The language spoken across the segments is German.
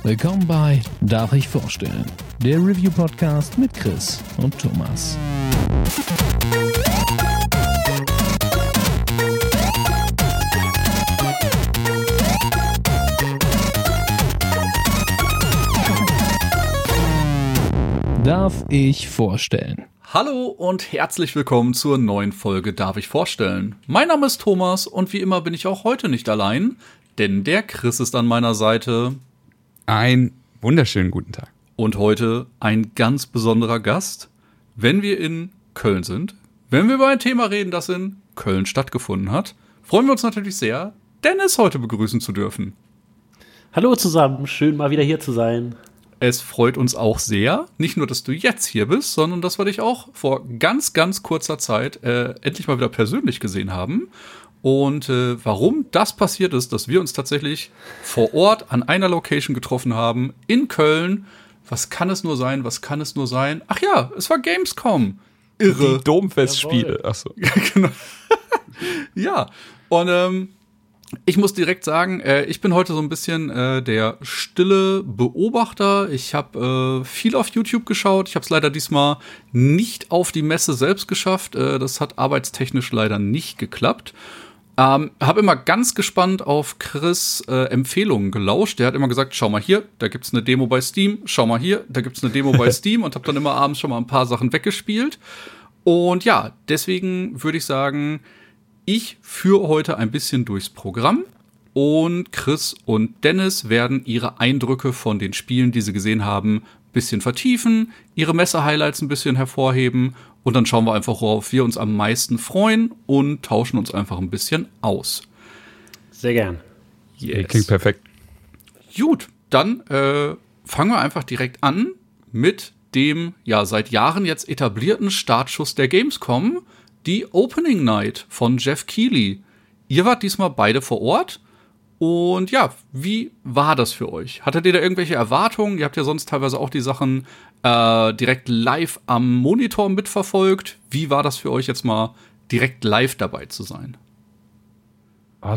Willkommen bei Darf ich vorstellen? Der Review-Podcast mit Chris und Thomas. Darf ich vorstellen? Hallo und herzlich willkommen zur neuen Folge Darf ich vorstellen? Mein Name ist Thomas und wie immer bin ich auch heute nicht allein, denn der Chris ist an meiner Seite. Einen wunderschönen guten Tag. Und heute ein ganz besonderer Gast, wenn wir in Köln sind. Wenn wir über ein Thema reden, das in Köln stattgefunden hat, freuen wir uns natürlich sehr, Dennis heute begrüßen zu dürfen. Hallo zusammen, schön mal wieder hier zu sein. Es freut uns auch sehr, nicht nur, dass du jetzt hier bist, sondern dass wir dich auch vor ganz, ganz kurzer Zeit endlich mal wieder persönlich gesehen haben. Und warum das passiert ist, dass wir uns tatsächlich vor Ort an einer Location getroffen haben, in Köln. Was kann es nur sein? Was kann es nur sein? Ach ja, es war Gamescom. Irre. Die Domfestspiele. Achso. Genau. Ja, und ich muss direkt sagen, ich bin heute so ein bisschen der stille Beobachter. Ich habe viel auf YouTube geschaut. Ich habe es leider diesmal nicht auf die Messe selbst geschafft. Das hat arbeitstechnisch leider nicht geklappt. Habe immer ganz gespannt auf Chris' Empfehlungen gelauscht. Der hat immer gesagt, schau mal hier, da gibt's eine Demo bei Steam. Schau mal hier, da gibt's eine Demo bei Steam. Und habe dann immer abends schon mal ein paar Sachen weggespielt. Und ja, deswegen würde ich sagen, ich führe heute ein bisschen durchs Programm. Und Chris und Dennis werden ihre Eindrücke von den Spielen, die sie gesehen haben, ein bisschen vertiefen, ihre Messe-Highlights ein bisschen hervorheben. Und dann schauen wir einfach, worauf wir uns am meisten freuen und tauschen uns einfach ein bisschen aus. Sehr gern. Yes. Klingt perfekt. Gut, dann fangen wir einfach direkt an mit dem ja seit Jahren jetzt etablierten Startschuss der Gamescom, die Opening Night von Jeff Keighley. Ihr wart diesmal beide vor Ort. Und ja, wie war das für euch? Hattet ihr da irgendwelche Erwartungen? Ihr habt ja sonst teilweise auch die Sachen direkt live am Monitor mitverfolgt. Wie war das für euch jetzt mal direkt live dabei zu sein? War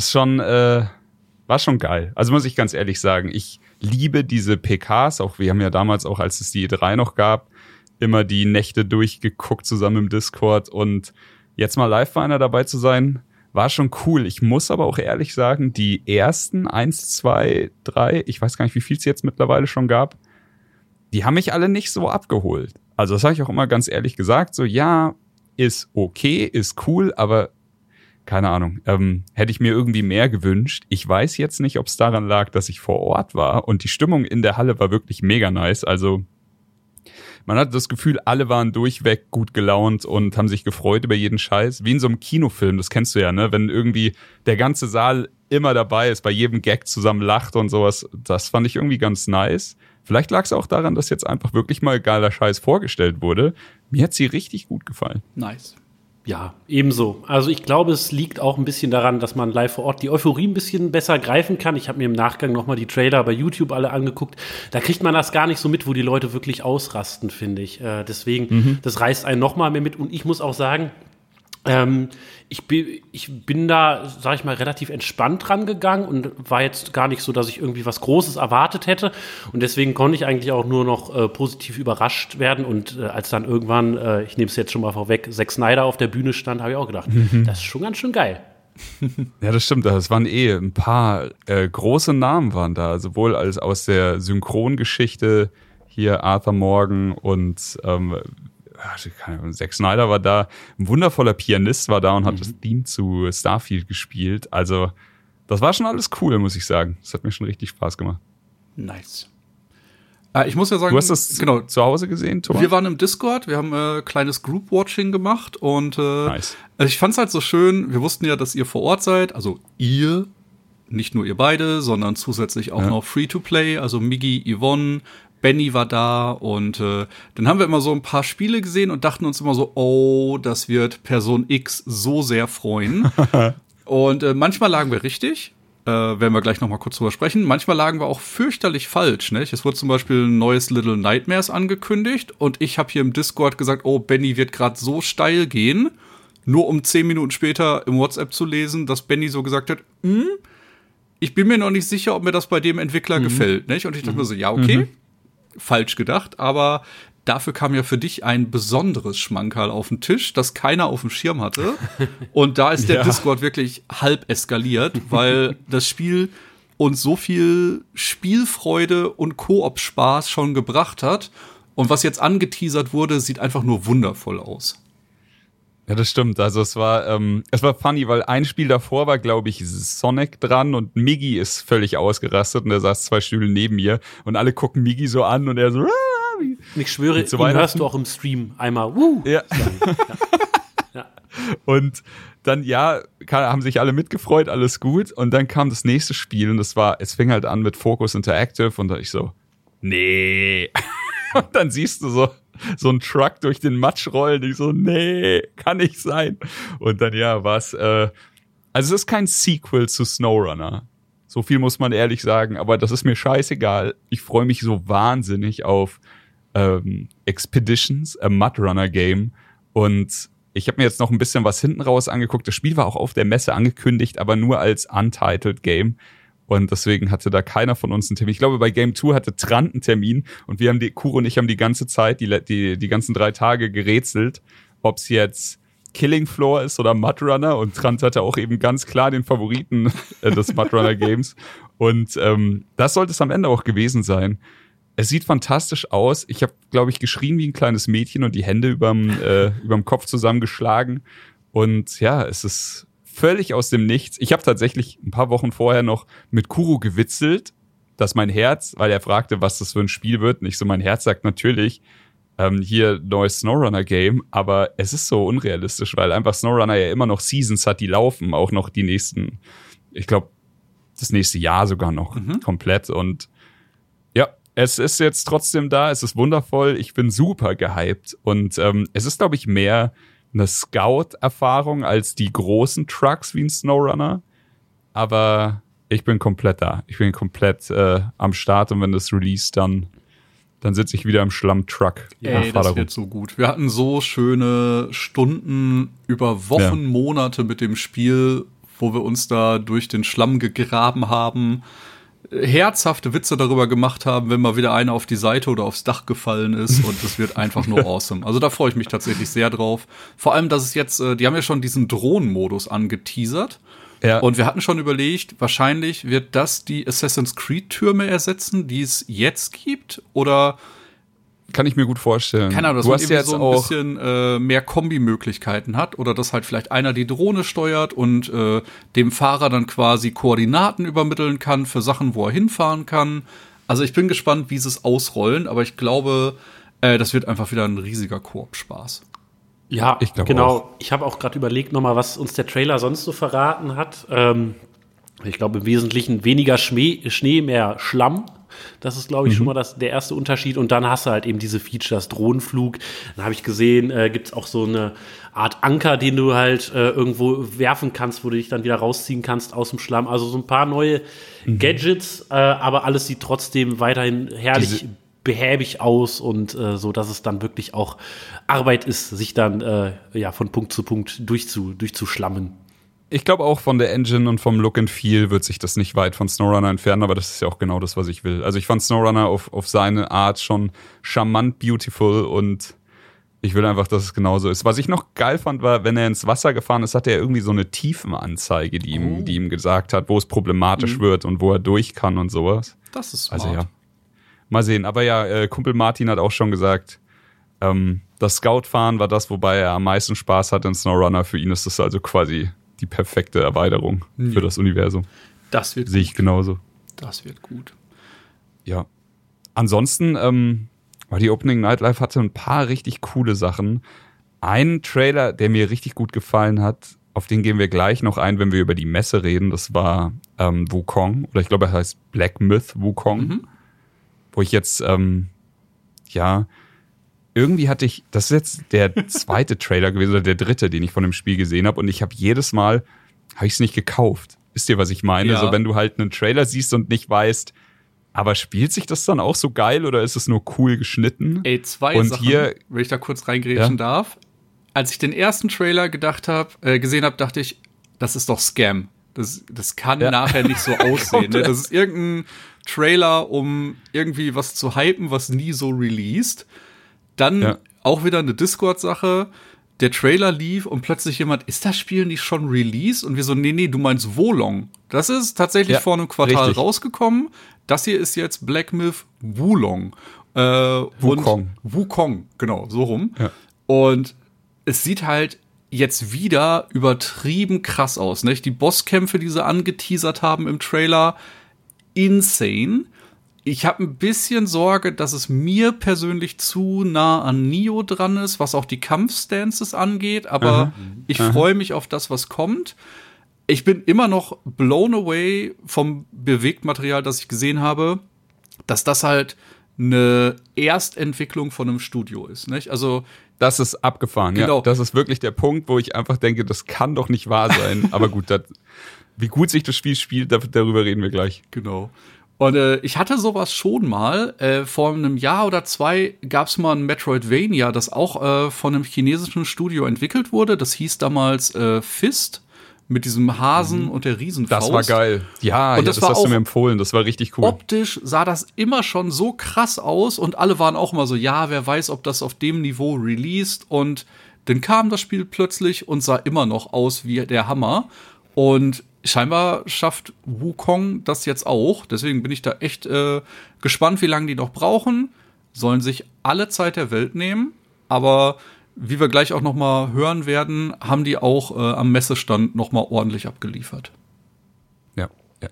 schon geil. Also muss ich ganz ehrlich sagen, ich liebe diese PKs. Auch wir haben ja damals auch, als es die E3 noch gab, immer die Nächte durchgeguckt zusammen im Discord. Und jetzt mal live bei einer dabei zu sein, war schon cool. Ich muss aber auch ehrlich sagen, die ersten 1, 2, 3, ich weiß gar nicht, wie viel es jetzt mittlerweile schon gab, die haben mich alle nicht so abgeholt. Also das habe ich auch immer ganz ehrlich gesagt, so ja, ist okay, ist cool, aber keine Ahnung, hätte ich mir irgendwie mehr gewünscht. Ich weiß jetzt nicht, ob es daran lag, dass ich vor Ort war und die Stimmung in der Halle war wirklich mega nice. Also man hatte das Gefühl, alle waren durchweg gut gelaunt und haben sich gefreut über jeden Scheiß. Wie in so einem Kinofilm, das kennst du ja, ne? Wenn irgendwie der ganze Saal immer dabei ist, bei jedem Gag zusammen lacht und sowas. Das fand ich irgendwie ganz nice. Vielleicht lag es auch daran, dass jetzt einfach wirklich mal geiler Scheiß vorgestellt wurde. Mir hat sie richtig gut gefallen. Nice. Ja, ebenso. Also ich glaube, es liegt auch ein bisschen daran, dass man live vor Ort die Euphorie ein bisschen besser greifen kann. Ich habe mir im Nachgang nochmal die Trailer bei YouTube alle angeguckt. Da kriegt man das gar nicht so mit, wo die Leute wirklich ausrasten, finde ich. Deswegen, das reißt einen nochmal mehr mit. Und ich muss auch sagen, ich bin da, sag ich mal, relativ entspannt rangegangen und war jetzt gar nicht so, dass ich irgendwie was Großes erwartet hätte. Und deswegen konnte ich eigentlich auch nur noch positiv überrascht werden. Und als dann irgendwann, ich nehme es jetzt schon mal vorweg, Zack Snyder auf der Bühne stand, habe ich auch gedacht, das ist schon ganz schön geil. Ja, das stimmt. Das waren ein paar große Namen waren da. Sowohl als aus der Synchrongeschichte hier Arthur Morgan und Zack Snyder war da, ein wundervoller Pianist war da und hat das Theme zu Starfield gespielt. Also, das war schon alles cool, muss ich sagen. Das hat mir schon richtig Spaß gemacht. Nice. Ich muss ja sagen, du hast das zu Hause gesehen, Thomas? Wir waren im Discord, wir haben kleines Group-Watching gemacht und nice. Also ich fand's halt so schön, wir wussten ja, dass ihr vor Ort seid, also ihr, nicht nur ihr beide, sondern zusätzlich auch noch Free-to-Play, also Miggy, Yvonne, Benny war da und dann haben wir immer so ein paar Spiele gesehen und dachten uns immer so, oh, das wird Person X so sehr freuen. Und manchmal lagen wir richtig, werden wir gleich noch mal kurz drüber sprechen. Manchmal lagen wir auch fürchterlich falsch, ne? Es wurde zum Beispiel ein neues Little Nightmares angekündigt und ich habe hier im Discord gesagt, oh, Benny wird gerade so steil gehen, nur um 10 Minuten später im WhatsApp zu lesen, dass Benny so gesagt hat, ich bin mir noch nicht sicher, ob mir das bei dem Entwickler gefällt. Nicht? Und ich dachte mir so, ja, okay, falsch gedacht, aber dafür kam ja für dich ein besonderes Schmankerl auf den Tisch, das keiner auf dem Schirm hatte. Und da ist der Discord wirklich halb eskaliert, weil das Spiel uns so viel Spielfreude und Koop-Spaß schon gebracht hat. Und was jetzt angeteasert wurde, sieht einfach nur wundervoll aus. Ja, das stimmt. Also es war funny, weil ein Spiel davor war, glaube ich, Sonic dran und Miggy ist völlig ausgerastet und er saß 2 Stühle neben mir und alle gucken Miggy so an und er so. Ich schwöre, ihn hörst du auch im Stream einmal. Ja. Ja. Und dann, haben sich alle mitgefreut, alles gut. Und dann kam das nächste Spiel und es fing halt an mit Focus Interactive und da ich so, nee. Und dann siehst du so einen Truck durch den Matsch rollen. Ich so, nee, kann nicht sein. Und dann, war's, also es ist kein Sequel zu SnowRunner. So viel muss man ehrlich sagen, aber das ist mir scheißegal. Ich freue mich so wahnsinnig auf Expeditions, a Mudrunner-Game. Und ich habe mir jetzt noch ein bisschen was hinten raus angeguckt. Das Spiel war auch auf der Messe angekündigt, aber nur als Untitled Game. Und deswegen hatte da keiner von uns einen Termin. Ich glaube, bei Game 2 hatte Trant einen Termin und Kuro und ich haben die ganze Zeit, die ganzen 3 Tage gerätselt, ob es jetzt Killing Floor ist oder Mudrunner. Und Trant hatte auch eben ganz klar den Favoriten des Mudrunner Games. Und das sollte es am Ende auch gewesen sein. Es sieht fantastisch aus. Ich habe, glaube ich, geschrien wie ein kleines Mädchen und die Hände überm Kopf zusammengeschlagen. Und ja, es ist völlig aus dem Nichts. Ich habe tatsächlich ein paar Wochen vorher noch mit Kuro gewitzelt, dass mein Herz, weil er fragte, was das für ein Spiel wird. Nicht so, mein Herz sagt natürlich, hier neues SnowRunner-Game, aber es ist so unrealistisch, weil einfach SnowRunner ja immer noch Seasons hat, die laufen, auch noch die nächsten, ich glaube, das nächste Jahr sogar noch komplett. Und ja, es ist jetzt trotzdem da, es ist wundervoll, ich bin super gehypt und es ist, glaube ich, mehr eine Scout-Erfahrung als die großen Trucks wie ein SnowRunner, aber ich bin komplett da. Ich bin komplett am Start und wenn das release, dann sitze ich wieder im Schlamm-Truck. Ey, das wird so gut. Wir hatten so schöne Stunden über Wochen, Monate mit dem Spiel, wo wir uns da durch den Schlamm gegraben haben, herzhafte Witze darüber gemacht haben, wenn mal wieder einer auf die Seite oder aufs Dach gefallen ist und das wird einfach nur awesome. Also da freue ich mich tatsächlich sehr drauf. Vor allem, dass es jetzt, die haben ja schon diesen Drohnenmodus angeteasert. Ja. Und wir hatten schon überlegt, wahrscheinlich wird das die Assassin's Creed-Türme ersetzen, die es jetzt gibt, oder kann ich mir gut vorstellen. Keine Ahnung, dass man irgendwie so ein bisschen mehr Kombimöglichkeiten hat oder dass halt vielleicht einer die Drohne steuert und dem Fahrer dann quasi Koordinaten übermitteln kann für Sachen, wo er hinfahren kann. Also ich bin gespannt, wie sie es ausrollen, aber ich glaube, das wird einfach wieder ein riesiger Koop-Spaß. Ja, genau. Auch. Ich habe auch gerade überlegt nochmal, was uns der Trailer sonst so verraten hat. Ich glaube im Wesentlichen weniger Schnee, mehr Schlamm. Das ist, glaube ich, schon mal der erste Unterschied. Und dann hast du halt eben diese Features, Drohnenflug. Dann habe ich gesehen, gibt's auch so eine Art Anker, den du halt irgendwo werfen kannst, wo du dich dann wieder rausziehen kannst aus dem Schlamm. Also so ein paar neue Gadgets, aber alles sieht trotzdem weiterhin herrlich behäbig aus und so, dass es dann wirklich auch Arbeit ist, sich dann von Punkt zu Punkt durchzuschlammen. Ich glaube auch von der Engine und vom Look and Feel wird sich das nicht weit von SnowRunner entfernen, aber das ist ja auch genau das, was ich will. Also ich fand SnowRunner auf seine Art schon charmant beautiful und ich will einfach, dass es genauso ist. Was ich noch geil fand, war, wenn er ins Wasser gefahren ist, hatte er irgendwie so eine Tiefenanzeige, die ihm gesagt hat, wo es problematisch wird und wo er durch kann und sowas. Das ist smart. Also ja, mal sehen. Aber ja, Kumpel Martin hat auch schon gesagt, das Scout-Fahren war das, wobei er am meisten Spaß hat in SnowRunner. Für ihn ist das also quasi die perfekte Erweiterung für das Universum. Das wird sehe ich genauso. Das wird gut. Ja. Ansonsten war die Opening Nightlife hatte ein paar richtig coole Sachen. Ein Trailer, der mir richtig gut gefallen hat, auf den gehen wir gleich noch ein, wenn wir über die Messe reden. Das war Wukong, oder ich glaube, er heißt Black Myth Wukong. Wo ich jetzt irgendwie hatte ich, das ist jetzt der zweite Trailer gewesen oder der dritte, den ich von dem Spiel gesehen habe und ich habe jedes Mal, habe ich es nicht gekauft. Wisst ihr, was ich meine? Ja. So, wenn du halt einen Trailer siehst und nicht weißt, aber spielt sich das dann auch so geil oder ist es nur cool geschnitten? Ey, zwei Sachen, wenn ich da kurz reingrätschen darf. Als ich den ersten Trailer gesehen habe, dachte ich, das ist doch Scam. Das kann nachher nicht so aussehen. Ne? Das ist irgendein Trailer, um irgendwie was zu hypen, was nie so released. Dann auch wieder eine Discord-Sache. Der Trailer lief und plötzlich jemand, ist das Spiel nicht schon released? Und wir so, nee, du meinst Wolong. Das ist tatsächlich vor einem Quartal rausgekommen. Das hier ist jetzt Black Myth Wulong. Wukong, genau, so rum. Ja. Und es sieht halt jetzt wieder übertrieben krass aus, nicht? Die Bosskämpfe, die sie angeteasert haben im Trailer, insane. Ich habe ein bisschen Sorge, dass es mir persönlich zu nah an Nioh dran ist, was auch die Kampfstances angeht, aber ich freue mich auf das, was kommt. Ich bin immer noch blown away vom Bewegtmaterial, das ich gesehen habe, dass das halt eine Erstentwicklung von einem Studio ist, nicht? Also das ist abgefahren, genau. Ja. Das ist wirklich der Punkt, wo ich einfach denke, das kann doch nicht wahr sein. Aber gut, wie gut sich das Spiel spielt, darüber reden wir gleich. Genau. Und ich hatte sowas schon mal. Vor einem Jahr oder 2 gab es mal ein Metroidvania, das auch von einem chinesischen Studio entwickelt wurde. Das hieß damals Fist. Mit diesem Hasen und der Riesenfaust. Das war geil. Ja, und das hast du mir empfohlen. Das war richtig cool. Optisch sah das immer schon so krass aus und alle waren auch immer so, ja, wer weiß, ob das auf dem Niveau released. Und dann kam das Spiel plötzlich und sah immer noch aus wie der Hammer. Und scheinbar schafft Wukong das jetzt auch. Deswegen bin ich da echt gespannt, wie lange die noch brauchen. Sollen sich alle Zeit der Welt nehmen. Aber wie wir gleich auch noch mal hören werden, haben die auch am Messestand noch mal ordentlich abgeliefert. Ja.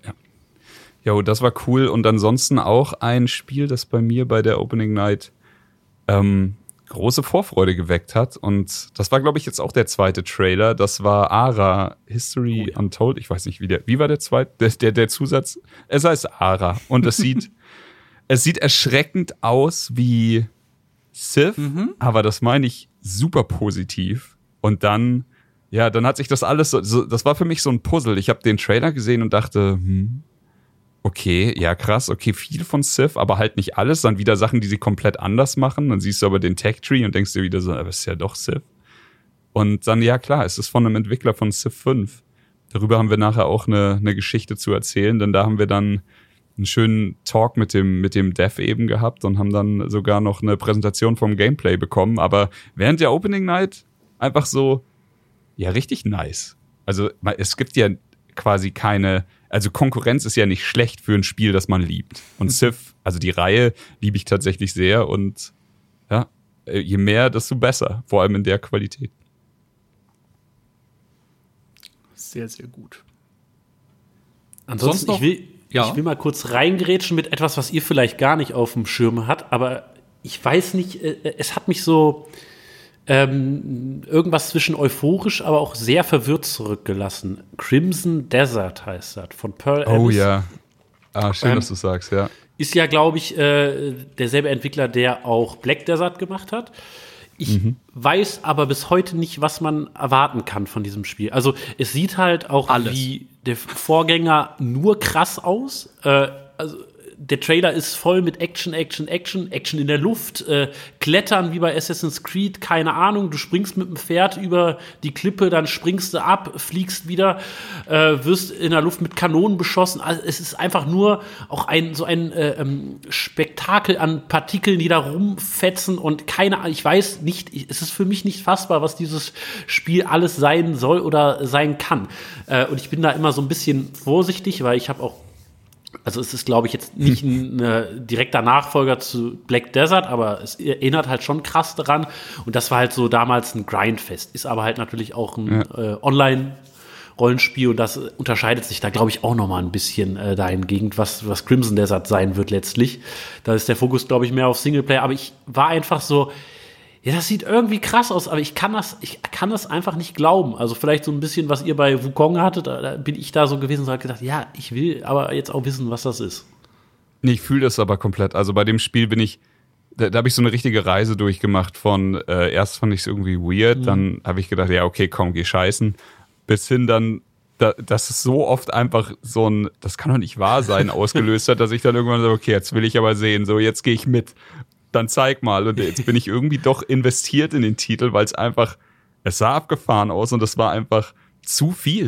Jo, das war cool. Und ansonsten auch ein Spiel, das bei mir bei der Opening Night große Vorfreude geweckt hat. Und das war, glaube ich, jetzt auch der zweite Trailer. Das war Ara, History Untold. Ich weiß nicht, wie war der zweite? Der Zusatz? Es heißt Ara. Und es sieht erschreckend aus wie Civ, aber das meine ich super positiv. Und dann hat sich das alles so, das war für mich so ein Puzzle. Ich habe den Trailer gesehen und dachte, okay, ja krass, okay, viel von Civ, aber halt nicht alles. Dann wieder Sachen, die sie komplett anders machen. Dann siehst du aber den Tech-Tree und denkst dir wieder so, aber es ist ja doch Civ. Und dann, ja klar, es ist von einem Entwickler von Civ 5. Darüber haben wir nachher auch eine Geschichte zu erzählen, denn da haben wir dann einen schönen Talk mit dem Dev eben gehabt und haben dann sogar noch eine Präsentation vom Gameplay bekommen. Aber während der Opening Night einfach so, ja, richtig nice. Also es gibt ja quasi also Konkurrenz ist ja nicht schlecht für ein Spiel, das man liebt. Und Civ, also die Reihe, liebe ich tatsächlich sehr und ja, je mehr, desto besser. Vor allem in der Qualität. Sehr, sehr gut. Ansonsten, ich will mal kurz reingrätschen mit etwas, was ihr vielleicht gar nicht auf dem Schirm habt, aber ich weiß nicht, es hat mich so irgendwas zwischen euphorisch, aber auch sehr verwirrt zurückgelassen. Crimson Desert heißt das, von Pearl Abyss. Oh ja. Schön, dass du sagst, ja. Ist ja, glaube ich, derselbe Entwickler, der auch Black Desert gemacht hat. Ich weiß aber bis heute nicht, was man erwarten kann von diesem Spiel. Also es sieht halt auch wie der Vorgänger nur krass aus. Also der Trailer ist voll mit Action in der Luft, Klettern wie bei Assassin's Creed, keine Ahnung. Du springst mit dem Pferd über die Klippe, dann springst du ab, fliegst wieder, wirst in der Luft mit Kanonen beschossen. Also es ist einfach nur auch ein Spektakel an Partikeln, die da rumfetzen und ich weiß nicht, es ist für mich nicht fassbar, was dieses Spiel alles sein soll oder sein kann. Und ich bin da immer so ein bisschen vorsichtig, weil ich habe auch also es ist, glaube ich, jetzt nicht ein direkter Nachfolger zu Black Desert, aber es erinnert halt schon krass daran. Und das war halt so damals ein Grindfest. Ist aber halt natürlich auch ein Online-Rollenspiel und das unterscheidet sich da, glaube ich, auch noch mal ein bisschen dahingehend, was Crimson Desert sein wird letztlich. Da ist der Fokus, glaube ich, mehr auf Singleplayer. Aber ich war einfach so, ja, das sieht irgendwie krass aus, aber ich kann das einfach nicht glauben. Also vielleicht so ein bisschen, was ihr bei Wukong hattet, da bin ich da so gewesen und habe gedacht, ja, ich will aber jetzt auch wissen, was das ist. Nee, ich fühle das aber komplett. Also bei dem Spiel da habe ich so eine richtige Reise durchgemacht von, erst fand ich es irgendwie weird, dann habe ich gedacht, ja, okay, komm, geh scheißen, bis hin dann, dass es so oft einfach so ein, das kann doch nicht wahr sein, ausgelöst hat, dass ich dann irgendwann so, okay, jetzt will ich aber sehen, so, jetzt gehe ich mit. Dann zeig mal. Und jetzt bin ich irgendwie doch investiert in den Titel, weil es sah abgefahren aus und es war einfach zu viel.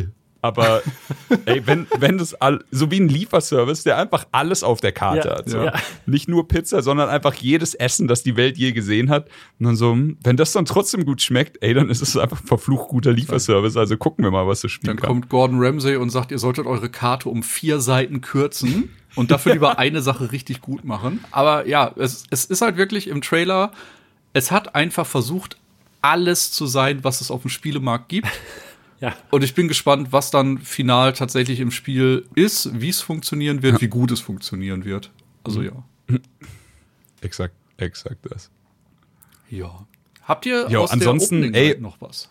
Aber ey, wenn das so wie ein Lieferservice, der einfach alles auf der Karte hat. So. Ja. Nicht nur Pizza, sondern einfach jedes Essen, das die Welt je gesehen hat. Und dann so, wenn das dann trotzdem gut schmeckt, ey, dann ist es einfach ein verflucht guter Lieferservice. Also gucken wir mal, was das Spiel Dann kann. kommt Gordon Ramsay und sagt, ihr solltet eure Karte um 4 Seiten kürzen und dafür lieber eine Sache richtig gut machen. Aber ja, es ist halt wirklich im Trailer, es hat einfach versucht, alles zu sein, was es auf dem Spielemarkt gibt. Ja. Und ich bin gespannt, was dann final tatsächlich im Spiel ist, wie es funktionieren wird, wie gut es funktionieren wird. Also ja. Exakt das. Ja. Habt ihr Jo, aus ansonsten, der Opening Night noch was?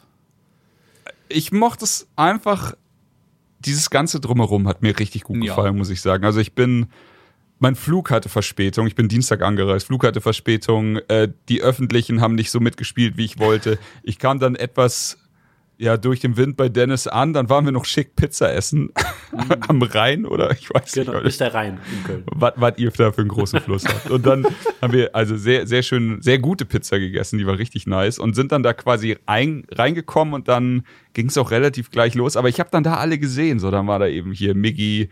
Ich mochte es einfach, dieses ganze Drumherum hat mir richtig gut gefallen, muss ich sagen. Also mein Flug hatte Verspätung, ich bin Dienstag angereist, Flug hatte Verspätung, die Öffentlichen haben nicht so mitgespielt, wie ich wollte. Ich kam dann etwas durch den Wind bei Dennis an, dann waren wir noch schick Pizza essen am Rhein oder ich weiß Genau, nicht. ist der Rhein in Köln. Was ihr da für einen großen Fluss habt. Und dann haben wir also sehr, sehr schön, sehr gute Pizza gegessen, die war richtig nice und sind dann da quasi reingekommen und dann ging es auch relativ gleich los. Aber ich habe dann da alle gesehen, so dann war da eben hier Miggy,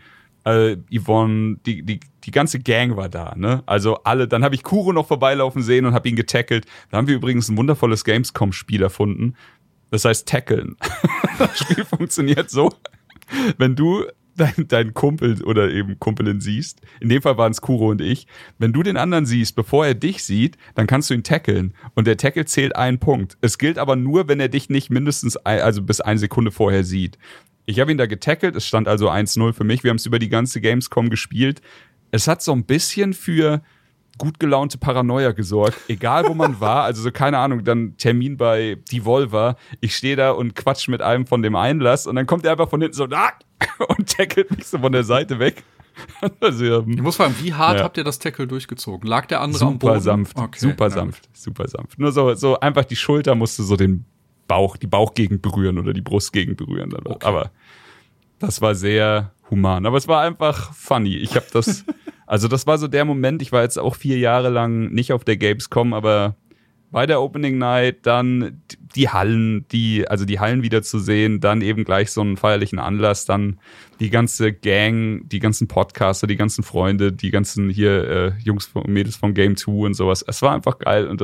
Yvonne, die ganze Gang war da, ne? Also alle, dann habe ich Kuro noch vorbeilaufen sehen und habe ihn getackelt. Da haben wir übrigens ein wundervolles Gamescom-Spiel erfunden. Das heißt Tackeln. Das Spiel funktioniert so, wenn du deinen Kumpel oder eben Kumpelin siehst, in dem Fall waren es Kuro und ich, wenn du den anderen siehst, bevor er dich sieht, dann kannst du ihn tackeln und der Tackle zählt 1 Punkt. Es gilt aber nur, wenn er dich nicht mindestens, also bis 1 Sekunde vorher sieht. Ich habe ihn da getackelt, es stand also 1-0 für mich, wir haben es über die ganze Gamescom gespielt. Es hat so ein bisschen für gut gelaunte Paranoia gesorgt, egal wo man war, also so keine Ahnung, dann Termin bei Devolver, ich stehe da und quatsch mit einem von dem Einlass und dann kommt er einfach von hinten so und tackelt mich so von der Seite weg. Also, ich muss fragen, wie hart habt ihr das Tackle durchgezogen? Lag der andere am Boden? Super sanft. Nur so einfach die Schulter musste so die Bauchgegend berühren oder die Brustgegend berühren. Okay. Aber das war sehr human. Aber es war einfach funny. Ich habe das also das war so der Moment, ich war jetzt auch 4 Jahre lang nicht auf der Gamescom, aber bei der Opening Night dann die Hallen wieder zu sehen, dann eben gleich so einen feierlichen Anlass, dann die ganze Gang, die ganzen Podcaster, die ganzen Freunde, die ganzen hier Jungs und Mädels von Game 2 und sowas. Es war einfach geil und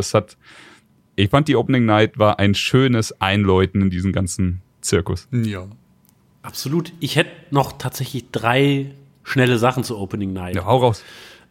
ich fand die Opening Night war ein schönes Einläuten in diesen ganzen Zirkus. Ja. Absolut. Ich hätte noch tatsächlich 3 schnelle Sachen zur Opening Night. Ja, hau raus.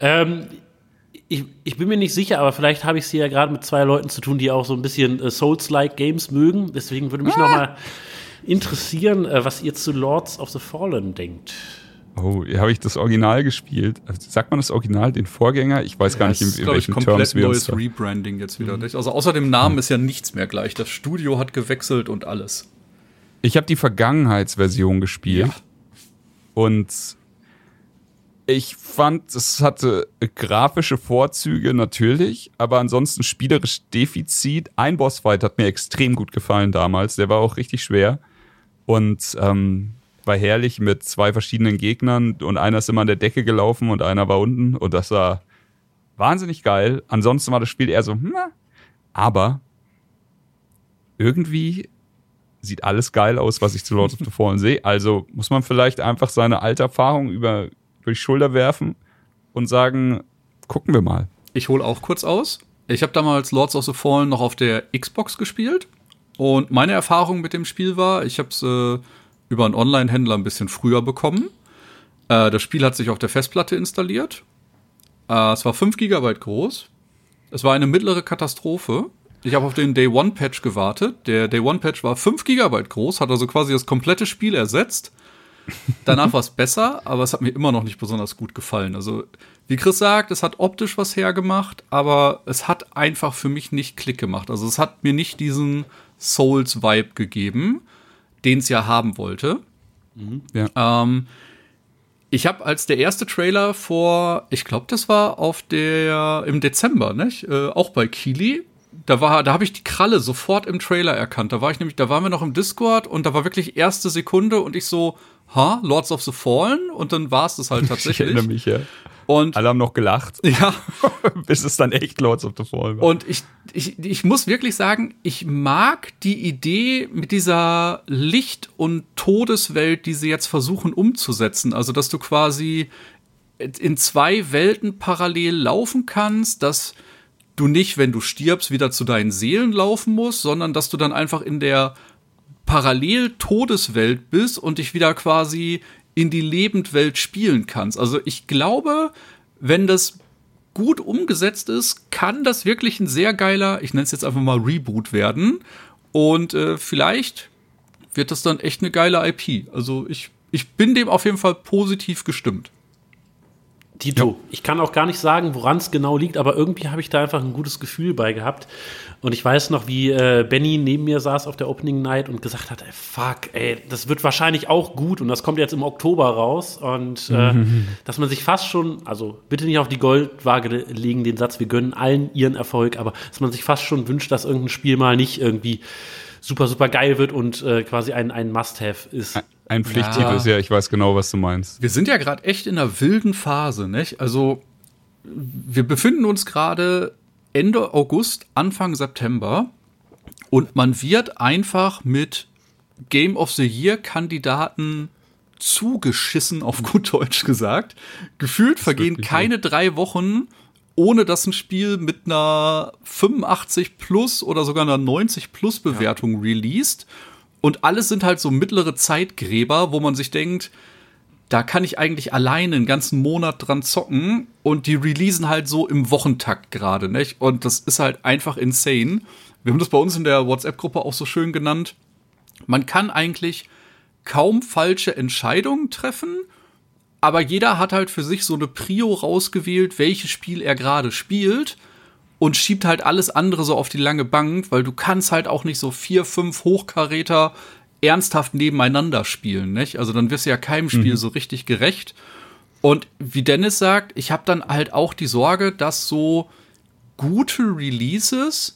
Ich bin mir nicht sicher, aber vielleicht habe ich es hier ja gerade mit 2 Leuten zu tun, die auch so ein bisschen Souls-like Games mögen. Deswegen würde mich noch mal interessieren, was ihr zu Lords of the Fallen denkt. Oh, habe ich das Original gespielt? Sagt man das Original, den Vorgänger? Ich weiß gar nicht, in welchen Terms wir uns komplett neues Rebranding jetzt wieder. Also außer dem Namen ist ja nichts mehr gleich. Das Studio hat gewechselt und alles. Ich habe die Vergangenheitsversion gespielt. Ja. Und ich fand, es hatte grafische Vorzüge natürlich, aber ansonsten spielerisch Defizit. Ein Bossfight hat mir extrem gut gefallen damals. Der war auch richtig schwer. Und war herrlich mit 2 verschiedenen Gegnern und einer ist immer an der Decke gelaufen und einer war unten und das war wahnsinnig geil. Ansonsten war das Spiel eher so, aber irgendwie sieht alles geil aus, was ich zu Lords of the Fallen sehe. Also muss man vielleicht einfach seine alte Erfahrung über die Schulter werfen und sagen, gucken wir mal. Ich hole auch kurz aus. Ich habe damals Lords of the Fallen noch auf der Xbox gespielt und meine Erfahrung mit dem Spiel war, ich habe es über einen Online-Händler ein bisschen früher bekommen. Das Spiel hat sich auf der Festplatte installiert. Es war 5 GB groß. Es war eine mittlere Katastrophe. Ich habe auf den Day-One-Patch gewartet. Der Day-One-Patch war 5 GB groß, hat also quasi das komplette Spiel ersetzt. Danach war es besser, aber es hat mir immer noch nicht besonders gut gefallen. Also, wie Chris sagt, es hat optisch was hergemacht, aber es hat einfach für mich nicht Klick gemacht. Also, es hat mir nicht diesen Souls-Vibe gegeben, den es ja haben wollte. Ja. Ich habe als der erste Trailer ich glaube, das war im Dezember, nicht? Auch bei Kili. Da habe ich die Kralle sofort im Trailer erkannt. Da waren wir noch im Discord und da war wirklich erste Sekunde und ich so, Lords of the Fallen? Und dann war es das halt tatsächlich. Ich erinnere mich, ja. Und alle haben noch gelacht. Ja. Bis es dann echt Lords of the Fallen war. Und ich muss wirklich sagen, ich mag die Idee mit dieser Licht- und Todeswelt, die sie jetzt versuchen umzusetzen. Also, dass du quasi in 2 Welten parallel laufen kannst, dass du nicht, wenn du stirbst, wieder zu deinen Seelen laufen musst, sondern dass du dann einfach in der Parallel-Todeswelt bist und dich wieder quasi in die Lebendwelt spielen kannst. Also ich glaube, wenn das gut umgesetzt ist, kann das wirklich ein sehr geiler, ich nenne es jetzt einfach mal Reboot werden. Und vielleicht wird das dann echt eine geile IP. Also ich bin dem auf jeden Fall positiv gestimmt. Tito, Ja. ich kann auch gar nicht sagen, woran es genau liegt, aber irgendwie habe ich da einfach ein gutes Gefühl bei gehabt. Und ich weiß noch, wie Benny neben mir saß auf der Opening Night und gesagt hat, das wird wahrscheinlich auch gut und das kommt jetzt im Oktober raus. Und dass man sich fast schon, also bitte nicht auf die Goldwaage legen den Satz, wir gönnen allen ihren Erfolg, aber dass man sich fast schon wünscht, dass irgendein Spiel mal nicht irgendwie super, super geil wird und quasi ein Must-Have ist. Ein Pflichttitel ist ja, ich weiß genau, was du meinst. Wir sind ja gerade echt in einer wilden Phase, nicht? Also, wir befinden uns gerade Ende August, Anfang September und man wird einfach mit Game of the Year Kandidaten zugeschissen, auf gut Deutsch gesagt. Gefühlt vergehen keine 3 Wochen, ohne dass ein Spiel mit einer 85 plus oder sogar einer 90 plus Bewertung released. Und alles sind halt so mittlere Zeitgräber, wo man sich denkt, da kann ich eigentlich alleine einen ganzen Monat dran zocken. Und die releasen halt so im Wochentakt gerade, nicht? Und das ist halt einfach insane. Wir haben das bei uns in der WhatsApp-Gruppe auch so schön genannt. Man kann eigentlich kaum falsche Entscheidungen treffen, aber jeder hat halt für sich so eine Prio rausgewählt, welches Spiel er gerade spielt. Und schiebt halt alles andere so auf die lange Bank, weil du kannst halt auch nicht so 4, 5 Hochkaräter ernsthaft nebeneinander spielen, nicht? Also dann wirst du ja keinem Spiel so richtig gerecht. Und wie Dennis sagt, ich habe dann halt auch die Sorge, dass so gute Releases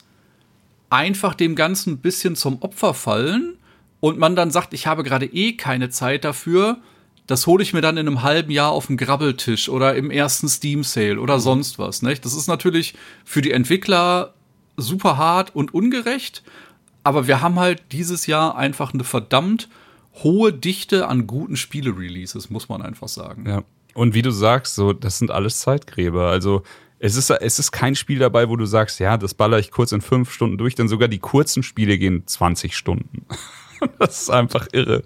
einfach dem Ganzen ein bisschen zum Opfer fallen und man dann sagt, ich habe gerade keine Zeit dafür. Das hole ich mir dann in einem halben Jahr auf dem Grabbeltisch oder im ersten Steam-Sale oder sonst was, nicht? Das ist natürlich für die Entwickler super hart und ungerecht, aber wir haben halt dieses Jahr einfach eine verdammt hohe Dichte an guten Spiele-Releases, muss man einfach sagen. Ja. Und wie du sagst, so, das sind alles Zeitgräber. Also es ist kein Spiel dabei, wo du sagst, ja, das baller ich kurz in 5 Stunden durch, denn sogar die kurzen Spiele gehen 20 Stunden. Das ist einfach irre.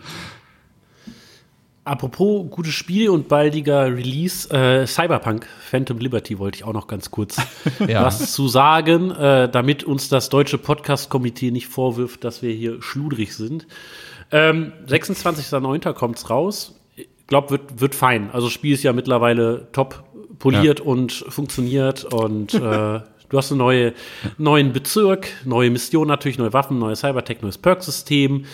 Apropos gutes Spiel und baldiger Release, Cyberpunk Phantom Liberty wollte ich auch noch ganz kurz was zu sagen, damit uns das deutsche Podcast-Komitee nicht vorwirft, dass wir hier schludrig sind. 26.09. kommt's raus. Ich glaube, wird fein. Also das Spiel ist ja mittlerweile top poliert und funktioniert und du hast einen neuen Bezirk, neue Missionen natürlich, neue Waffen, neue Cybertech, neues Perk-System.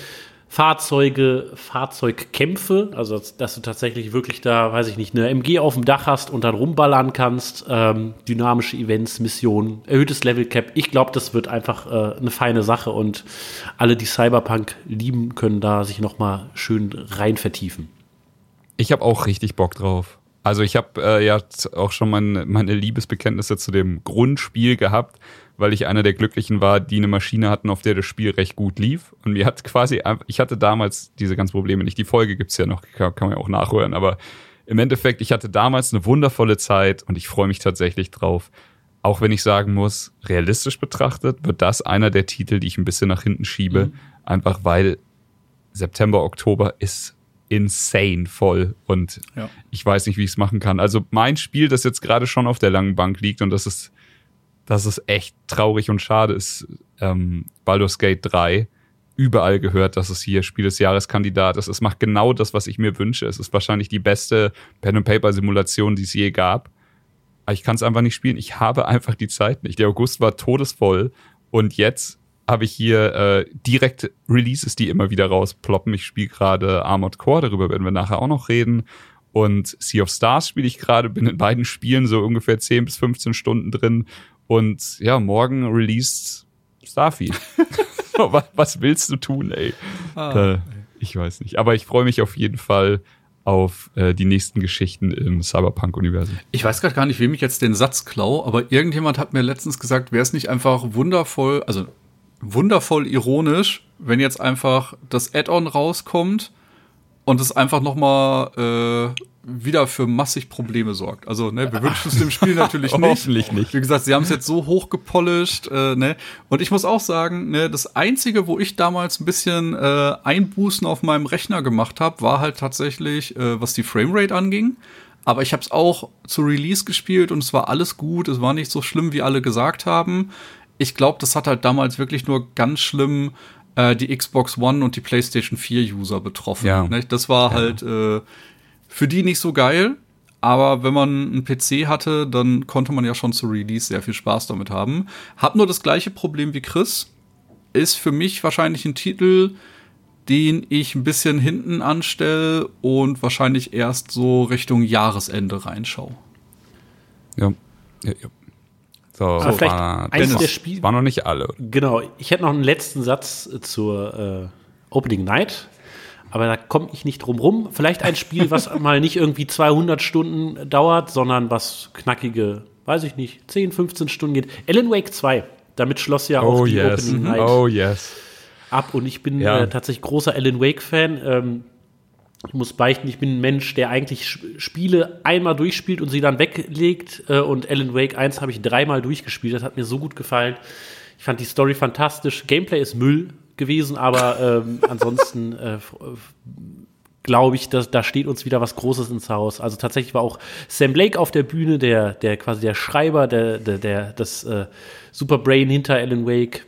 Fahrzeugkämpfe, also dass du tatsächlich wirklich da, weiß ich nicht, eine MG auf dem Dach hast und dann rumballern kannst, dynamische Events, Missionen, erhöhtes Level Cap. Ich glaube, das wird einfach eine feine Sache und alle, die Cyberpunk lieben, können da sich noch mal schön rein vertiefen. Ich habe auch richtig Bock drauf. Also ich habe ja auch schon meine Liebesbekenntnisse zu dem Grundspiel gehabt, weil ich einer der Glücklichen war, die eine Maschine hatten, auf der das Spiel recht gut lief. Und mir hat ich hatte damals diese ganzen Probleme nicht. Die Folge gibt's ja noch, kann man ja auch nachhören. Aber im Endeffekt, ich hatte damals eine wundervolle Zeit und ich freue mich tatsächlich drauf. Auch wenn ich sagen muss, realistisch betrachtet, wird das einer der Titel, die ich ein bisschen nach hinten schiebe. Einfach weil September, Oktober ist insane voll und ich weiß nicht, wie ich es machen kann. Also mein Spiel, das jetzt gerade schon auf der langen Bank liegt und das ist echt traurig und schade, ist Baldur's Gate 3. Überall gehört, dass es hier Spiel des Jahres Kandidat ist. Es macht genau das, was ich mir wünsche. Es ist wahrscheinlich die beste Pen-and-Paper-Simulation, die es je gab. Aber ich kann es einfach nicht spielen. Ich habe einfach die Zeit nicht. Der August war todesvoll und jetzt habe ich hier direkt Releases, die immer wieder rausploppen. Ich spiele gerade Armored Core, darüber werden wir nachher auch noch reden. Und Sea of Stars spiele ich gerade, bin in beiden Spielen so ungefähr 10 bis 15 Stunden drin. Und ja, morgen released Starfield. Was willst du tun, ey? Ich weiß nicht. Aber ich freue mich auf jeden Fall auf die nächsten Geschichten im Cyberpunk-Universum. Ich weiß gerade gar nicht, wem ich jetzt den Satz klaue, aber irgendjemand hat mir letztens gesagt, wäre es nicht einfach wundervoll ironisch, wenn jetzt einfach das Add-on rauskommt und es einfach nochmal wieder für massig Probleme sorgt. Also, ne, wir wünschen es dem Spiel natürlich nicht. Hoffentlich nicht. Wie gesagt, sie haben es jetzt so hochgepolished, ne. Und ich muss auch sagen, ne, das Einzige, wo ich damals ein bisschen Einbußen auf meinem Rechner gemacht habe, war halt tatsächlich, was die Framerate anging. Aber ich habe es auch zu Release gespielt und es war alles gut. Es war nicht so schlimm, wie alle gesagt haben. Ich glaube, das hat halt damals wirklich nur ganz schlimm die Xbox One und die PlayStation 4 User betroffen. Ja. Ne? Das war halt für die nicht so geil, aber wenn man einen PC hatte, dann konnte man ja schon zu Release sehr viel Spaß damit haben. Hab nur das gleiche Problem wie Chris. Ist für mich wahrscheinlich ein Titel, den ich ein bisschen hinten anstelle und wahrscheinlich erst so Richtung Jahresende reinschaue. Ja. So, Aber vielleicht eins der Spiele. War noch nicht alle. Genau, ich hätte noch einen letzten Satz zur Opening Night. Aber da komme ich nicht drum rum. Vielleicht ein Spiel, was mal nicht irgendwie 200 Stunden dauert, sondern was knackige, weiß ich nicht, 10, 15 Stunden geht. Alan Wake 2. Damit schloss ja auch die Opening Night ab. Und ich bin tatsächlich großer Alan Wake-Fan. Ich muss beichten, ich bin ein Mensch, der eigentlich Spiele einmal durchspielt und sie dann weglegt. Und Alan Wake 1 habe ich 3-mal durchgespielt. Das hat mir so gut gefallen. Ich fand die Story fantastisch. Gameplay ist Müll gewesen, aber ansonsten glaube ich, dass da steht uns wieder was Großes ins Haus. Also tatsächlich war auch Sam Blake auf der Bühne, der quasi der Schreiber, das Superbrain hinter Alan Wake.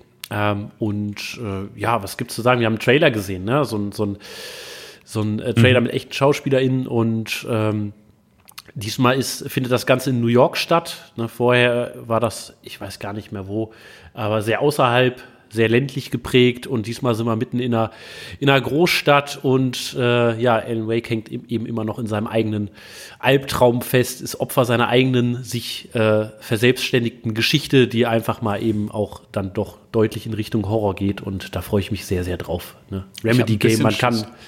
Was gibt's zu sagen? Wir haben einen Trailer gesehen, ne? So ein Trailer mit echten SchauspielerInnen und diesmal findet das Ganze in New York statt. Ne? Vorher war das, ich weiß gar nicht mehr wo, aber sehr außerhalb, sehr ländlich geprägt und diesmal sind wir mitten in einer Großstadt und Alan Wake hängt eben immer noch in seinem eigenen Albtraum fest, ist Opfer seiner eigenen sich verselbstständigten Geschichte, die einfach mal eben auch dann doch deutlich in Richtung Horror geht und da freue ich mich sehr, sehr drauf. Ne? Remedy-Game, man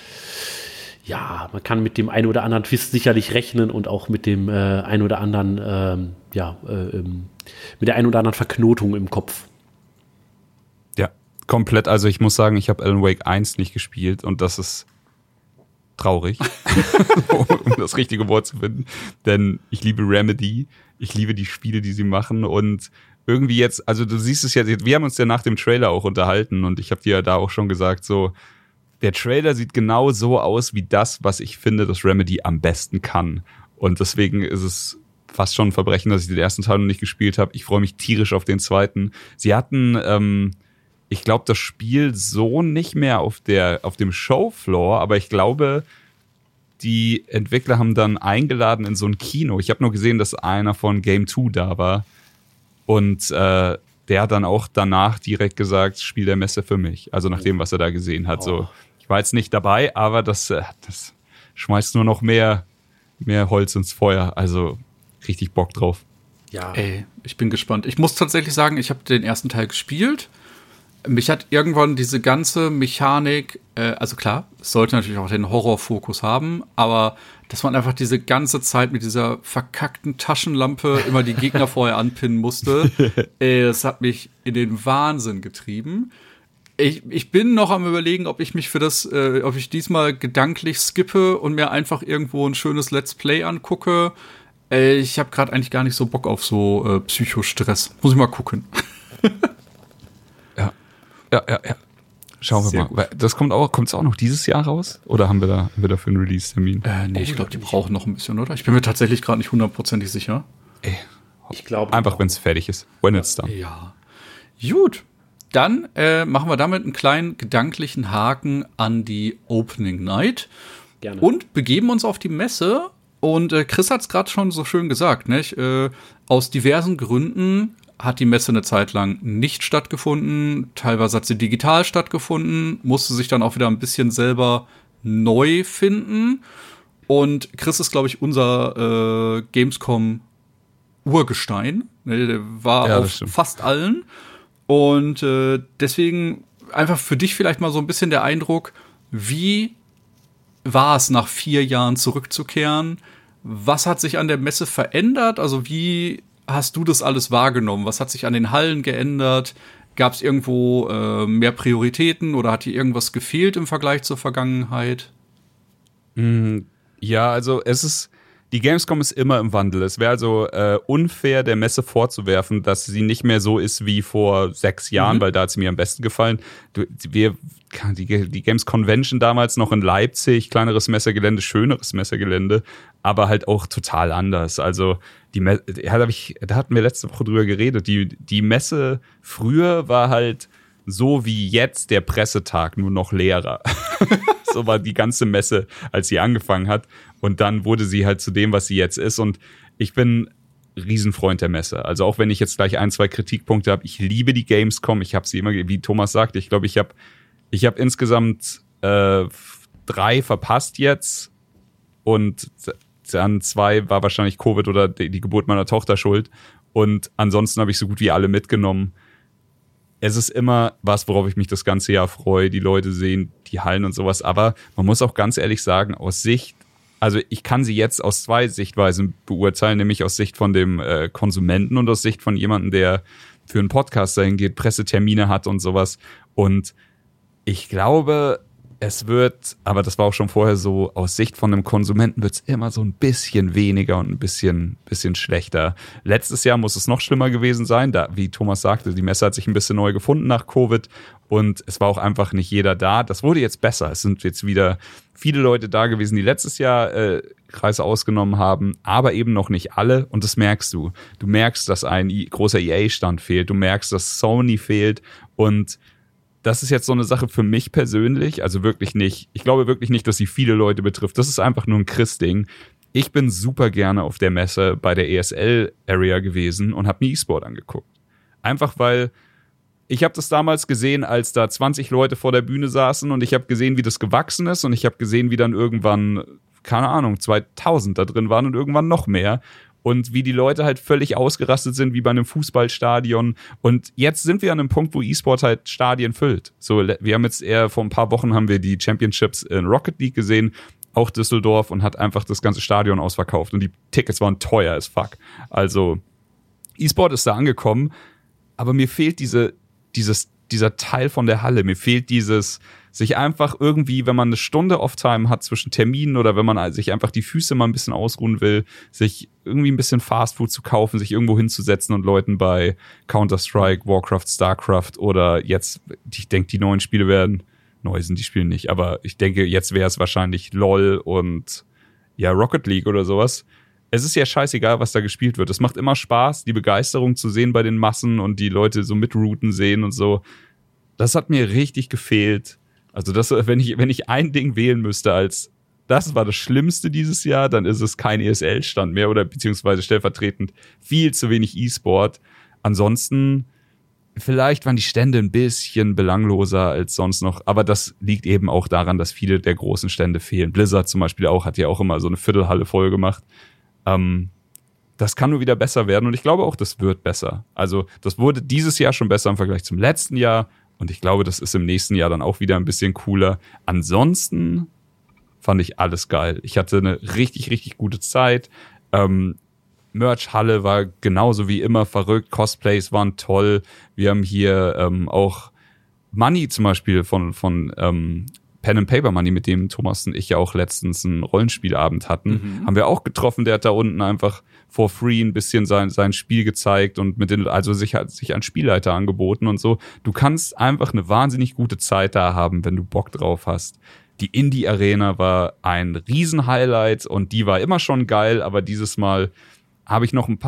kann mit dem einen oder anderen Twist sicherlich rechnen und auch mit dem einen oder anderen, mit der einen oder anderen Verknotung im Kopf. Ja, komplett. Also ich muss sagen, ich habe Alan Wake 1 nicht gespielt und das ist traurig, um das richtige Wort zu finden. Denn ich liebe Remedy, ich liebe die Spiele, die sie machen und irgendwie jetzt, also du siehst es ja, wir haben uns ja nach dem Trailer auch unterhalten und ich habe dir ja da auch schon gesagt, so, der Trailer sieht genau so aus wie das, was ich finde, dass Remedy am besten kann. Und deswegen ist es fast schon ein Verbrechen, dass ich den ersten Teil noch nicht gespielt habe. Ich freue mich tierisch auf den zweiten. Sie hatten, ich glaube, das Spiel so nicht mehr auf dem Showfloor, aber ich glaube, die Entwickler haben dann eingeladen in so ein Kino. Ich habe nur gesehen, dass einer von Game 2 da war. Und der hat dann auch danach direkt gesagt, Spiel der Messe für mich. Also nach dem, was er da gesehen hat. So, ich war jetzt nicht dabei, aber das schmeißt nur noch mehr Holz ins Feuer. Also richtig Bock drauf. Ja. Ey, ich bin gespannt. Ich muss tatsächlich sagen, ich habe den ersten Teil gespielt. Mich hat irgendwann diese ganze Mechanik, also klar, es sollte natürlich auch den Horrorfokus haben, aber dass man einfach diese ganze Zeit mit dieser verkackten Taschenlampe immer die Gegner vorher anpinnen musste, das hat mich in den Wahnsinn getrieben. Ich bin noch am Überlegen, ob ich mich ob ich diesmal gedanklich skippe und mir einfach irgendwo ein schönes Let's Play angucke. Ich habe gerade eigentlich gar nicht so Bock auf so Psychostress. Muss ich mal gucken. Ja. Schauen wir mal. Das kommt's auch noch dieses Jahr raus? Oder haben wir dafür einen Release-Termin? Nee, ich glaube, die brauchen noch ein bisschen, oder? Ich bin mir tatsächlich gerade nicht 100%ig sicher. Ich glaube einfach, wenn es fertig ist. When it's done. Ja. Gut. Dann machen wir damit einen kleinen gedanklichen Haken an die Opening Night. Gerne. Und begeben uns auf die Messe. Und Chris hat es gerade schon so schön gesagt, nicht? Aus diversen Gründen hat die Messe eine Zeit lang nicht stattgefunden. Teilweise hat sie digital stattgefunden, musste sich dann auch wieder ein bisschen selber neu finden. Und Chris ist, glaube ich, unser Gamescom-Urgestein. Der war auf fast allen. Und deswegen einfach für dich vielleicht mal so ein bisschen der Eindruck, wie war es, nach 4 Jahren zurückzukehren? Was hat sich an der Messe verändert? Also wie hast du das alles wahrgenommen? Was hat sich an den Hallen geändert? Gab es irgendwo mehr Prioritäten oder hat dir irgendwas gefehlt im Vergleich zur Vergangenheit? Ja, also die Gamescom ist immer im Wandel. Es wäre also unfair, der Messe vorzuwerfen, dass sie nicht mehr so ist wie vor 6 Jahren, weil da hat sie mir am besten gefallen. Die Games Convention damals noch in Leipzig, kleineres Messegelände, schöneres Messegelände, aber halt auch total anders. Also da hatten wir letzte Woche drüber geredet. Die Messe früher war halt so wie jetzt der Pressetag, nur noch leerer. So war die ganze Messe, als sie angefangen hat. Und dann wurde sie halt zu dem, was sie jetzt ist. Und ich bin Riesenfreund der Messe. Also auch wenn ich jetzt gleich 1, 2 Kritikpunkte habe, ich liebe die Gamescom. Ich habe sie immer, wie Thomas sagte, ich glaube, ich hab insgesamt 3 verpasst jetzt. Und an 2 war wahrscheinlich Covid oder die Geburt meiner Tochter schuld. Und ansonsten habe ich so gut wie alle mitgenommen. Es ist immer was, worauf ich mich das ganze Jahr freue. Die Leute sehen die Hallen und sowas. Aber man muss auch ganz ehrlich sagen, also ich kann sie jetzt aus 2 Sichtweisen beurteilen, nämlich aus Sicht von dem Konsumenten und aus Sicht von jemandem, der für einen Podcast dahin geht, Pressetermine hat und sowas. Und ich glaube, es wird, aber das war auch schon vorher so, aus Sicht von einem Konsumenten wird es immer so ein bisschen weniger und ein bisschen schlechter. Letztes Jahr muss es noch schlimmer gewesen sein, da, wie Thomas sagte, die Messe hat sich ein bisschen neu gefunden nach Covid und es war auch einfach nicht jeder da. Das wurde jetzt besser. Es sind jetzt wieder viele Leute da gewesen, die letztes Jahr Kreise ausgenommen haben, aber eben noch nicht alle und das merkst du. Du merkst, dass ein großer EA-Stand fehlt, du merkst, dass Sony fehlt und das ist jetzt so eine Sache für mich persönlich, also wirklich nicht, ich glaube wirklich nicht, dass sie viele Leute betrifft. Das ist einfach nur ein Chris-Ding. Ich bin super gerne auf der Messe bei der ESL-Area gewesen und habe mir E-Sport angeguckt. Einfach weil ich habe das damals gesehen, als da 20 Leute vor der Bühne saßen und ich habe gesehen, wie das gewachsen ist und ich habe gesehen, wie dann irgendwann, keine Ahnung, 2000 da drin waren und irgendwann noch mehr. Und wie die Leute halt völlig ausgerastet sind, wie bei einem Fußballstadion. Und jetzt sind wir an einem Punkt, wo E-Sport halt Stadien füllt. So, wir haben jetzt vor ein paar Wochen haben wir die Championships in Rocket League gesehen, auch Düsseldorf, und hat einfach das ganze Stadion ausverkauft. Und die Tickets waren teuer as fuck. Also, E-Sport ist da angekommen, aber mir fehlt dieser Teil von der Halle. Mir fehlt sich einfach irgendwie, wenn man eine Stunde Off-Time hat zwischen Terminen oder wenn man sich einfach die Füße mal ein bisschen ausruhen will, sich irgendwie ein bisschen Fastfood zu kaufen, sich irgendwo hinzusetzen und Leuten bei Counter-Strike, Warcraft, Starcraft oder jetzt, ich denke, die neuen Spiele werden, neu sind die Spiele nicht, aber ich denke, jetzt wäre es wahrscheinlich LOL und ja, Rocket League oder sowas. Es ist ja scheißegal, was da gespielt wird. Es macht immer Spaß, die Begeisterung zu sehen bei den Massen und die Leute so mitrouten sehen und so. Das hat mir richtig gefehlt. Also das, wenn ich ein Ding wählen müsste als das war das Schlimmste dieses Jahr, dann ist es kein ESL-Stand mehr oder beziehungsweise stellvertretend viel zu wenig E-Sport. Ansonsten vielleicht waren die Stände ein bisschen belangloser als sonst noch, aber das liegt eben auch daran, dass viele der großen Stände fehlen. Blizzard zum Beispiel hat ja auch immer so eine Viertelhalle voll gemacht. Das kann nur wieder besser werden und ich glaube auch, das wird besser. Also das wurde dieses Jahr schon besser im Vergleich zum letzten Jahr. Und ich glaube, das ist im nächsten Jahr dann auch wieder ein bisschen cooler. Ansonsten fand ich alles geil. Ich hatte eine richtig, richtig gute Zeit. Merch-Halle war genauso wie immer verrückt. Cosplays waren toll. Wir haben hier auch Money zum Beispiel von Pen and Paper Money, mit dem Thomas und ich ja auch letztens einen Rollenspielabend hatten, haben wir auch getroffen. Der hat da unten einfach for free ein bisschen sein Spiel gezeigt und sich an Spielleiter angeboten und so. Du kannst einfach eine wahnsinnig gute Zeit da haben, wenn du Bock drauf hast. Die Indie-Arena war ein Riesen-Highlight und die war immer schon geil, aber dieses Mal habe ich noch ein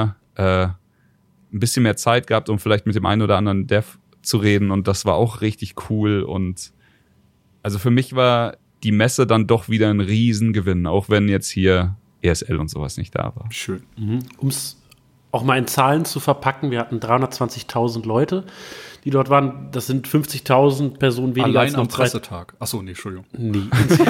bisschen mehr Zeit gehabt, um vielleicht mit dem einen oder anderen Dev zu reden und das war auch richtig cool und also für mich war die Messe dann doch wieder ein Riesengewinn, auch wenn jetzt hier ESL und sowas nicht da war. Schön. Um es auch mal in Zahlen zu verpacken, wir hatten 320.000 Leute, die dort waren. Das sind 50.000 Personen weniger allein als am Pressetag. Achso, nee, Entschuldigung. Nee.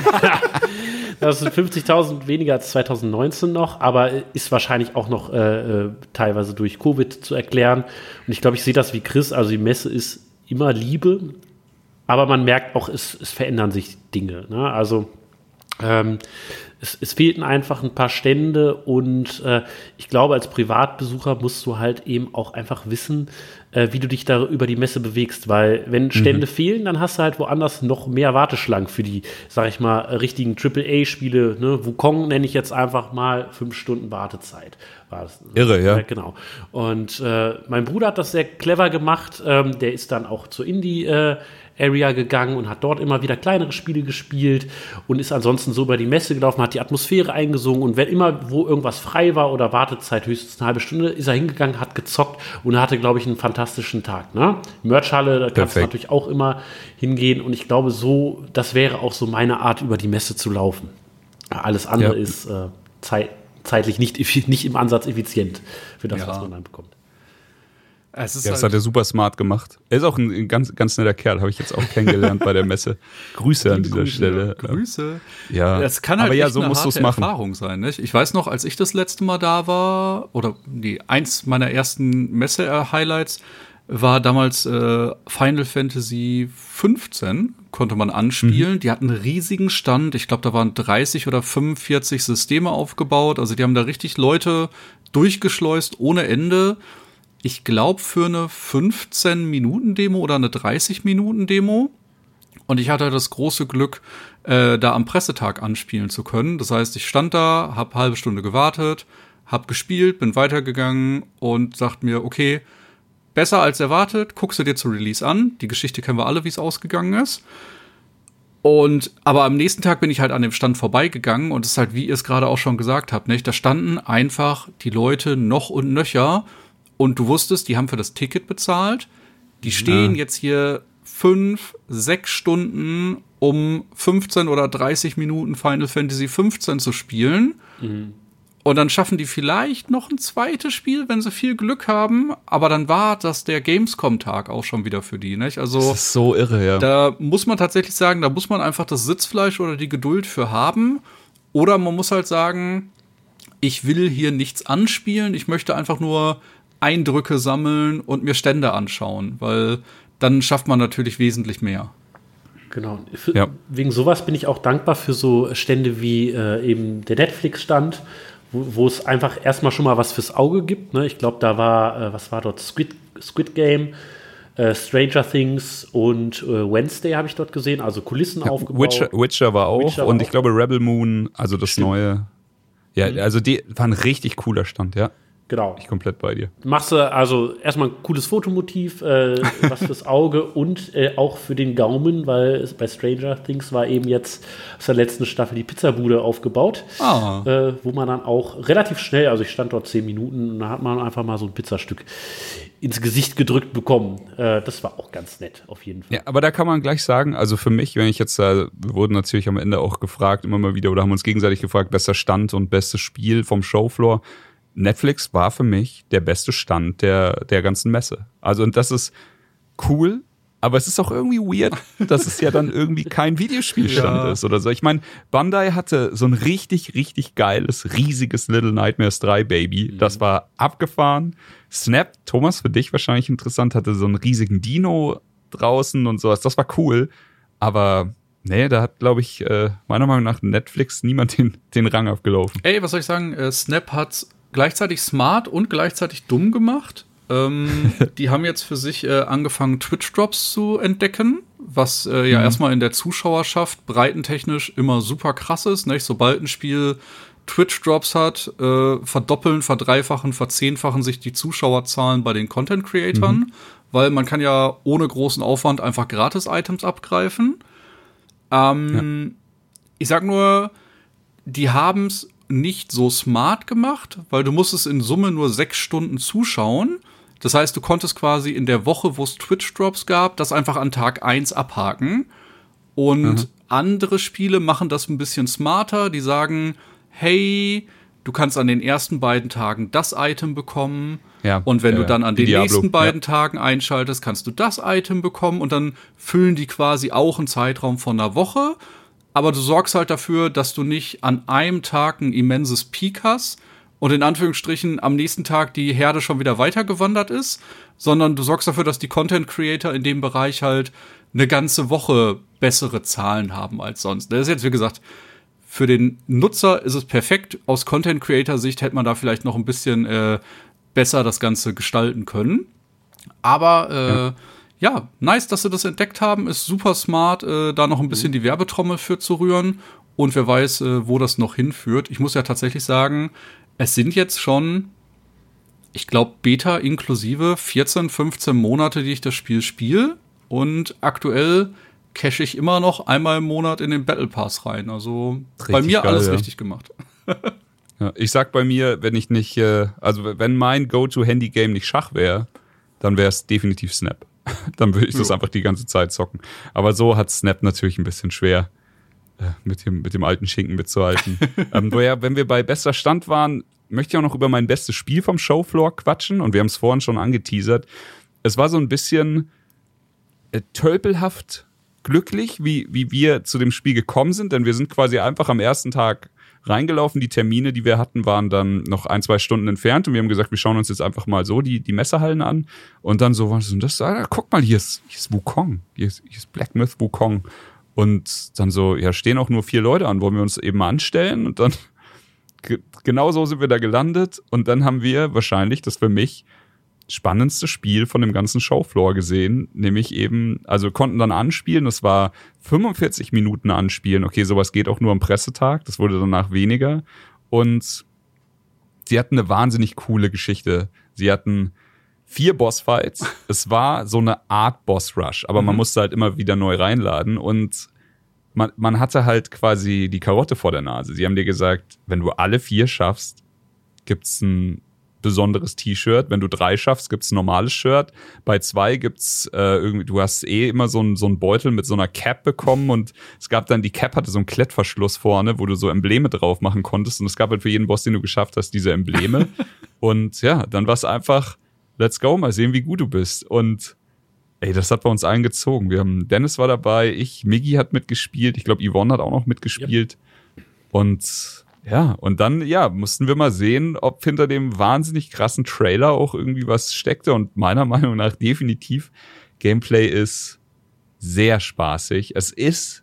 Das sind 50.000 weniger als 2019 noch, aber ist wahrscheinlich auch noch teilweise durch Covid zu erklären. Und ich glaube, ich sehe das wie Chris. Also die Messe ist immer Liebe, aber man merkt auch, es verändern sich Dinge. Ne? Also Es fehlten einfach ein paar Stände und ich glaube, als Privatbesucher musst du halt eben auch einfach wissen, wie du dich da über die Messe bewegst, weil wenn Stände fehlen, dann hast du halt woanders noch mehr Warteschlangen für die, sag ich mal, richtigen AAA-Spiele, ne? Wukong nenne ich jetzt einfach mal 5 Stunden Wartezeit. War das, Irre, ja. Genau. Und mein Bruder hat das sehr clever gemacht, der ist dann auch zur Area gegangen und hat dort immer wieder kleinere Spiele gespielt und ist ansonsten so über die Messe gelaufen, hat die Atmosphäre eingesungen und wenn immer, wo irgendwas frei war oder Wartezeit höchstens eine halbe Stunde, ist er hingegangen, hat gezockt und er hatte, glaube ich, einen fantastischen Tag. Ne? Merchhalle, da kannst du natürlich auch immer hingehen und ich glaube so, das wäre auch so meine Art, über die Messe zu laufen. Alles andere ist zeitlich nicht im Ansatz effizient für das, was man dann bekommt. Das hat er super smart gemacht. Er ist auch ein ganz, ganz netter Kerl, habe ich jetzt auch kennengelernt bei der Messe. Grüße an dieser Stelle. Grüße. Ja, das kann halt aber ja, echt so eine musst harte du's machen. Erfahrung sein. Nicht? Ich weiß noch, als ich das letzte Mal da war, eins meiner ersten Messe-Highlights war damals Final Fantasy 15, konnte man anspielen. Die hatten einen riesigen Stand. Ich glaube, da waren 30 oder 45 Systeme aufgebaut. Also die haben da richtig Leute durchgeschleust ohne Ende. Ich glaube, für eine 15-Minuten-Demo oder eine 30-Minuten-Demo. Und ich hatte das große Glück, da am Pressetag anspielen zu können. Das heißt, ich stand da, habe eine halbe Stunde gewartet, habe gespielt, bin weitergegangen und sagte mir, okay, besser als erwartet, guckst du dir zu Release an. Die Geschichte kennen wir alle, wie es ausgegangen ist. Aber am nächsten Tag bin ich halt an dem Stand vorbeigegangen und es ist halt, wie ihr es gerade auch schon gesagt habt, nicht? Da standen einfach die Leute noch und nöcher. Und du wusstest, die haben für das Ticket bezahlt. Die stehen jetzt hier 5, 6 Stunden, um 15 oder 30 Minuten Final Fantasy 15 zu spielen. Und dann schaffen die vielleicht noch ein zweites Spiel, wenn sie viel Glück haben. Aber dann war das der Gamescom-Tag auch schon wieder für die, nicht? Also, das ist so irre, ja. Da muss man tatsächlich sagen, da muss man einfach das Sitzfleisch oder die Geduld für haben. Oder man muss halt sagen, ich will hier nichts anspielen. Ich möchte einfach nur Eindrücke sammeln und mir Stände anschauen, weil dann schafft man natürlich wesentlich mehr. Genau. Wegen sowas bin ich auch dankbar für so Stände wie eben der Netflix-Stand, wo es einfach erstmal schon mal was fürs Auge gibt. Ne? Ich glaube, da war, was war dort? Squid Game, Stranger Things und Wednesday habe ich dort gesehen, also Kulissen aufgebaut. Witcher war auch und ich glaube Rebel Moon, also das Neue. Ja, also die war ein richtig cooler Stand, ja. Genau. Ich komplett bei dir. Machst du also erstmal ein cooles Fotomotiv, was fürs Auge und auch für den Gaumen, weil es bei Stranger Things war eben jetzt aus der letzten Staffel die Pizzabude aufgebaut, wo man dann auch relativ schnell, also ich stand dort 10 Minuten und da hat man einfach mal so ein Pizzastück ins Gesicht gedrückt bekommen. Das war auch ganz nett, auf jeden Fall. Ja, aber da kann man gleich sagen, also für mich, wenn ich jetzt, wir wurden natürlich am Ende auch gefragt, immer mal wieder, oder haben uns gegenseitig gefragt, bester Stand und bestes Spiel vom Showfloor. Netflix war für mich der beste Stand der ganzen Messe. Also, und das ist cool, aber es ist auch irgendwie weird, dass es ja dann irgendwie kein Videospielstand ist oder so. Ich meine, Bandai hatte so ein richtig, richtig geiles, riesiges Little Nightmares 3 Baby. Das war abgefahren. Snap, Thomas, für dich wahrscheinlich interessant, hatte so einen riesigen Dino draußen und sowas. Das war cool, aber nee, da hat, glaube ich, meiner Meinung nach Netflix niemand den Rang abgelaufen. Ey, was soll ich sagen? Snap hat gleichzeitig smart und gleichzeitig dumm gemacht. Die haben jetzt für sich angefangen, Twitch-Drops zu entdecken, was ja erstmal in der Zuschauerschaft breitentechnisch immer super krass ist. Nicht? Sobald ein Spiel Twitch-Drops hat, verdoppeln, verdreifachen, verzehnfachen sich die Zuschauerzahlen bei den Content-Creatern, weil man kann ja ohne großen Aufwand einfach Gratis-Items abgreifen. Ich sag nur, die haben's nicht so smart gemacht, weil du musstest in Summe nur 6 Stunden zuschauen. Das heißt, du konntest quasi in der Woche, wo es Twitch-Drops gab, das einfach an Tag 1 abhaken. Und andere Spiele machen das ein bisschen smarter. Die sagen, hey, du kannst an den ersten beiden Tagen das Item bekommen. Ja, und wenn du dann an den nächsten beiden Tagen einschaltest, kannst du das Item bekommen. Und dann füllen die quasi auch einen Zeitraum von einer Woche. Aber du sorgst halt dafür, dass du nicht an einem Tag ein immenses Peak hast und in Anführungsstrichen am nächsten Tag die Herde schon wieder weitergewandert ist, sondern du sorgst dafür, dass die Content-Creator in dem Bereich halt eine ganze Woche bessere Zahlen haben als sonst. Das ist jetzt, wie gesagt, für den Nutzer ist es perfekt. Aus Content-Creator-Sicht hätte man da vielleicht noch ein bisschen besser das Ganze gestalten können. Aber ja, nice, dass sie das entdeckt haben. Ist super smart, da noch ein bisschen die Werbetrommel für zu rühren. Und wer weiß, wo das noch hinführt. Ich muss ja tatsächlich sagen, es sind jetzt schon, ich glaube, Beta inklusive 14, 15 Monate, die ich das Spiel spiele. Und aktuell cache ich immer noch einmal im Monat in den Battle Pass rein. Also Richtig bei mir geil, alles ja. richtig gemacht. Ja, ich sag bei mir, wenn ich nicht, also wenn mein Go-To-Handy-Game nicht Schach wäre, dann wäre es definitiv Snap. Dann würde ich das einfach die ganze Zeit zocken. Aber so hat Snap natürlich ein bisschen schwer, mit dem alten Schinken mitzuhalten. Wenn wir bei bester Stand waren, möchte ich auch noch über mein bestes Spiel vom Showfloor quatschen. Und wir haben es vorhin schon angeteasert. Es war so ein bisschen tölpelhaft glücklich, wie wir zu dem Spiel gekommen sind. Denn wir sind quasi einfach am ersten Tag reingelaufen. Die Termine, die wir hatten, waren dann noch 1-2 Stunden entfernt. Und wir haben gesagt, wir schauen uns jetzt einfach mal so die Messehallen an. Und dann so, was ist das? Guck mal, hier ist Wukong. Hier ist Black Myth Wukong. Und dann so, ja, stehen auch nur 4 Leute an. Wollen wir uns eben anstellen? Und dann, genau so sind wir da gelandet. Und dann haben wir wahrscheinlich, das für mich, spannendste Spiel von dem ganzen Showfloor gesehen, nämlich eben, also konnten dann anspielen, das war 45 Minuten anspielen, okay, sowas geht auch nur am Pressetag, das wurde danach weniger und sie hatten eine wahnsinnig coole Geschichte. Sie hatten 4 Bossfights, es war so eine Art Boss-Rush, aber man musste halt immer wieder neu reinladen und man hatte halt quasi die Karotte vor der Nase. Sie haben dir gesagt, wenn du alle 4 schaffst, gibt's ein besonderes T-Shirt. Wenn du 3 schaffst, gibt's ein normales Shirt. Bei 2 gibt's irgendwie, du hast immer so einen Beutel mit so einer Cap bekommen und es gab dann, die Cap hatte so einen Klettverschluss vorne, wo du so Embleme drauf machen konntest und es gab halt für jeden Boss, den du geschafft hast, diese Embleme. Und ja, dann war es einfach, let's go, mal sehen, wie gut du bist. Und ey, das hat bei uns allen gezogen. Dennis war dabei, Miggi hat mitgespielt, ich glaube, Yvonne hat auch noch mitgespielt. Ja. Und ja, und dann, mussten wir mal sehen, ob hinter dem wahnsinnig krassen Trailer auch irgendwie was steckte. Und meiner Meinung nach definitiv, Gameplay ist sehr spaßig. Es ist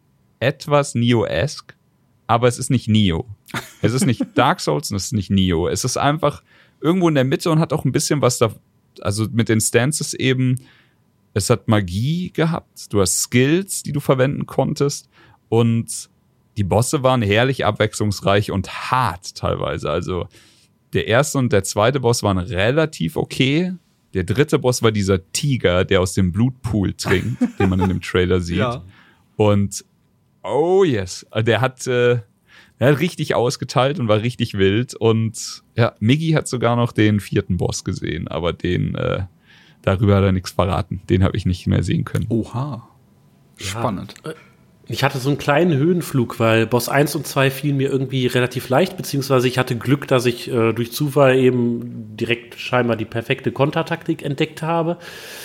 etwas Neo-esque, aber es ist nicht Neo. Es ist nicht Dark Souls und es ist nicht Neo. Es ist einfach irgendwo in der Mitte und hat auch ein bisschen was da, also mit den Stances eben, es hat Magie gehabt, du hast Skills, die du verwenden konntest und die Bosse waren herrlich abwechslungsreich und hart teilweise. Also der erste und der zweite Boss waren relativ okay. Der dritte Boss war dieser Tiger, der aus dem Blutpool trinkt, den man in dem Trailer sieht. Ja. Und oh yes, der hat richtig ausgeteilt und war richtig wild. Und ja, Miggi hat sogar noch den 4. Boss gesehen, aber darüber hat er nichts verraten. Den habe ich nicht mehr sehen können. Oha. Spannend. Ja. Ich hatte so einen kleinen Höhenflug, weil Boss 1 und 2 fielen mir irgendwie relativ leicht, beziehungsweise ich hatte Glück, dass ich durch Zufall eben direkt scheinbar die perfekte Kontertaktik entdeckt habe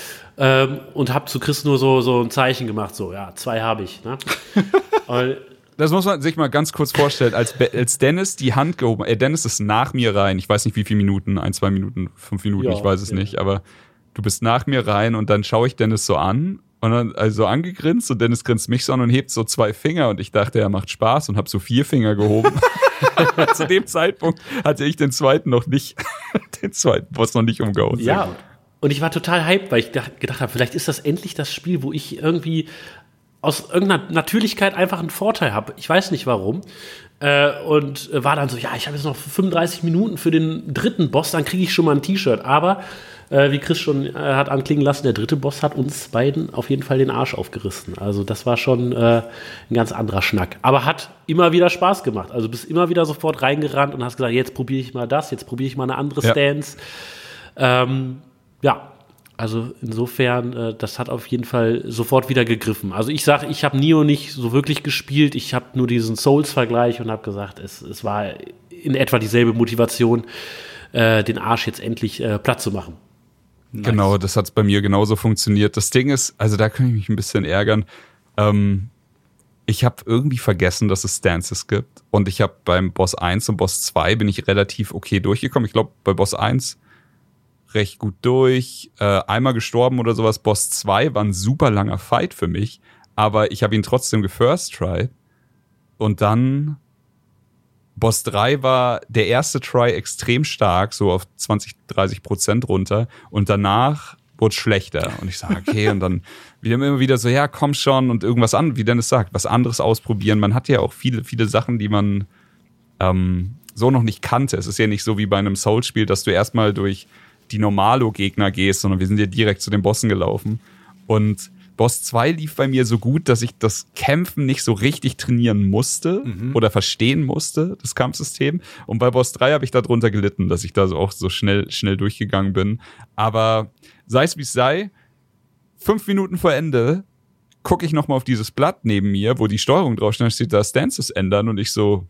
und habe zu Chris nur so ein Zeichen gemacht, so, ja, 2 habe ich. Ne? Das muss man sich mal ganz kurz vorstellen, als Dennis die Hand gehoben hat, Dennis ist nach mir rein, ich weiß nicht wie viele Minuten, 1, 2 Minuten, 5 Minuten, ja, ich weiß es nicht, aber du bist nach mir rein und dann schaue ich Dennis so an. Und dann also angegrinst und Dennis grinst mich so an und hebt so 2 Finger und ich dachte, er macht Spaß und habe so 4 Finger gehoben. Zu dem Zeitpunkt hatte ich den zweiten Boss noch nicht umgehauen. Ja, und ich war total hyped, weil ich gedacht habe, vielleicht ist das endlich das Spiel, wo ich irgendwie aus irgendeiner Natürlichkeit einfach einen Vorteil habe. Ich weiß nicht warum. Und war dann so, ja, ich habe jetzt noch 35 Minuten für den 3. Boss, dann kriege ich schon mal ein T-Shirt. Aber wie Chris schon hat anklingen lassen, der 3. Boss hat uns beiden auf jeden Fall den Arsch aufgerissen. Also das war schon ein ganz anderer Schnack. Aber hat immer wieder Spaß gemacht. Also bist immer wieder sofort reingerannt und hast gesagt, jetzt probiere ich mal das, jetzt probiere ich mal eine andere Stance. Ja, also insofern, das hat auf jeden Fall sofort wieder gegriffen. Also ich sage, ich habe Nioh nicht so wirklich gespielt. Ich habe nur diesen Souls-Vergleich und habe gesagt, es war in etwa dieselbe Motivation, den Arsch jetzt endlich platt zu machen. Nice. Genau, das hat bei mir genauso funktioniert. Das Ding ist, also da kann ich mich ein bisschen ärgern. Ich habe irgendwie vergessen, dass es Stances gibt. Und ich habe beim Boss 1 und Boss 2 bin ich relativ okay durchgekommen. Ich glaube, bei Boss 1 recht gut durch. Einmal gestorben oder sowas. Boss 2 war ein super langer Fight für mich. Aber ich habe ihn trotzdem gefirst-tried. und dann Boss 3 war der erste Try extrem stark, so auf 20-30% runter und danach wurde es schlechter. Und ich sage, okay, und dann immer wieder so, ja, komm schon und irgendwas an, wie Dennis sagt, was anderes ausprobieren. Man hat ja auch viele, viele Sachen, die man so noch nicht kannte. Es ist ja nicht so wie bei einem Souls-Spiel, dass du erstmal durch die Normalo-Gegner gehst, sondern wir sind ja direkt zu den Bossen gelaufen. Und Boss 2 lief bei mir so gut, dass ich das Kämpfen nicht so richtig trainieren musste oder verstehen musste, das Kampfsystem. Und bei Boss 3 habe ich darunter gelitten, dass ich da so auch so schnell durchgegangen bin. Aber sei es wie es sei, 5 Minuten vor Ende gucke ich nochmal auf dieses Blatt neben mir, wo die Steuerung draufsteht, steht da Stances ändern und ich so,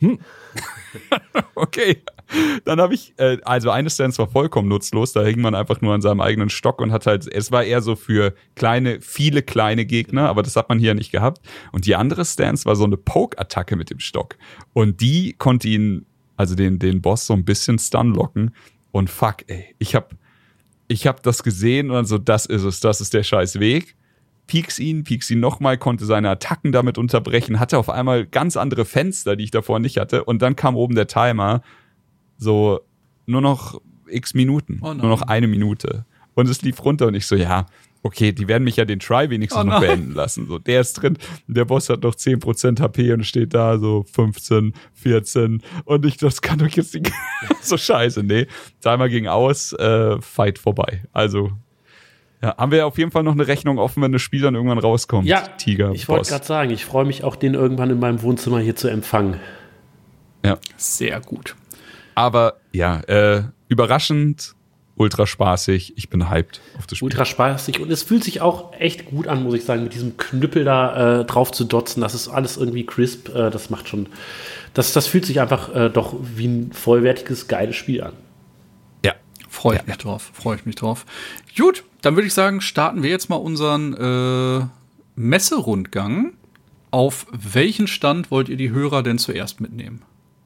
okay. Dann habe ich, also eine Stance war vollkommen nutzlos, da hing man einfach nur an seinem eigenen Stock und hat halt, es war eher so für viele kleine Gegner, aber das hat man hier nicht gehabt. Und die andere Stance war so eine Poke-Attacke mit dem Stock. Und die konnte ihn, also den Boss so ein bisschen stunlocken. Und fuck, ey, ich hab das gesehen und dann so, das ist es, das ist der scheiß Weg. Pieks ihn nochmal, konnte seine Attacken damit unterbrechen, hatte auf einmal ganz andere Fenster, die ich davor nicht hatte. Und dann kam oben der Timer, so nur noch x Minuten, nur noch 1 Minute. Und es lief runter und ich so, ja, okay, die werden mich ja den Try wenigstens noch beenden lassen. So, der ist drin, der Boss hat noch 10% HP und steht da so 15, 14 und das kann doch jetzt nicht so scheiße. Nee, Timer ging aus, Fight vorbei. Also ja, haben wir auf jeden Fall noch eine Rechnung offen, wenn das Spiel dann irgendwann rauskommt. Ja, Tiger, ich wollte gerade sagen, ich freue mich auch, den irgendwann in meinem Wohnzimmer hier zu empfangen. Ja. Sehr gut. Aber ja, überraschend, ultra spaßig. Ich bin hyped auf das Spiel. Ultra spaßig und es fühlt sich auch echt gut an, muss ich sagen, mit diesem Knüppel da drauf zu dotzen. Das ist alles irgendwie crisp. Das macht schon, das fühlt sich einfach doch wie ein vollwertiges, geiles Spiel an. Ja. Freue ich mich drauf. Gut, dann würde ich sagen, starten wir jetzt mal unseren Messerundgang. Auf welchen Stand wollt ihr die Hörer denn zuerst mitnehmen?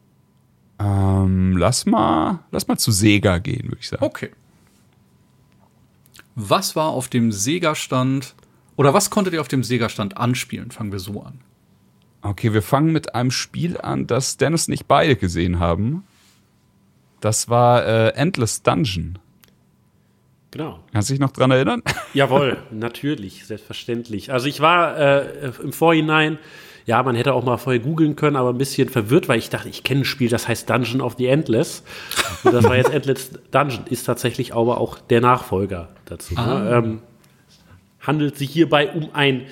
Lass mal zu Sega gehen, würde ich sagen. Okay. Was war auf dem Sega-Stand oder was konntet ihr auf dem Sega-Stand anspielen? Fangen wir so an. Okay, wir fangen mit einem Spiel an, das Dennis nicht beide gesehen haben. Das war Endless Dungeon. Genau. Kannst du dich noch dran erinnern? Jawohl, natürlich, selbstverständlich. Also ich war im Vorhinein, ja, man hätte auch mal vorher googeln können, aber ein bisschen verwirrt, weil ich dachte, ich kenne ein Spiel, das heißt Dungeon of the Endless. Und das war jetzt Endless Dungeon, ist tatsächlich aber auch der Nachfolger dazu. Handelt sich hierbei um ein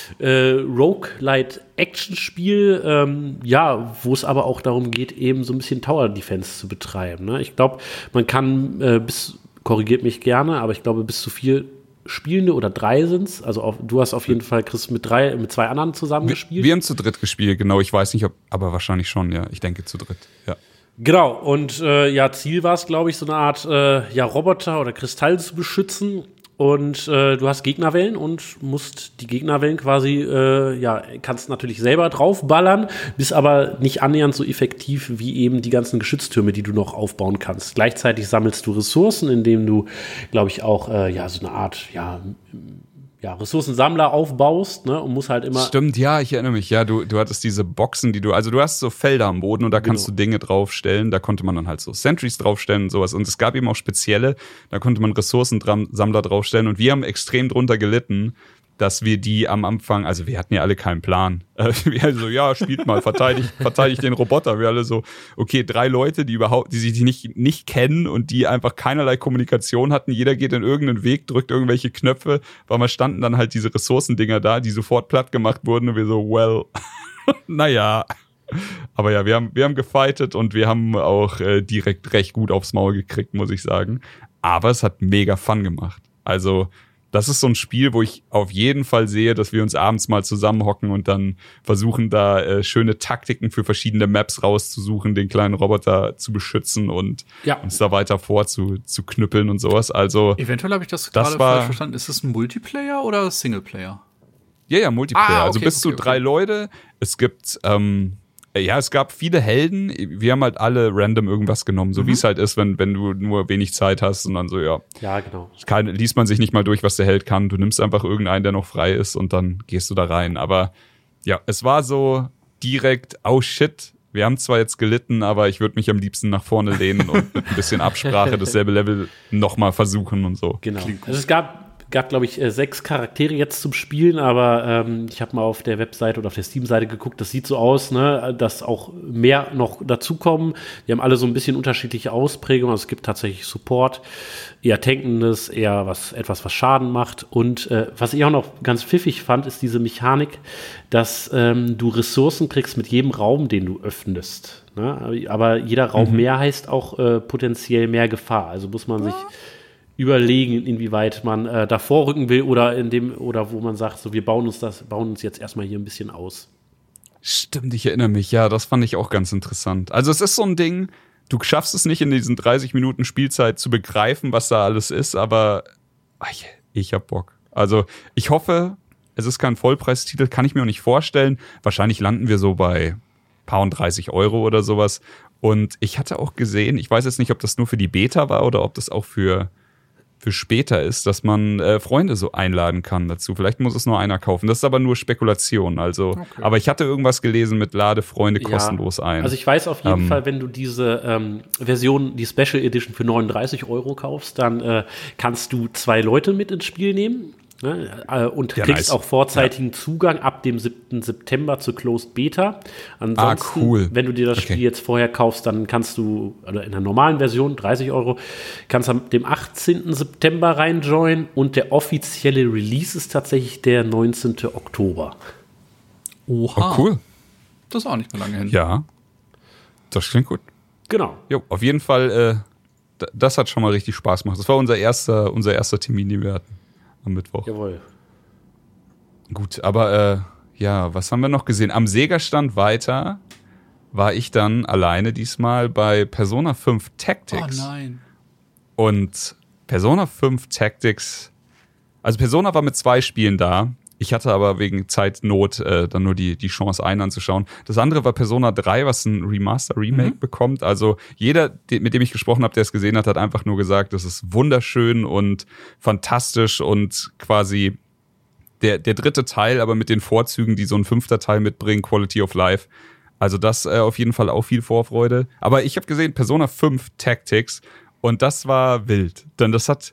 Roguelite-Action-Spiel, wo es aber auch darum geht, eben so ein bisschen Tower-Defense zu betreiben. Ne? Ich glaube, man kann korrigiert mich gerne, aber ich glaube, bis zu 4 Spielende oder 3 sind's. Also du hast auf jeden Fall, Chris, mit 2 anderen zusammen gespielt. Wir haben zu dritt gespielt, genau. Ich weiß nicht, aber wahrscheinlich schon, ja. Ich denke zu dritt, ja. Genau, und Ziel war es, glaube ich, so eine Art Roboter oder Kristall zu beschützen. Und du hast Gegnerwellen und musst die Gegnerwellen quasi, kannst natürlich selber draufballern, bist aber nicht annähernd so effektiv wie eben die ganzen Geschütztürme, die du noch aufbauen kannst. Gleichzeitig sammelst du Ressourcen, indem du, glaube ich, auch so eine Art, Ressourcensammler aufbaust, ne, und musst halt immer. Stimmt, ja, ich erinnere mich. Ja, du hattest diese Boxen, du hast so Felder am Boden und da kannst du Dinge draufstellen. Da konnte man dann halt so Sentries draufstellen und sowas. Und es gab eben auch spezielle, da konnte man Ressourcensammler draufstellen. Und wir haben extrem drunter gelitten, dass wir die am Anfang, also wir hatten ja alle keinen Plan. Wir alle so, ja, spielt mal, verteidigt den Roboter. Wir alle so, okay, 3 Leute, die sich nicht kennen und die einfach keinerlei Kommunikation hatten. Jeder geht in irgendeinen Weg, drückt irgendwelche Knöpfe, weil mal standen dann halt diese Ressourcendinger da, die sofort platt gemacht wurden und wir so, well, naja. Aber ja, wir haben gefightet und wir haben auch direkt recht gut aufs Maul gekriegt, muss ich sagen. Aber es hat mega Fun gemacht. Also, das ist so ein Spiel, wo ich auf jeden Fall sehe, dass wir uns abends mal zusammenhocken und dann versuchen, da schöne Taktiken für verschiedene Maps rauszusuchen, den kleinen Roboter zu beschützen und uns da weiter vorzuknüppeln und sowas. Also eventuell habe ich das gerade falsch verstanden. Ist es ein Multiplayer oder Singleplayer? Ja, Multiplayer. Okay, also bis zu 3 Leute. Es gibt es gab viele Helden. Wir haben halt alle random irgendwas genommen, so wie es halt ist, wenn du nur wenig Zeit hast und dann so, ja. Ja, genau. Liest man sich nicht mal durch, was der Held kann. Du nimmst einfach irgendeinen, der noch frei ist und dann gehst du da rein. Aber ja, es war so direkt, oh shit, wir haben zwar jetzt gelitten, aber ich würde mich am liebsten nach vorne lehnen und mit ein bisschen Absprache dasselbe Level nochmal versuchen und so. Genau. Also es gab glaube ich, 6 Charaktere jetzt zum Spielen, aber ich habe mal auf der Webseite oder auf der Steam-Seite geguckt, das sieht so aus, ne, dass auch mehr noch dazukommen. Die haben alle so ein bisschen unterschiedliche Ausprägungen. Also es gibt tatsächlich Support, eher tankendes, eher etwas, was Schaden macht. Und was ich auch noch ganz pfiffig fand, ist diese Mechanik, dass du Ressourcen kriegst mit jedem Raum, den du öffnest. Ne? Aber jeder Raum mehr heißt auch potenziell mehr Gefahr. Also muss man sich überlegen, inwieweit man davor rücken will oder wo man sagt, so wir bauen uns jetzt erstmal hier ein bisschen aus. Stimmt, ich erinnere mich, ja, das fand ich auch ganz interessant. Also es ist so ein Ding, du schaffst es nicht in diesen 30 Minuten Spielzeit zu begreifen, was da alles ist, aber ich hab Bock. Also ich hoffe, es ist kein Vollpreistitel, kann ich mir auch nicht vorstellen. Wahrscheinlich landen wir so bei paar und 30 Euro oder sowas. Und ich hatte auch gesehen, ich weiß jetzt nicht, ob das nur für die Beta war oder ob das auch für später ist, dass man Freunde so einladen kann dazu. Vielleicht muss es nur einer kaufen. Das ist aber nur Spekulation. Also, okay. Aber ich hatte irgendwas gelesen mit Lade Freunde kostenlos ein. Also ich weiß auf jeden Fall, wenn du diese Version, die Special Edition für 39 Euro kaufst, dann kannst du 2 Leute mit ins Spiel nehmen. Ne, und kriegst auch vorzeitigen Zugang ab dem 7. September zur Closed Beta. Ansonsten, cool. Wenn du dir das Spiel jetzt vorher kaufst, dann kannst du, oder in der normalen Version, 30 Euro, kannst am dem 18. September reinjoinen und der offizielle Release ist tatsächlich der 19. Oktober. Oha. Oh, cool. Das ist auch nicht mehr lange hin. Ja, das klingt gut. Genau. Jo, auf jeden Fall, das hat schon mal richtig Spaß gemacht. Das war unser erster Termin, den wir hatten. Am Mittwoch. Jawohl. Gut, aber was haben wir noch gesehen? Am Sega-Stand weiter war ich dann alleine diesmal bei Persona 5 Tactics. Oh nein. Und Persona 5 Tactics, also Persona war mit 2 Spielen da. Ich hatte aber wegen Zeitnot dann nur die Chance, einen anzuschauen. Das andere war Persona 3, was ein Remake bekommt. Also jeder, mit dem ich gesprochen habe, der es gesehen hat, hat einfach nur gesagt, das ist wunderschön und fantastisch und quasi der 3. Teil, aber mit den Vorzügen, die so ein 5. Teil mitbringen, Quality of Life. Also das auf jeden Fall auch viel Vorfreude. Aber ich habe gesehen, Persona 5 Tactics und das war wild. Denn das hat...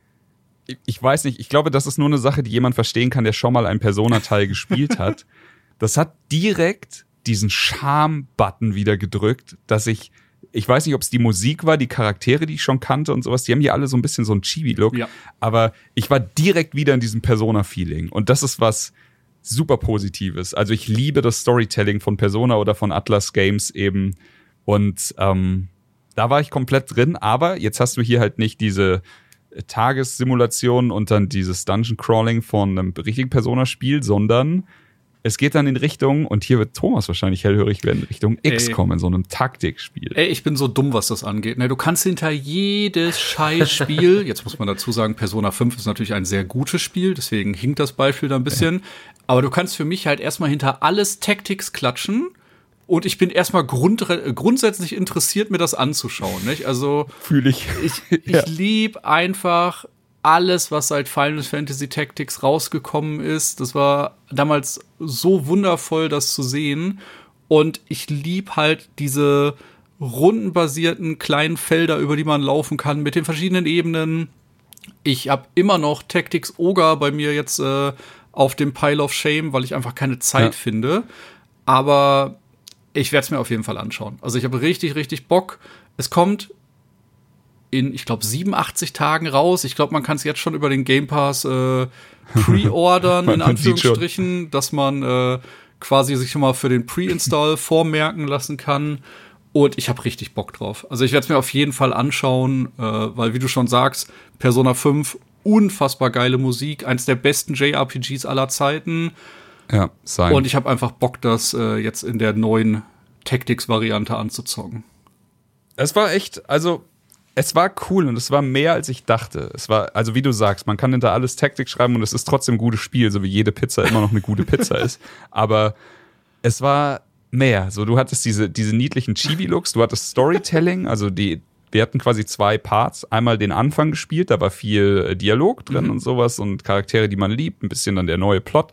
Ich weiß nicht, ich glaube, das ist nur eine Sache, die jemand verstehen kann, der schon mal einen Persona-Teil gespielt hat. Das hat direkt diesen Charme-Button wieder gedrückt, dass ich weiß nicht, ob es die Musik war, die Charaktere, die ich schon kannte und sowas, die haben hier alle so ein bisschen so einen Chibi-Look, aber ich war direkt wieder in diesem Persona-Feeling und das ist was super Positives. Also ich liebe das Storytelling von Persona oder von Atlas Games eben und da war ich komplett drin, aber jetzt hast du hier halt nicht diese Tagessimulation und dann dieses Dungeon-Crawling von einem richtigen Persona-Spiel, sondern es geht dann in Richtung, und hier wird Thomas wahrscheinlich hellhörig werden, in Richtung XCOM, in so einem Taktikspiel. Ich bin so dumm, was das angeht. Du kannst hinter jedes Scheißspiel, jetzt muss man dazu sagen, Persona 5 ist natürlich ein sehr gutes Spiel, deswegen hinkt das Beispiel da ein bisschen, aber du kannst für mich halt erstmal hinter alles Tactics klatschen. Und ich bin erstmal grundsätzlich interessiert, mir das anzuschauen. Nicht? Also fühle ich. Ich liebe einfach alles, was seit Final Fantasy Tactics rausgekommen ist. Das war damals so wundervoll, das zu sehen. Und ich liebe halt diese rundenbasierten kleinen Felder, über die man laufen kann, mit den verschiedenen Ebenen. Ich habe immer noch Tactics Ogre bei mir jetzt auf dem Pile of Shame, weil ich einfach keine Zeit finde. Aber ich werde es mir auf jeden Fall anschauen. Also ich habe richtig, richtig Bock. Es kommt in, ich glaube, 87 Tagen raus. Ich glaube, man kann es jetzt schon über den Game Pass pre-ordern, in Anführungsstrichen, dass man quasi sich schon mal für den Pre-Install vormerken lassen kann. Und ich habe richtig Bock drauf. Also ich werde es mir auf jeden Fall anschauen, weil, wie du schon sagst, Persona 5, unfassbar geile Musik, eins der besten JRPGs aller Zeiten. Ja, sein. Und ich habe einfach Bock, das jetzt in der neuen Tactics-Variante anzuzocken. Es war echt, also es war cool und es war mehr, als ich dachte. Es war, also wie du sagst, man kann hinter alles Tactics schreiben und es ist trotzdem ein gutes Spiel, so wie jede Pizza immer noch eine gute Pizza ist. Aber es war mehr. So, du hattest diese niedlichen Chibi-Looks, du hattest Storytelling, also wir hatten quasi 2 Parts. Einmal den Anfang gespielt, da war viel Dialog drin und sowas und Charaktere, die man liebt, ein bisschen dann der neue Plot.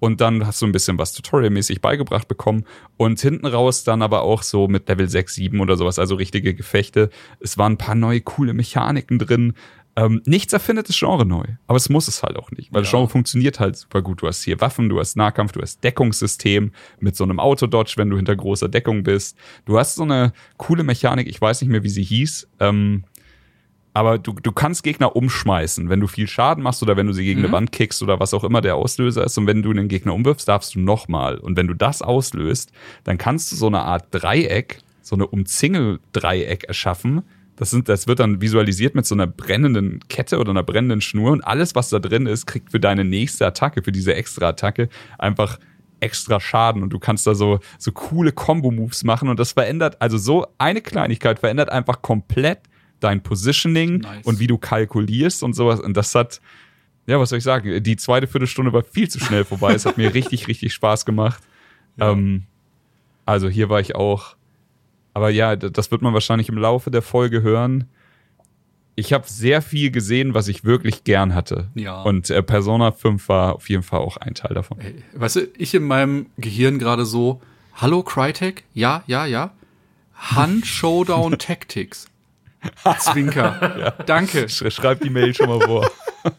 Und dann hast du ein bisschen was tutorialmäßig beigebracht bekommen. Und hinten raus dann aber auch so mit Level 6, 7 oder sowas, also richtige Gefechte. Es waren ein paar neue coole Mechaniken drin. Nichts erfindet das Genre neu. Aber es muss es halt auch nicht, weil das Genre funktioniert halt super gut. Du hast hier Waffen, du hast Nahkampf, du hast Deckungssystem mit so einem Autododge, wenn du hinter großer Deckung bist. Du hast so eine coole Mechanik, ich weiß nicht mehr, wie sie hieß, aber du kannst Gegner umschmeißen, wenn du viel Schaden machst oder wenn du sie gegen eine Wand kickst oder was auch immer der Auslöser ist. Und wenn du einen Gegner umwirfst, darfst du nochmal. Und wenn du das auslöst, dann kannst du so eine Art Dreieck, so eine Umzingeldreieck erschaffen. Das wird dann visualisiert mit so einer brennenden Kette oder einer brennenden Schnur. Und alles, was da drin ist, kriegt für deine nächste Attacke, für diese Extra-Attacke, einfach extra Schaden. Und du kannst da so coole Combo-Moves machen. Und das verändert, also so eine Kleinigkeit verändert einfach komplett dein Positioning und wie du kalkulierst und sowas. Und das hat, ja, was soll ich sagen, die zweite Viertelstunde war viel zu schnell vorbei. Es hat mir richtig, richtig Spaß gemacht. Ja. Also hier war ich auch, aber ja, das wird man wahrscheinlich im Laufe der Folge hören. Ich habe sehr viel gesehen, was ich wirklich gern hatte. Ja. Und Persona 5 war auf jeden Fall auch ein Teil davon. Weißt du, ich in meinem Gehirn gerade so, hallo Crytek? Ja. Hand Showdown Tactics. Zwinker. Ja. Danke. Schreib die Mail schon mal vor.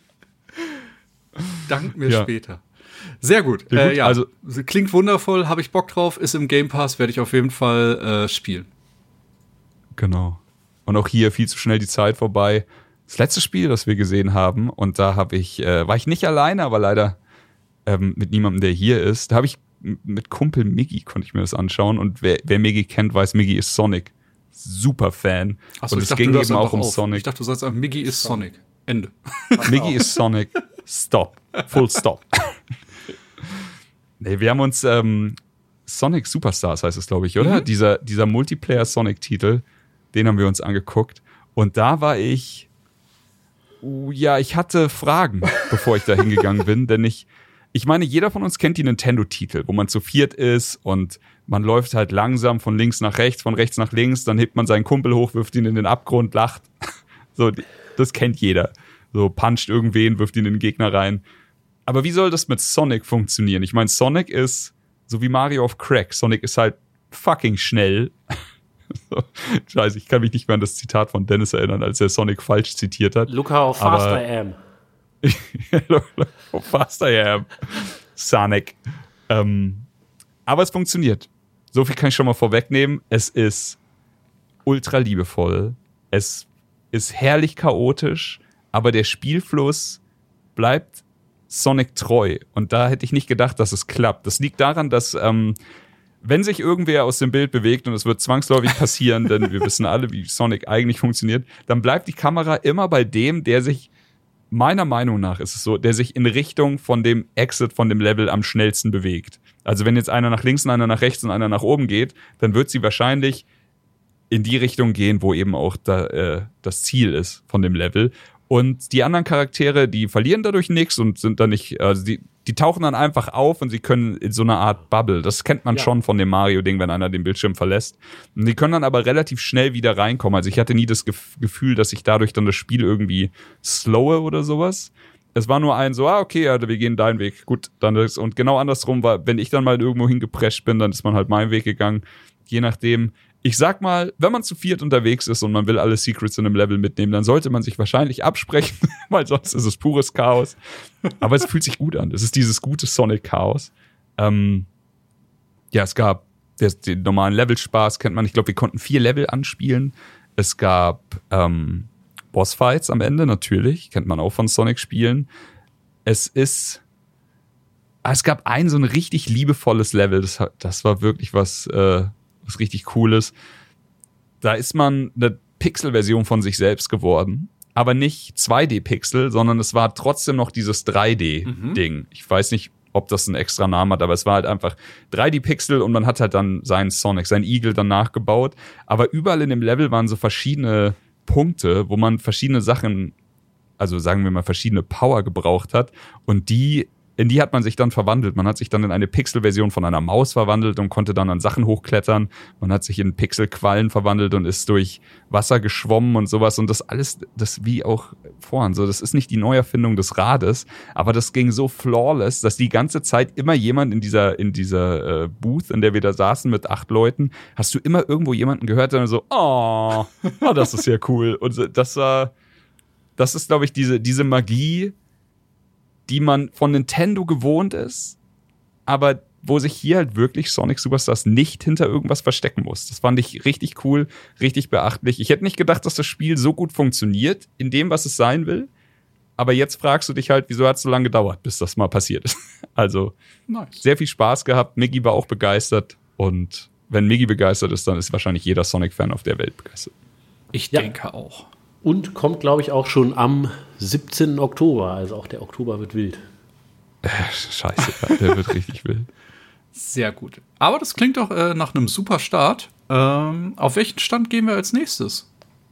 Dank mir später. Sehr gut. Ja, also klingt wundervoll, habe ich Bock drauf, ist im Game Pass, werde ich auf jeden Fall spielen. Genau. Und auch hier viel zu schnell die Zeit vorbei. Das letzte Spiel, das wir gesehen haben, und da war ich nicht alleine, aber leider mit niemandem, der hier ist. Da habe ich mit Kumpel Miggy, konnte ich mir das anschauen. Und wer Miggy kennt, weiß, Miggy ist Sonic. Super Fan. Achso, und es ging eben auch um Sonic. Ich dachte, du sagst einfach, Miggy ist Sonic. Ende. Miggy ist Sonic. Stop. Full stop. Nee, wir haben uns Sonic Superstars heißt es, glaube ich, oder? Dieser Multiplayer-Sonic-Titel, den haben wir uns angeguckt. Und da war ich hatte Fragen, bevor ich da hingegangen bin. Denn ich meine, jeder von uns kennt die Nintendo-Titel, wo man zu viert ist und man läuft halt langsam von links nach rechts, von rechts nach links, dann hebt man seinen Kumpel hoch, wirft ihn in den Abgrund, lacht. So, das kennt jeder. So, puncht irgendwen, wirft ihn in den Gegner rein. Aber wie soll das mit Sonic funktionieren? Ich meine, Sonic ist so wie Mario auf Crack. Sonic ist halt fucking schnell. Scheiße, ich kann mich nicht mehr an das Zitat von Dennis erinnern, als er Sonic falsch zitiert hat. Look how fast I am. Look how fast I am. Sonic. Aber es funktioniert. So viel kann ich schon mal vorwegnehmen. Es ist ultra liebevoll. Es ist herrlich chaotisch, aber der Spielfluss bleibt Sonic treu. Und da hätte ich nicht gedacht, dass es klappt. Das liegt daran, dass wenn sich irgendwer aus dem Bild bewegt, und es wird zwangsläufig passieren, denn wir wissen alle, wie Sonic eigentlich funktioniert, dann bleibt die Kamera immer bei dem, der sich, meiner Meinung nach ist es so, der sich in Richtung von dem Exit von dem Level am schnellsten bewegt. Also wenn jetzt einer nach links und einer nach rechts und einer nach oben geht, dann wird sie wahrscheinlich in die Richtung gehen, wo eben auch das Ziel ist von dem Level. Und die anderen Charaktere, die verlieren dadurch nichts und sind dann nicht, also die tauchen dann einfach auf und sie können in so einer Art Bubble. Das kennt man schon von dem Mario-Ding, wenn einer den Bildschirm verlässt. Und die können dann aber relativ schnell wieder reinkommen. Also ich hatte nie das Gefühl, dass ich dadurch dann das Spiel irgendwie slowe oder sowas. Es war nur ein so, okay, ja, wir gehen deinen Weg. Gut, dann ist, und genau andersrum war, wenn ich dann mal irgendwo hingeprescht bin, dann ist man halt meinen Weg gegangen. Je nachdem. Ich sag mal, wenn man zu viert unterwegs ist und man will alle Secrets in einem Level mitnehmen, dann sollte man sich wahrscheinlich absprechen, weil sonst ist es pures Chaos. Aber es fühlt sich gut an. Es ist dieses gute Sonic-Chaos. Es gab den normalen Level-Spaß, kennt man. Ich glaube, wir konnten 4 Level anspielen. Es gab Bossfights am Ende, natürlich. Kennt man auch von Sonic-Spielen. Es gab so ein richtig liebevolles Level. Das war wirklich was richtig Cooles. Da ist man eine Pixel-Version von sich selbst geworden. Aber nicht 2D-Pixel, sondern es war trotzdem noch dieses 3D-Ding. Ich weiß nicht, ob das einen extra Namen hat, aber es war halt einfach 3D-Pixel und man hat halt dann seinen Sonic, seinen Igel dann nachgebaut. Aber überall in dem Level waren so verschiedene Punkte, wo man verschiedene Sachen, also sagen wir mal verschiedene Power gebraucht hat und die in die hat man sich dann verwandelt. Man hat sich dann in eine Pixel-Version von einer Maus verwandelt und konnte dann an Sachen hochklettern. Man hat sich in Pixelquallen verwandelt und ist durch Wasser geschwommen und sowas. Und das alles, das wie auch vorhin so, das ist nicht die Neuerfindung des Rades, aber das ging so flawless, dass die ganze Zeit immer jemand in dieser Booth, in der wir da saßen mit 8 Leuten, hast du immer irgendwo jemanden gehört, der so, oh, das ist ja cool. Und das ist, glaube ich, diese Magie, die man von Nintendo gewohnt ist, aber wo sich hier halt wirklich Sonic Superstars nicht hinter irgendwas verstecken muss. Das fand ich richtig cool, richtig beachtlich. Ich hätte nicht gedacht, dass das Spiel so gut funktioniert, in dem, was es sein will. Aber jetzt fragst du dich halt, wieso hat es so lange gedauert, bis das mal passiert ist. Also, nice. Sehr viel Spaß gehabt. Miggy war auch begeistert. Und wenn Miggy begeistert ist, dann ist wahrscheinlich jeder Sonic-Fan auf der Welt begeistert. Ich denke auch. Und kommt, glaube ich, auch schon am 17. Oktober. Also auch der Oktober wird wild. Scheiße, der wird richtig wild. Sehr gut. Aber das klingt doch nach einem super Start. Auf welchen Stand gehen wir als nächstes?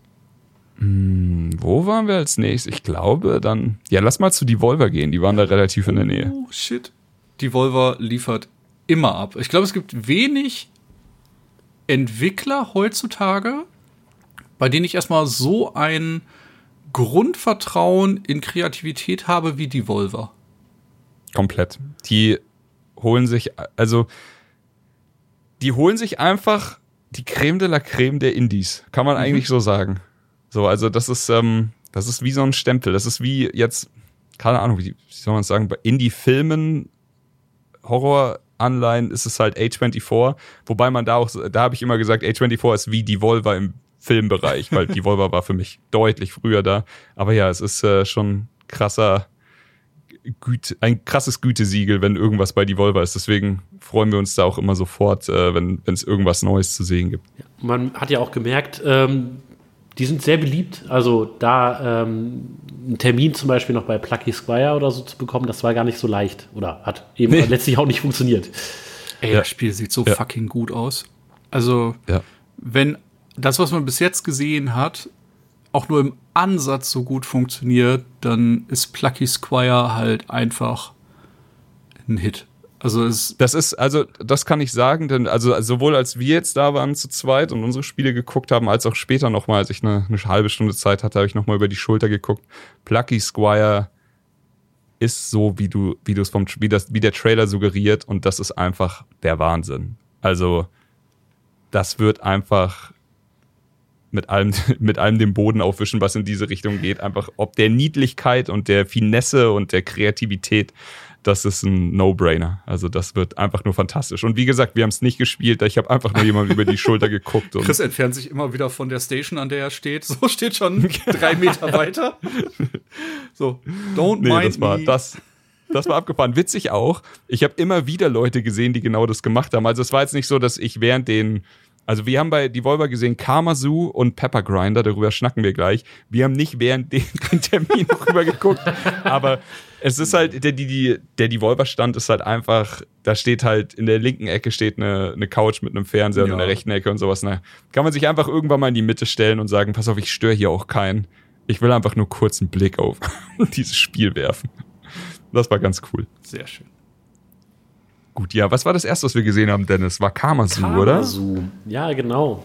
Wo waren wir als nächstes? Ich glaube dann... Ja, lass mal zu Devolver gehen. Die waren da relativ in der Nähe. Oh, shit. Devolver liefert immer ab. Ich glaube, es gibt wenig Entwickler heutzutage, bei denen ich erstmal so ein Grundvertrauen in Kreativität habe wie Devolver. Komplett. Die holen sich einfach die Creme de la Creme der Indies. Kann man eigentlich so sagen. So, also das ist wie so ein Stempel. Das ist wie jetzt, keine Ahnung, wie soll man es sagen, bei Indie-Filmen, Horror-Anleihen ist es halt A24, wobei man da habe ich immer gesagt, A24 ist wie Devolver im Filmbereich, weil Devolver war für mich deutlich früher da. Aber ja, es ist schon ein krasses Gütesiegel, wenn irgendwas bei Devolver ist. Deswegen freuen wir uns da auch immer sofort, wenn es irgendwas Neues zu sehen gibt. Man hat ja auch gemerkt, die sind sehr beliebt. Also da einen Termin zum Beispiel noch bei Plucky Squire oder so zu bekommen, das war gar nicht so leicht. Oder hat eben letztlich auch nicht funktioniert. Ey, das Spiel sieht so fucking gut aus. Also, wenn das, was man bis jetzt gesehen hat, auch nur im Ansatz so gut funktioniert, dann ist Plucky Squire halt einfach ein Hit. Also das kann ich sagen, denn also sowohl als wir jetzt da waren zu zweit und unsere Spiele geguckt haben, als auch später nochmal, als ich eine halbe Stunde Zeit hatte, habe ich nochmal über die Schulter geguckt. Plucky Squire ist so, wie der Trailer suggeriert, und das ist einfach der Wahnsinn. Also das wird einfach mit allem den Boden aufwischen, was in diese Richtung geht. Einfach ob der Niedlichkeit und der Finesse und der Kreativität, das ist ein No-Brainer. Also das wird einfach nur fantastisch. Und wie gesagt, wir haben es nicht gespielt, ich habe einfach nur jemand über die Schulter geguckt. Und Chris entfernt sich immer wieder von der Station, an der er steht. So, steht schon 3 Meter weiter. So, don't mind me. Das war abgefahren. Witzig auch, ich habe immer wieder Leute gesehen, die genau das gemacht haben. Also es war jetzt nicht so, dass ich also wir haben bei Devolver gesehen Karmazu und Pepper Grinder, darüber schnacken wir gleich. Wir haben nicht während den Termin rüber geguckt, aber es ist halt, der Devolver-Stand ist halt einfach, da steht halt, in der linken Ecke steht eine Couch mit einem Fernseher und in der rechten Ecke und sowas. Na, kann man sich einfach irgendwann mal in die Mitte stellen und sagen, pass auf, ich störe hier auch keinen. Ich will einfach nur kurz einen Blick auf dieses Spiel werfen. Das war ganz cool. Sehr schön. Gut, ja, was war das erste, was wir gesehen haben, Dennis? War Karmazu, oder? Karmazu, ja, genau.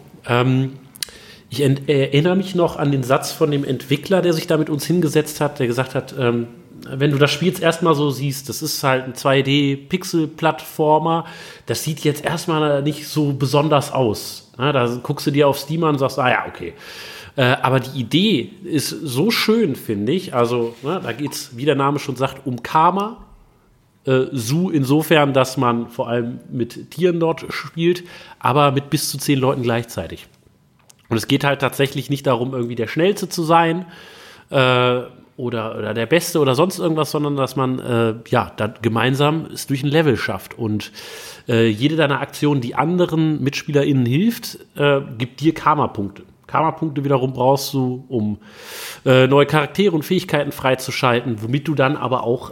Ich erinnere mich noch an den Satz von dem Entwickler, der sich da mit uns hingesetzt hat, der gesagt hat, wenn du das Spiel jetzt erstmal so siehst, das ist halt ein 2D-Pixel-Plattformer, das sieht jetzt erstmal nicht so besonders aus. Na, da guckst du dir auf Steam an und sagst, okay. Aber die Idee ist so schön, finde ich. Also, da geht es, wie der Name schon sagt, um Karma. Zoo insofern, dass man vor allem mit Tieren dort spielt, aber mit bis zu 10 Leuten gleichzeitig. Und es geht halt tatsächlich nicht darum, irgendwie der Schnellste zu sein oder der Beste oder sonst irgendwas, sondern dass man da gemeinsam es durch ein Level schafft. Und jede deiner Aktionen, die anderen MitspielerInnen hilft, gibt dir Karma-Punkte. Karma-Punkte wiederum brauchst du, um neue Charaktere und Fähigkeiten freizuschalten, womit du dann aber auch,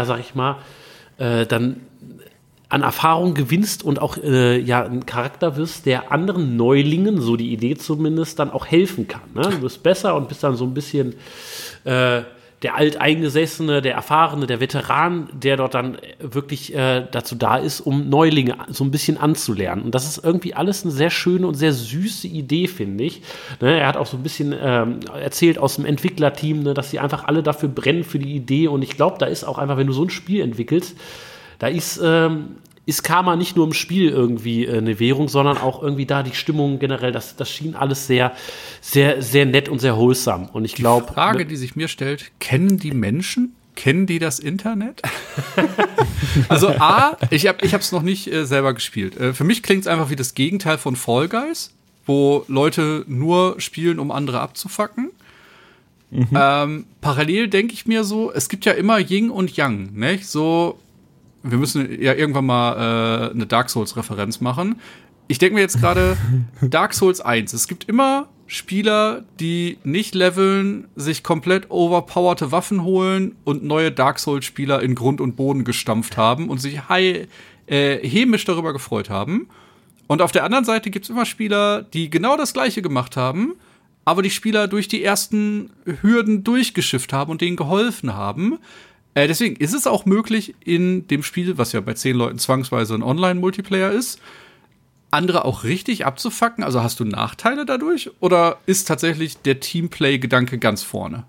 dann an Erfahrung gewinnst und auch ein Charakter wirst, der anderen Neulingen, so die Idee zumindest, dann auch helfen kann. Ne? Du wirst besser und bist dann so ein bisschen der Alteingesessene, der Erfahrene, der Veteran, der dort dann wirklich dazu da ist, um Neulinge so ein bisschen anzulernen. Und das ist irgendwie alles eine sehr schöne und sehr süße Idee, finde ich. Ne, er hat auch so ein bisschen erzählt aus dem Entwicklerteam, ne, dass sie einfach alle dafür brennen für die Idee. Und ich glaube, da ist auch einfach, wenn du so ein Spiel entwickelst, da ist Karma nicht nur im Spiel irgendwie eine Währung, sondern auch irgendwie da die Stimmung generell. Das schien alles sehr, sehr, sehr nett und sehr wholesome. Und ich glaube, die Frage, die sich mir stellt, kennen die Menschen? Kennen die das Internet? Also ich hab's noch nicht selber gespielt. Für mich klingt's einfach wie das Gegenteil von Fall Guys, wo Leute nur spielen, um andere abzufacken. Parallel denke ich mir so, es gibt ja immer Yin und Yang, ne? So, wir müssen ja irgendwann mal eine Dark Souls-Referenz machen. Ich denke mir jetzt gerade Dark Souls 1. Es gibt immer Spieler, die nicht leveln, sich komplett overpowerte Waffen holen und neue Dark Souls-Spieler in Grund und Boden gestampft haben und sich hämisch darüber gefreut haben. Und auf der anderen Seite gibt es immer Spieler, die genau das Gleiche gemacht haben, aber die Spieler durch die ersten Hürden durchgeschifft haben und denen geholfen haben. Deswegen ist es auch möglich, in dem Spiel, was ja bei 10 Leuten zwangsweise ein Online-Multiplayer ist, andere auch richtig abzufacken? Also hast du Nachteile dadurch? Oder ist tatsächlich der Teamplay-Gedanke ganz vorne?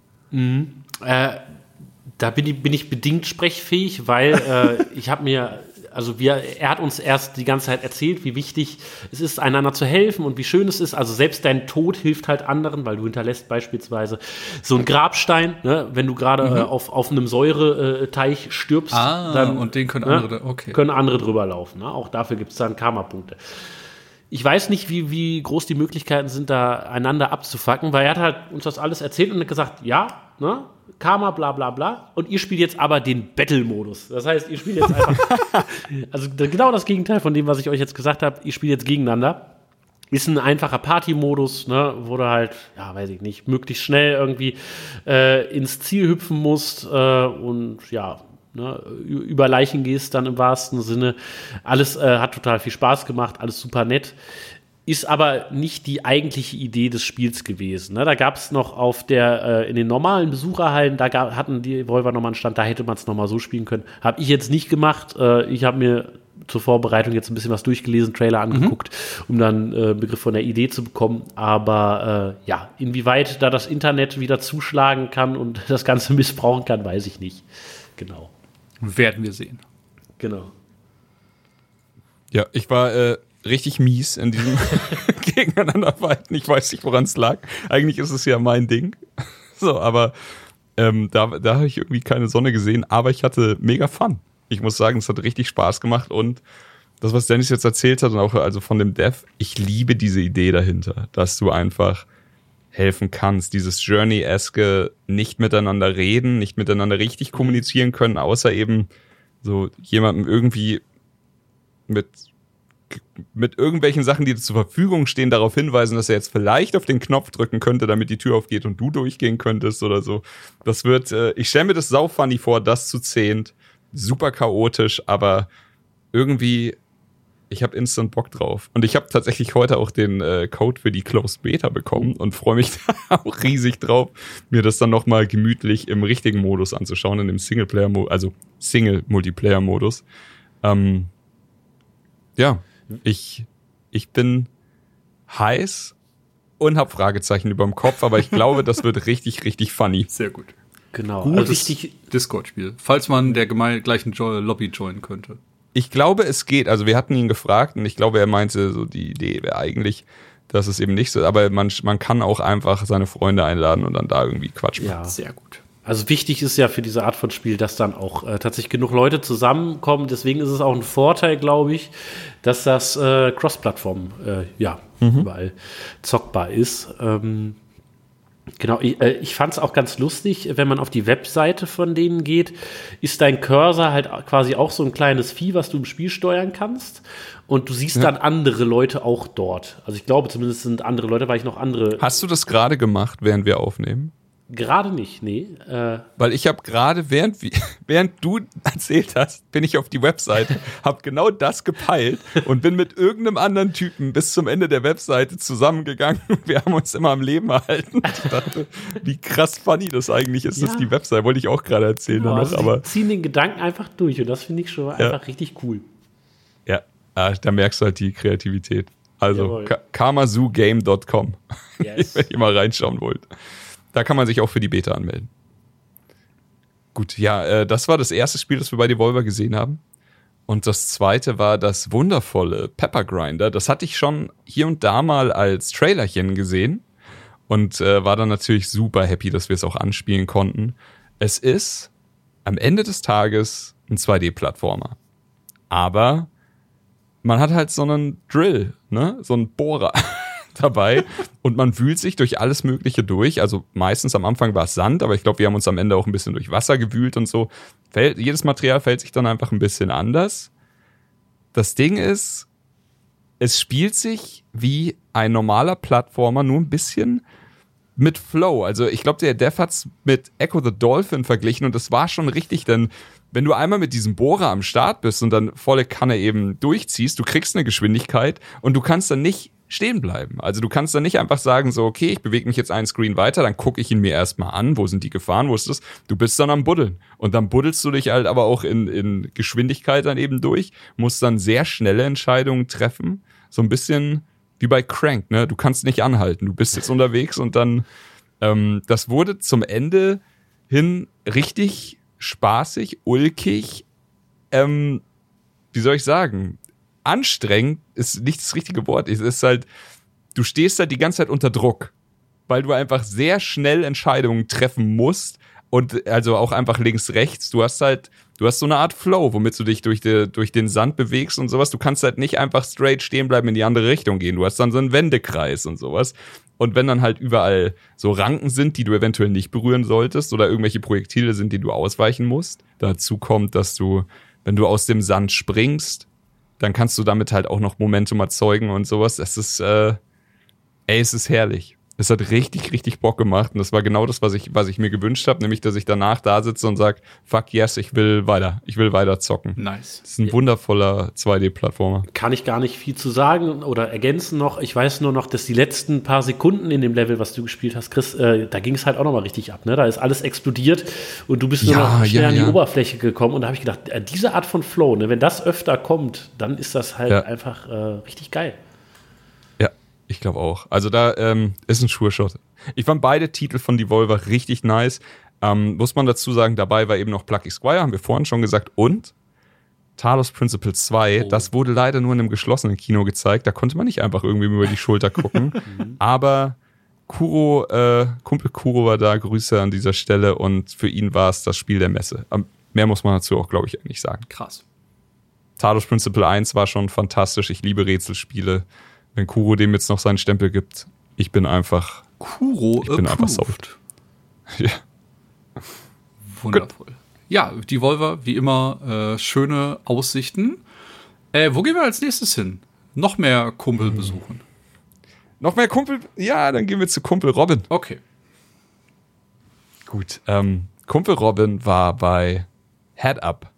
Da bin ich bedingt sprechfähig, weil er hat uns erst die ganze Zeit erzählt, wie wichtig es ist, einander zu helfen und wie schön es ist. Also selbst dein Tod hilft halt anderen, weil du hinterlässt beispielsweise so einen Grabstein, ne? Wenn du gerade auf einem Säureteich stirbst, dann und den können andere, können andere drüber laufen. Ne? Auch dafür gibt es dann Karma-Punkte. Ich weiß nicht, wie groß die Möglichkeiten sind, da einander abzufacken, weil er hat halt uns das alles erzählt und hat gesagt, ja, ne? Karma, bla bla bla. Und ihr spielt jetzt aber den Battle-Modus. Das heißt, ihr spielt jetzt einfach, also genau das Gegenteil von dem, was ich euch jetzt gesagt habe. Ihr spielt jetzt gegeneinander. Ist ein einfacher Party-Modus, ne, wo du halt, ja, weiß ich nicht, möglichst schnell irgendwie ins Ziel hüpfen musst und ja, ne, über Leichen gehst dann im wahrsten Sinne. Alles hat total viel Spaß gemacht, alles super nett. Ist aber nicht die eigentliche Idee des Spiels gewesen. Ne? Da gab es noch in den normalen Besucherhallen, hatten die Volver nochmal einen Stand, da hätte man es nochmal so spielen können. Habe ich jetzt nicht gemacht. Ich habe mir zur Vorbereitung jetzt ein bisschen was durchgelesen, Trailer angeguckt, um dann Begriff von der Idee zu bekommen. Aber inwieweit da das Internet wieder zuschlagen kann und das Ganze missbrauchen kann, weiß ich nicht. Genau. Werden wir sehen. Genau. Ja, ich war richtig mies in diesem Gegeneinanderfighten. Ich weiß nicht, woran es lag. Eigentlich ist es ja mein Ding. So, aber da habe ich irgendwie keine Sonne gesehen, aber ich hatte mega Fun. Ich muss sagen, es hat richtig Spaß gemacht und das, was Dennis jetzt erzählt hat und auch also von dem Dev, ich liebe diese Idee dahinter, dass du einfach helfen kannst, dieses Journey-eske nicht miteinander reden, nicht miteinander richtig kommunizieren können, außer eben so jemandem irgendwie mit irgendwelchen Sachen, die dir zur Verfügung stehen, darauf hinweisen, dass er jetzt vielleicht auf den Knopf drücken könnte, damit die Tür aufgeht und du durchgehen könntest oder so. Das wird, ich stelle mir das saufunny vor, das zu 10, super chaotisch, aber irgendwie, ich habe instant Bock drauf. Und ich habe tatsächlich heute auch den Code für die Closed Beta bekommen und freue mich da auch riesig drauf, mir das dann nochmal gemütlich im richtigen Modus anzuschauen, in dem Singleplayer-Modus, also Single-Multiplayer-Modus. Ja, ich bin heiß und habe Fragezeichen über dem Kopf, aber ich glaube, das wird richtig, richtig funny. Sehr gut. Genau. Gutes Discord-Spiel, falls man der gleichen Lobby joinen könnte. Ich glaube, es geht. Also wir hatten ihn gefragt und ich glaube, er meinte, so die Idee wäre eigentlich, dass es eben nicht so, aber man kann auch einfach seine Freunde einladen und dann da irgendwie Quatsch machen. Ja. Sehr gut. Also wichtig ist ja für diese Art von Spiel, dass dann auch tatsächlich genug Leute zusammenkommen. Deswegen ist es auch ein Vorteil, glaube ich, dass das Cross-Plattform überall zockbar ist. Genau, ich fand es auch ganz lustig, wenn man auf die Webseite von denen geht, ist dein Cursor halt quasi auch so ein kleines Vieh, was du im Spiel steuern kannst. Und du siehst dann andere Leute auch dort. Also ich glaube zumindest sind andere Leute, weil ich noch andere... Hast du das gerade gemacht, während wir aufnehmen? Gerade nicht, nee. Weil ich habe gerade, während du erzählt hast, bin ich auf die Webseite, habe genau das gepeilt und bin mit irgendeinem anderen Typen bis zum Ende der Webseite zusammengegangen. Wir haben uns immer am Leben erhalten. Ich dachte, wie krass funny das eigentlich ist, dass die Webseite, wollte ich auch gerade erzählen. Boah, noch, aber die ziehen den Gedanken einfach durch und das finde ich schon einfach richtig cool. Ja, da merkst du halt die Kreativität. Also karmazoo.game.com, Yes. wenn ihr mal reinschauen wollt. Da kann man sich auch für die Beta anmelden. Gut, ja, das war das erste Spiel, das wir bei Devolver gesehen haben. Und das zweite war das wundervolle Pepper Grinder. Das hatte ich schon hier und da mal als Trailerchen gesehen und war dann natürlich super happy, dass wir es auch anspielen konnten. Es ist am Ende des Tages ein 2D-Plattformer. Aber man hat halt so einen Drill, ne? So einen Bohrer dabei und man wühlt sich durch alles Mögliche durch. Also meistens am Anfang war es Sand, aber ich glaube, wir haben uns am Ende auch ein bisschen durch Wasser gewühlt und so. Jedes Material fällt sich dann einfach ein bisschen anders. Das Ding ist, es spielt sich wie ein normaler Plattformer, nur ein bisschen mit Flow. Also ich glaube, der Dev hat's mit Echo the Dolphin verglichen und das war schon richtig, denn wenn du einmal mit diesem Bohrer am Start bist und dann volle Kanne eben durchziehst, du kriegst eine Geschwindigkeit und du kannst dann nicht stehen bleiben. Also du kannst dann nicht einfach sagen, so okay, ich bewege mich jetzt einen Screen weiter, dann gucke ich ihn mir erstmal an, wo sind die Gefahren, wo ist das? Du bist dann am Buddeln. Und dann buddelst du dich halt aber auch in Geschwindigkeit dann eben durch, musst dann sehr schnelle Entscheidungen treffen. So ein bisschen wie bei Crank, ne? Du kannst nicht anhalten, du bist jetzt unterwegs und dann, das wurde zum Ende hin richtig spaßig, ulkig, wie soll ich sagen, anstrengend ist nicht das richtige Wort. Es ist halt, du stehst halt die ganze Zeit unter Druck, weil du einfach sehr schnell Entscheidungen treffen musst und also auch einfach links, rechts. Du hast so eine Art Flow, womit du dich durch den Sand bewegst und sowas. Du kannst halt nicht einfach straight stehen bleiben, in die andere Richtung gehen. Du hast dann so einen Wendekreis und sowas. Und wenn dann halt überall so Ranken sind, die du eventuell nicht berühren solltest oder irgendwelche Projektile sind, die du ausweichen musst, dazu kommt, dass du, wenn du aus dem Sand springst, dann kannst du damit halt auch noch Momentum erzeugen und sowas. Es ist herrlich. Es hat richtig, richtig Bock gemacht und das war genau das, was ich mir gewünscht habe, nämlich, dass ich danach da sitze und sage, fuck yes, ich will weiter zocken. Nice. Das ist ein wundervoller 2D-Plattformer. Kann ich gar nicht viel zu sagen oder ergänzen noch. Ich weiß nur noch, dass die letzten paar Sekunden in dem Level, was du gespielt hast, Chris, da ging es halt auch nochmal richtig ab. Ne? Da ist alles explodiert und du bist nur noch schnell an die Oberfläche gekommen und da habe ich gedacht, diese Art von Flow, ne, wenn das öfter kommt, dann ist das halt einfach richtig geil. Ich glaube auch. Also da ist ein Sure-Shot. Ich fand beide Titel von Devolver richtig nice. Muss man dazu sagen, dabei war eben noch Plucky Squire, haben wir vorhin schon gesagt. Und Talos Principle 2, das wurde leider nur in einem geschlossenen Kino gezeigt. Da konnte man nicht einfach irgendwie über die Schulter gucken. Aber Kumpel Kuro war da, Grüße an dieser Stelle. Und für ihn war es das Spiel der Messe. Mehr muss man dazu auch, glaube ich, nicht sagen. Krass. Talos Principle 1 war schon fantastisch. Ich liebe Rätselspiele. Wenn Kuro dem jetzt noch seinen Stempel gibt, ich bin einfach sold. Ja. Wundervoll. Gut. Ja, Devolver, wie immer, schöne Aussichten. Wo gehen wir als nächstes hin? Noch mehr Kumpel besuchen. Noch mehr Kumpel? Ja, dann gehen wir zu Kumpel Robin. Okay. Gut. Kumpel Robin war bei Head Up.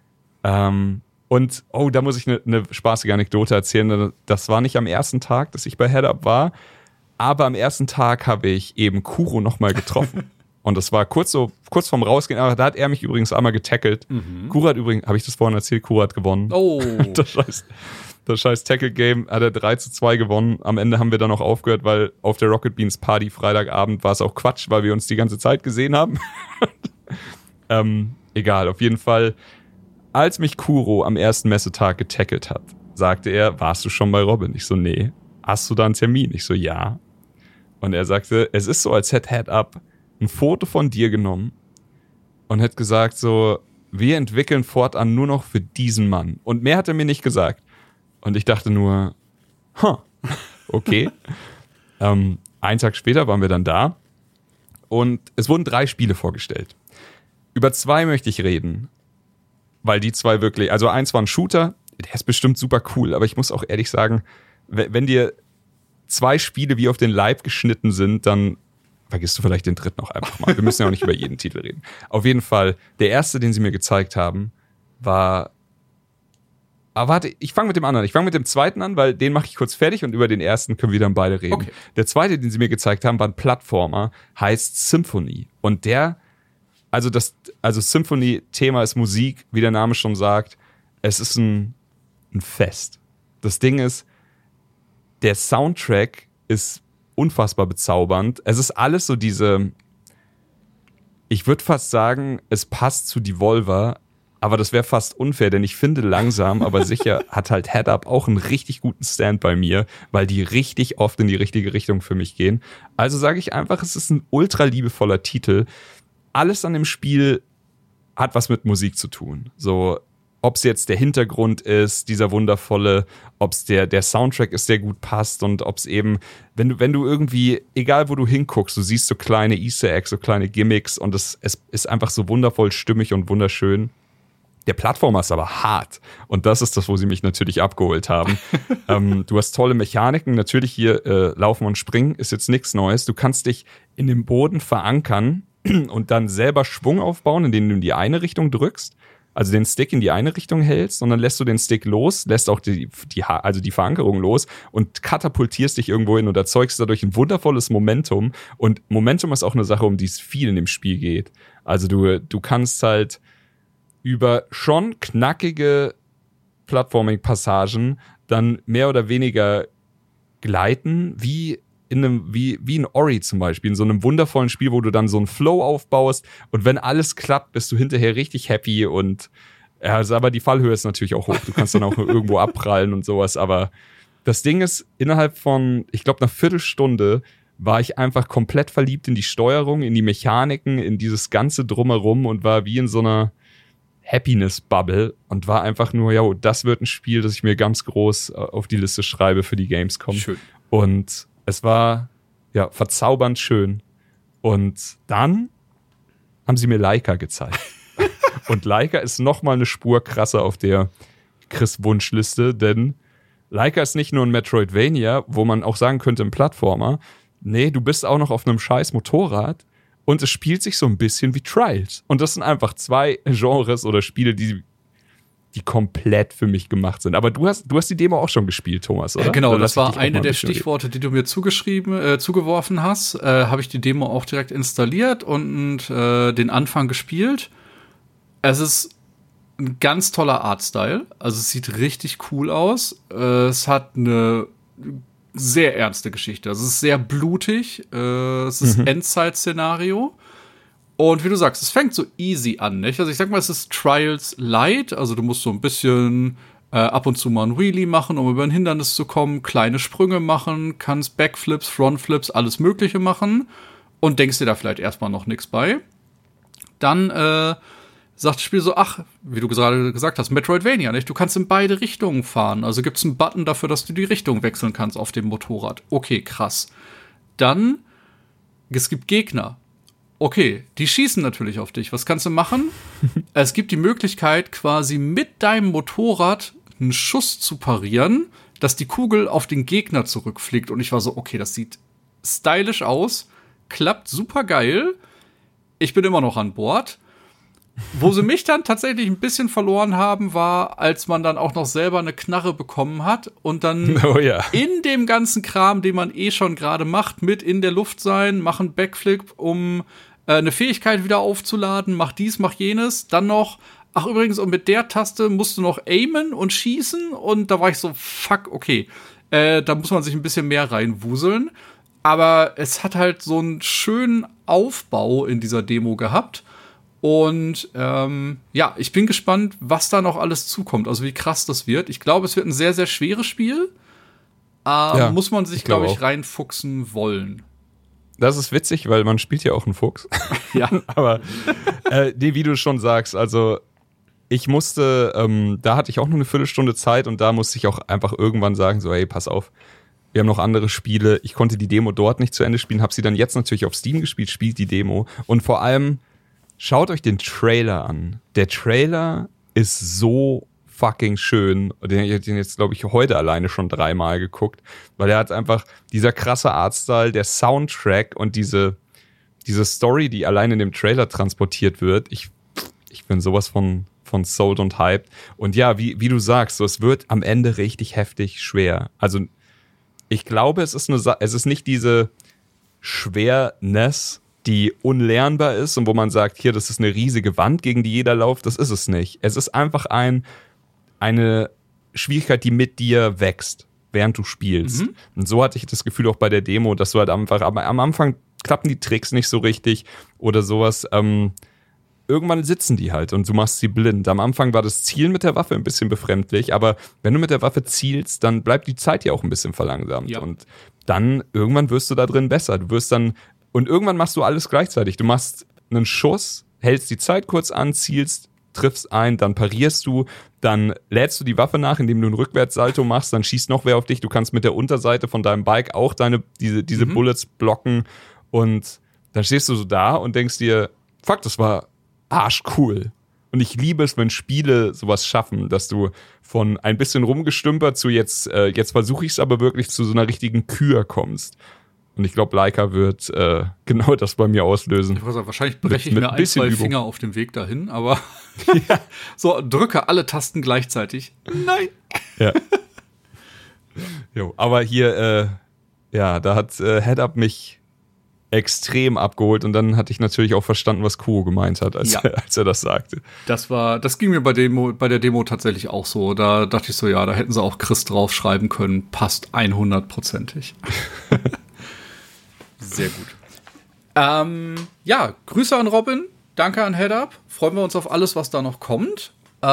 Und, da muss ich eine spaßige Anekdote erzählen. Das war nicht am ersten Tag, dass ich bei Head Up war, aber am ersten Tag habe ich eben Kuro nochmal getroffen. Und das war kurz vorm Rausgehen, aber da hat er mich übrigens einmal getackelt. Kuro hat übrigens, habe ich das vorhin erzählt, Kuro hat gewonnen. Oh. Das scheiß Tackle-Game hat er 3-2 gewonnen. Am Ende haben wir dann noch aufgehört, weil auf der Rocket Beans Party Freitagabend war es auch Quatsch, weil wir uns die ganze Zeit gesehen haben. Egal, auf jeden Fall. Als mich Kuro am ersten Messetag getackelt hat, sagte er, warst du schon bei Robin? Ich so, nee. Hast du da einen Termin? Ich so, ja. Und er sagte, es ist so, als hätte Head Up ein Foto von dir genommen und hätte gesagt so, wir entwickeln fortan nur noch für diesen Mann. Und mehr hat er mir nicht gesagt. Und ich dachte nur, okay. Einen Tag später waren wir dann da und es wurden 3 Spiele vorgestellt. Über 2 möchte ich reden. Weil die 2 wirklich, also eins war ein Shooter, der ist bestimmt super cool, aber ich muss auch ehrlich sagen, wenn dir 2 Spiele wie auf den Leib geschnitten sind, dann vergisst du vielleicht den dritten auch einfach mal. Wir müssen ja auch nicht über jeden Titel reden. Auf jeden Fall, der erste, den sie mir gezeigt haben, war... Aber warte, ich fange mit dem anderen. Ich fange mit dem zweiten an, weil den mache ich kurz fertig und über den ersten können wir dann beide reden. Okay. Der zweite, den sie mir gezeigt haben, war ein Plattformer, heißt Symphony. Und also Symphony-Thema ist Musik, wie der Name schon sagt. Es ist ein Fest. Das Ding ist, der Soundtrack ist unfassbar bezaubernd. Es ist alles so ich würde fast sagen, es passt zu Devolver, aber das wäre fast unfair, denn ich finde langsam, aber sicher hat halt Head Up auch einen richtig guten Stand bei mir, weil die richtig oft in die richtige Richtung für mich gehen. Also sage ich einfach, es ist ein ultra liebevoller Titel. Alles an dem Spiel hat was mit Musik zu tun. So, ob es jetzt der Hintergrund ist, dieser wundervolle, ob es der Soundtrack ist, der gut passt und ob es eben, wenn du irgendwie, egal wo du hinguckst, du siehst so kleine Easter Eggs, so kleine Gimmicks und es ist einfach so wundervoll stimmig und wunderschön. Der Plattformer ist aber hart. Und das ist das, wo sie mich natürlich abgeholt haben. Du hast tolle Mechaniken. Natürlich hier Laufen und Springen ist jetzt nichts Neues. Du kannst dich in den Boden verankern und dann selber Schwung aufbauen, indem du in die eine Richtung drückst. Also den Stick in die eine Richtung hältst und dann lässt du den Stick los, lässt auch die Verankerung los und katapultierst dich irgendwo hin und erzeugst dadurch ein wundervolles Momentum. Und Momentum ist auch eine Sache, um die es viel in dem Spiel geht. Also du kannst halt über schon knackige Plattforming-Passagen dann mehr oder weniger gleiten, wie in Ori zum Beispiel, in so einem wundervollen Spiel, wo du dann so einen Flow aufbaust und wenn alles klappt, bist du hinterher richtig happy und aber die Fallhöhe ist natürlich auch hoch. Du kannst dann auch irgendwo abprallen und sowas, aber das Ding ist, innerhalb von, ich glaube, einer Viertelstunde war ich einfach komplett verliebt in die Steuerung, in die Mechaniken, in dieses ganze Drumherum und war wie in so einer Happiness-Bubble und war einfach nur, ja, das wird ein Spiel, das ich mir ganz groß auf die Liste schreibe für die Gamescom. Schön. Und es war, ja, verzaubernd schön. Und dann haben sie mir Laika gezeigt. Und Laika ist nochmal eine Spur krasser auf der Chris-Wunschliste, denn Laika ist nicht nur ein Metroidvania, wo man auch sagen könnte, ein Plattformer. Nee, du bist auch noch auf einem scheiß Motorrad. Und es spielt sich so ein bisschen wie Trials. Und das sind einfach zwei Genres oder Spiele, die komplett für mich gemacht sind. Aber du hast die Demo auch schon gespielt, Thomas, oder? Genau, das war eine der Stichworte, die du mir zugeworfen hast. Habe ich die Demo auch direkt installiert und den Anfang gespielt. Es ist ein ganz toller Artstyle. Also es sieht richtig cool aus. Es hat eine sehr ernste Geschichte. Also es ist sehr blutig. Es ist Endzeit-Szenario. Und wie du sagst, es fängt so easy an, nicht? Also ich sag mal, es ist Trials Light. Also du musst so ein bisschen ab und zu mal ein Wheelie machen, um über ein Hindernis zu kommen, kleine Sprünge machen, kannst Backflips, Frontflips, alles Mögliche machen und denkst dir da vielleicht erstmal noch nichts bei. Dann sagt das Spiel so, ach, wie du gerade gesagt hast, Metroidvania, nicht? Du kannst in beide Richtungen fahren. Also gibt's einen Button dafür, dass du die Richtung wechseln kannst auf dem Motorrad. Okay, krass. Dann, es gibt Gegner. Okay, die schießen natürlich auf dich. Was kannst du machen? Es gibt die Möglichkeit, quasi mit deinem Motorrad einen Schuss zu parieren, dass die Kugel auf den Gegner zurückfliegt. Und ich war so, okay, das sieht stylisch aus, klappt super geil. Ich bin immer noch an Bord. Wo sie mich dann tatsächlich ein bisschen verloren haben, war, als man dann auch noch selber eine Knarre bekommen hat und dann in dem ganzen Kram, den man schon gerade macht, mit in der Luft sein, machen Backflip, um eine Fähigkeit wieder aufzuladen, mach dies, mach jenes, dann noch, ach übrigens, und mit der Taste musst du noch aimen und schießen und da war ich so, fuck, okay, da muss man sich ein bisschen mehr reinwuseln, aber es hat halt so einen schönen Aufbau in dieser Demo gehabt. Und ja, ich bin gespannt, was da noch alles zukommt, also wie krass das wird. Ich glaube, es wird ein sehr, sehr schweres Spiel. Muss man sich, glaube ich, reinfuchsen wollen. Das ist witzig, weil man spielt ja auch einen Fuchs. Ja. Aber wie du schon sagst, also ich musste, da hatte ich auch nur eine Viertelstunde Zeit und da musste ich auch einfach irgendwann sagen, so, hey, pass auf, wir haben noch andere Spiele. Ich konnte die Demo dort nicht zu Ende spielen, habe sie dann jetzt natürlich auf Steam gespielt, spielt die Demo. Und vor allem schaut euch den Trailer an. Der Trailer ist so fucking schön. Den jetzt, glaube ich, heute alleine schon 3-mal geguckt, weil er hat einfach dieser krasse Artstyle, der Soundtrack und diese diese Story, die allein in dem Trailer transportiert wird, ich bin sowas von sold und hyped. Und ja, wie du sagst, so, es wird am Ende richtig heftig schwer. Also ich glaube, es ist nicht diese Schwerness, die unlernbar ist und wo man sagt, hier, das ist eine riesige Wand, gegen die jeder läuft. Das ist es nicht. Es ist einfach eine Schwierigkeit, die mit dir wächst, während du spielst. Mhm. Und so hatte ich das Gefühl auch bei der Demo, dass du halt einfach, aber am Anfang klappen die Tricks nicht so richtig oder sowas. Irgendwann sitzen die halt und du machst sie blind. Am Anfang war das Zielen mit der Waffe ein bisschen befremdlich, aber wenn du mit der Waffe zielst, dann bleibt die Zeit ja auch ein bisschen verlangsamt. Ja. Und dann irgendwann wirst du da drin besser. Und irgendwann machst du alles gleichzeitig. Du machst einen Schuss, hältst die Zeit kurz an, zielst, triffst ein, dann parierst du, dann lädst du die Waffe nach, indem du einen Rückwärtssalto machst, dann schießt noch wer auf dich. Du kannst mit der Unterseite von deinem Bike auch diese Bullets blocken und dann stehst du so da und denkst dir, fuck, das war arschcool. Und ich liebe es, wenn Spiele sowas schaffen, dass du von ein bisschen rumgestümpert zu jetzt versuche ich es aber wirklich zu so einer richtigen Kür kommst. Und ich glaube, Leica wird genau das bei mir auslösen. Ich weiß auch, wahrscheinlich breche ich mir ein, zwei Finger auf dem Weg dahin, aber ja. So, drücke alle Tasten gleichzeitig. Nein! Ja. Jo, aber hier, da hat Head-Up mich extrem abgeholt und dann hatte ich natürlich auch verstanden, was Kuro gemeint hat, als er das sagte. Das ging mir bei der Demo tatsächlich auch so. Da dachte ich so, ja, da hätten sie auch Chris draufschreiben können. Passt 100%ig. Sehr gut. Grüße an Robin. Danke an Head-Up. Freuen wir uns auf alles, was da noch kommt.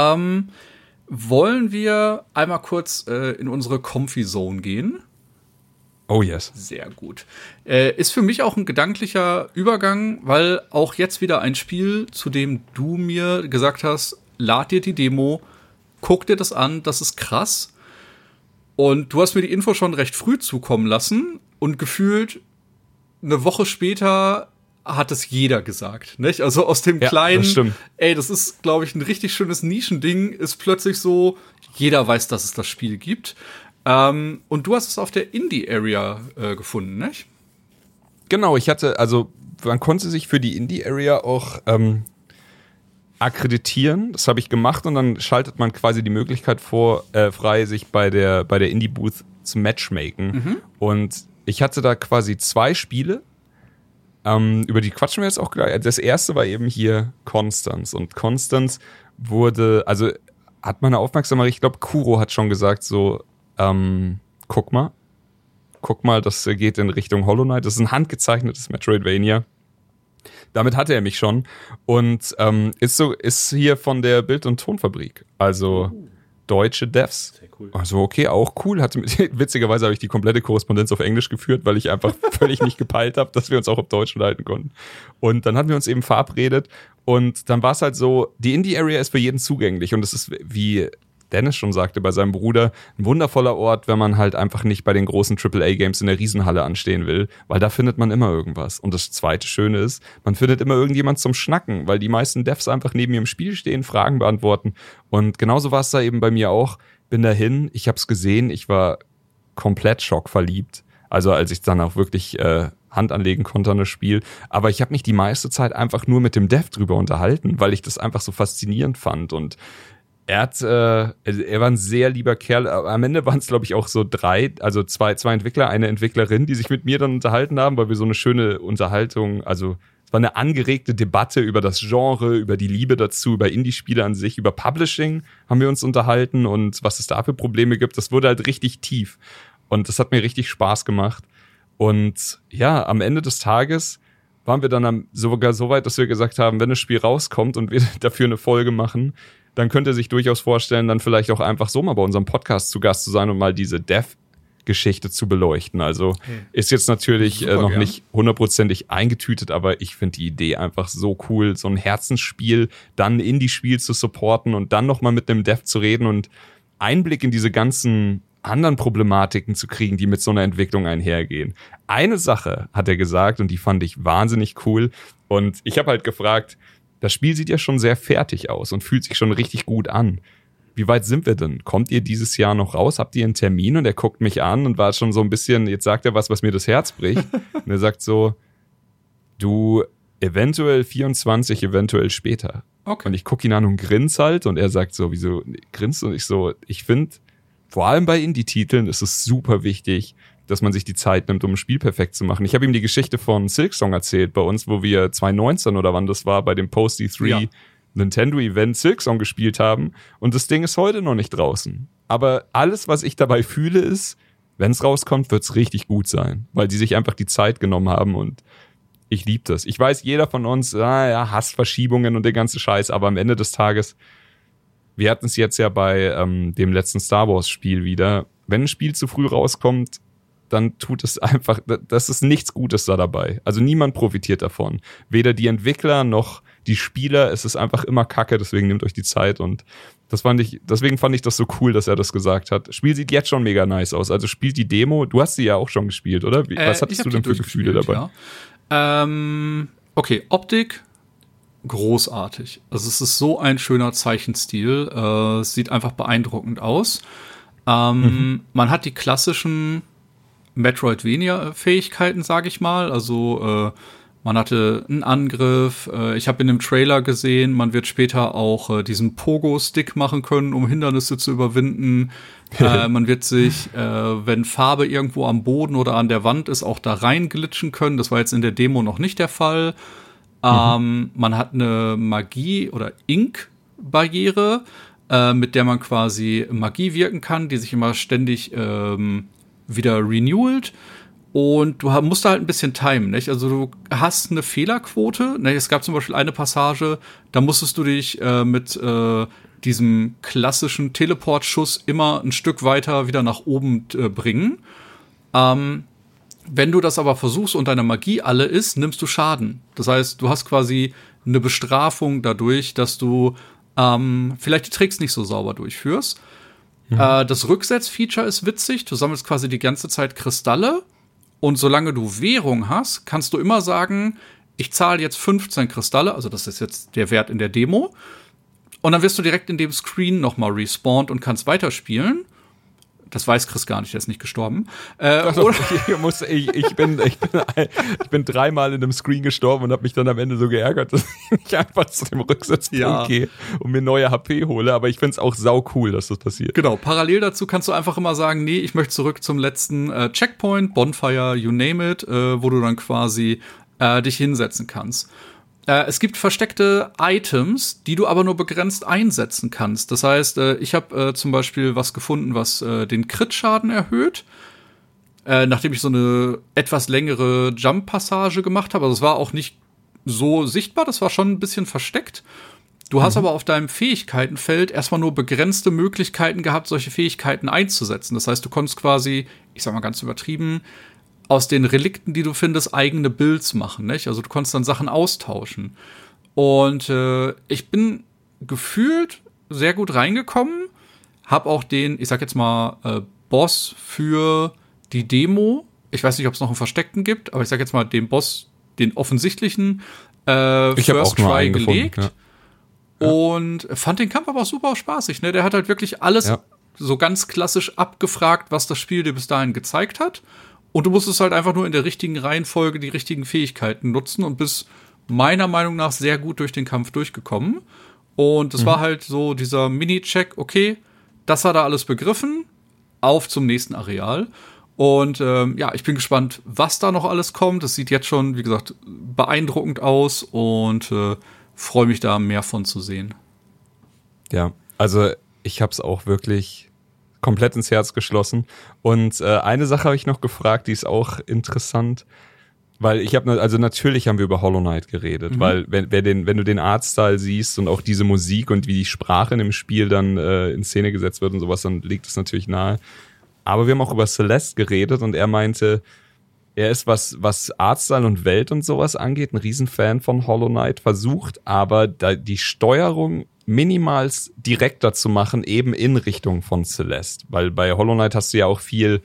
Wollen wir einmal kurz in unsere Comfy-Zone gehen? Oh yes. Sehr gut. Ist für mich auch ein gedanklicher Übergang, weil auch jetzt wieder ein Spiel, zu dem du mir gesagt hast, lad dir die Demo, guck dir das an, das ist krass. Und du hast mir die Info schon recht früh zukommen lassen und gefühlt eine Woche später hat es jeder gesagt, nicht? Also aus dem kleinen, das ist, glaube ich, ein richtig schönes Nischending, ist plötzlich so, jeder weiß, dass es das Spiel gibt. Und du hast es auf der Indie-Area gefunden, nicht? Genau, man konnte sich für die Indie-Area auch akkreditieren. Das habe ich gemacht und dann schaltet man quasi die Möglichkeit frei, sich bei der Indie-Booth zu matchmaken. Mhm. Und ich hatte da quasi 2 Spiele, über die quatschen wir jetzt auch gleich. Das erste war eben hier Constance. Und Constance hat meine Aufmerksamkeit, ich glaube, Kuro hat schon gesagt, so, guck mal, das geht in Richtung Hollow Knight. Das ist ein handgezeichnetes Metroidvania. Damit hatte er mich schon. Und ist hier von der Bild- und Tonfabrik. Also deutsche Devs. Sehr cool. Also okay, auch cool. Witzigerweise habe ich die komplette Korrespondenz auf Englisch geführt, weil ich einfach völlig nicht gepeilt habe, dass wir uns auch auf Deutsch unterhalten konnten. Und dann hatten wir uns eben verabredet. Und dann war es halt so, die Indie-Area ist für jeden zugänglich. Und es ist, wie Dennis schon sagte bei seinem Bruder, ein wundervoller Ort, wenn man halt einfach nicht bei den großen AAA-Games in der Riesenhalle anstehen will, weil da findet man immer irgendwas. Und das zweite Schöne ist, man findet immer irgendjemand zum Schnacken, weil die meisten Devs einfach neben ihrem Spiel stehen, Fragen beantworten. Und genauso war es da eben bei mir auch. Bin dahin, ich hab's gesehen, ich war komplett schockverliebt. Also als ich dann auch wirklich Hand anlegen konnte an das Spiel. Aber ich habe mich die meiste Zeit einfach nur mit dem Dev drüber unterhalten, weil ich das einfach so faszinierend fand. Und er war ein sehr lieber Kerl. Am Ende waren es, glaube ich, auch so 3, also zwei Entwickler, eine Entwicklerin, die sich mit mir dann unterhalten haben, weil wir so eine schöne Unterhaltung, also es war eine angeregte Debatte über das Genre, über die Liebe dazu, über Indie-Spiele an sich, über Publishing haben wir uns unterhalten und was es da für Probleme gibt. Das wurde halt richtig tief und das hat mir richtig Spaß gemacht. Und ja, am Ende des Tages waren wir dann sogar so weit, dass wir gesagt haben, wenn das Spiel rauskommt und wir dafür eine Folge machen, dann könnte er sich durchaus vorstellen, dann vielleicht auch einfach so mal bei unserem Podcast zu Gast zu sein und mal diese Dev-Geschichte zu beleuchten. Also ist jetzt natürlich noch nicht 100%ig eingetütet, aber ich finde die Idee einfach so cool, so ein Herzensspiel, dann ein Indie-Spiel zu supporten und dann nochmal mit einem Dev zu reden und Einblick in diese ganzen anderen Problematiken zu kriegen, die mit so einer Entwicklung einhergehen. Eine Sache hat er gesagt und die fand ich wahnsinnig cool und ich habe halt gefragt, das Spiel sieht ja schon sehr fertig aus und fühlt sich schon richtig gut an. Wie weit sind wir denn? Kommt ihr dieses Jahr noch raus? Habt ihr einen Termin? Und er guckt mich an und war schon so ein bisschen, jetzt sagt er was mir das Herz bricht. Und er sagt so, Du, eventuell 24, eventuell später. Okay. Und ich gucke ihn an und grinse halt und er sagt so, wieso grinst? Und ich so, ich finde, vor allem bei Indie-Titeln ist es super wichtig, dass man sich die Zeit nimmt, um ein Spiel perfekt zu machen. Ich habe ihm die Geschichte von Silksong erzählt bei uns, wo wir 2019 oder wann das war, bei dem Post-E3 Nintendo-Event Silksong gespielt haben und das Ding ist heute noch nicht draußen. Aber alles, was ich dabei fühle, ist, wenn es rauskommt, wird es richtig gut sein, weil die sich einfach die Zeit genommen haben und ich liebe das. Ich weiß, jeder von uns hasst Verschiebungen und den ganzen Scheiß, aber am Ende des Tages, wir hatten es jetzt ja bei dem letzten Star Wars Spiel wieder, wenn ein Spiel zu früh rauskommt, dann tut es einfach, das ist nichts Gutes da dabei. Also niemand profitiert davon. Weder die Entwickler noch die Spieler, es ist einfach immer Kacke, deswegen nehmt euch die Zeit und deswegen fand ich das so cool, dass er das gesagt hat. Spiel sieht jetzt schon mega nice aus, also spielt die Demo, du hast sie ja auch schon gespielt, oder? Was hattest du denn für Gefühle dabei? Ja. Okay, Optik, großartig. Also es ist so ein schöner Zeichenstil, es sieht einfach beeindruckend aus. Man hat die klassischen Metroidvania-Fähigkeiten, sage ich mal, also man hatte einen Angriff, ich habe in dem Trailer gesehen, man wird später auch diesen Pogo-Stick machen können, um Hindernisse zu überwinden. Man wird sich, wenn Farbe irgendwo am Boden oder an der Wand ist, auch da rein glitschen können. Das war jetzt in der Demo noch nicht der Fall. Man hat eine Magie- oder Ink-Barriere, mit der man quasi Magie wirken kann, die sich immer ständig wieder renewelt. Und du musst da halt ein bisschen timen, nicht? Also du hast eine Fehlerquote. Ne? Es gab zum Beispiel eine Passage, da musstest du dich mit diesem klassischen Teleportschuss immer ein Stück weiter wieder nach oben bringen. Wenn du das aber versuchst und deine Magie alle ist, nimmst du Schaden. Das heißt, du hast quasi eine Bestrafung dadurch, dass du vielleicht die Tricks nicht so sauber durchführst. Das Rücksetzfeature ist witzig. Du sammelst quasi die ganze Zeit Kristalle. Und solange du Währung hast, kannst du immer sagen, ich zahle jetzt 15 Kristalle, also das ist jetzt der Wert in der Demo. Und dann wirst du direkt in dem Screen nochmal respawned und kannst weiterspielen. Das weiß Chris gar nicht, der ist nicht gestorben. Ich bin dreimal in einem Screen gestorben und habe mich dann am Ende so geärgert, dass ich einfach zu dem Rücksetzpunkt gehe und mir neue HP hole. Aber ich finde es auch sau cool, dass das passiert. Genau, parallel dazu kannst du einfach immer sagen, nee, ich möchte zurück zum letzten Checkpoint, Bonfire, you name it, wo du dann quasi dich hinsetzen kannst. Es gibt versteckte Items, die du aber nur begrenzt einsetzen kannst. Das heißt, ich habe zum Beispiel was gefunden, was den Crit-Schaden erhöht, nachdem ich so eine etwas längere Jump-Passage gemacht habe. Also es war auch nicht so sichtbar, das war schon ein bisschen versteckt. Du hast aber auf deinem Fähigkeitenfeld erstmal nur begrenzte Möglichkeiten gehabt, solche Fähigkeiten einzusetzen. Das heißt, du konntest quasi, ich sag mal ganz übertrieben, aus den Relikten, die du findest, eigene Builds machen, nicht? Also du konntest dann Sachen austauschen. Und ich bin gefühlt sehr gut reingekommen, hab auch den, ich sag jetzt mal, Boss für die Demo. Ich weiß nicht, ob es noch einen Versteckten gibt, aber ich sag jetzt mal den Boss, den offensichtlichen, First Try gelegt. Ja. Und fand den Kampf aber auch super spaßig, ne? Der hat halt wirklich alles so ganz klassisch abgefragt, was das Spiel dir bis dahin gezeigt hat. Und du musstest halt einfach nur in der richtigen Reihenfolge die richtigen Fähigkeiten nutzen und bist meiner Meinung nach sehr gut durch den Kampf durchgekommen. Und es war halt so dieser Mini-Check, okay, das hat er alles begriffen, auf zum nächsten Areal. Und ich bin gespannt, was da noch alles kommt. Das sieht jetzt schon, wie gesagt, beeindruckend aus und freue mich da mehr von zu sehen. Ja, also ich habe es auch wirklich komplett ins Herz geschlossen. Und eine Sache habe ich noch gefragt, die ist auch interessant, weil natürlich haben wir über Hollow Knight geredet, weil wenn du den Artstyle siehst und auch diese Musik und wie die Sprache in dem Spiel dann in Szene gesetzt wird und sowas, dann liegt es natürlich nahe. Aber wir haben auch über Celeste geredet und er meinte, er ist, was Artstyle und Welt und sowas angeht, ein Riesenfan von Hollow Knight, versucht aber die Steuerung minimals direkter zu machen, eben in Richtung von Celeste. Weil bei Hollow Knight hast du ja auch viel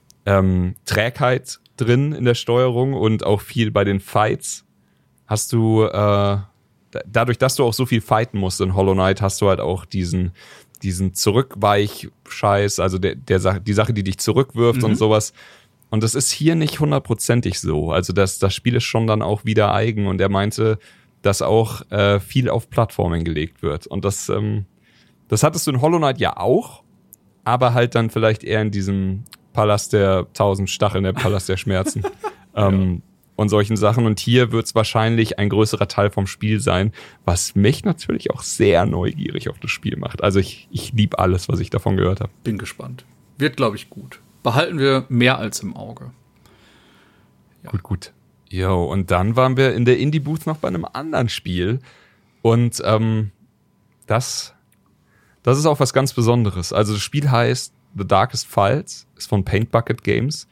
Trägheit drin in der Steuerung und auch viel bei den Fights hast du, dadurch, dass du auch so viel fighten musst in Hollow Knight, hast du halt auch diesen Zurückweich-Scheiß, also die Sache, die dich zurückwirft und sowas. Und das ist hier nicht 100%ig so. Also das Spiel ist schon dann auch wieder eigen und er meinte, dass auch viel auf Plattformen gelegt wird. Und das hattest du in Hollow Knight ja auch, aber halt dann vielleicht eher in diesem Palast der 1000 Stacheln, der Palast der Schmerzen. Und solchen Sachen. Und hier wird es wahrscheinlich ein größerer Teil vom Spiel sein, was mich natürlich auch sehr neugierig auf das Spiel macht. Also ich liebe alles, was ich davon gehört habe. Bin gespannt. Wird, glaube ich, gut. Behalten wir mehr als im Auge. Ja. Gut. Jo, und dann waren wir in der Indie-Booth noch bei einem anderen Spiel. Und das ist auch was ganz Besonderes. Also das Spiel heißt The Darkest Files, ist von Paint Bucket Games.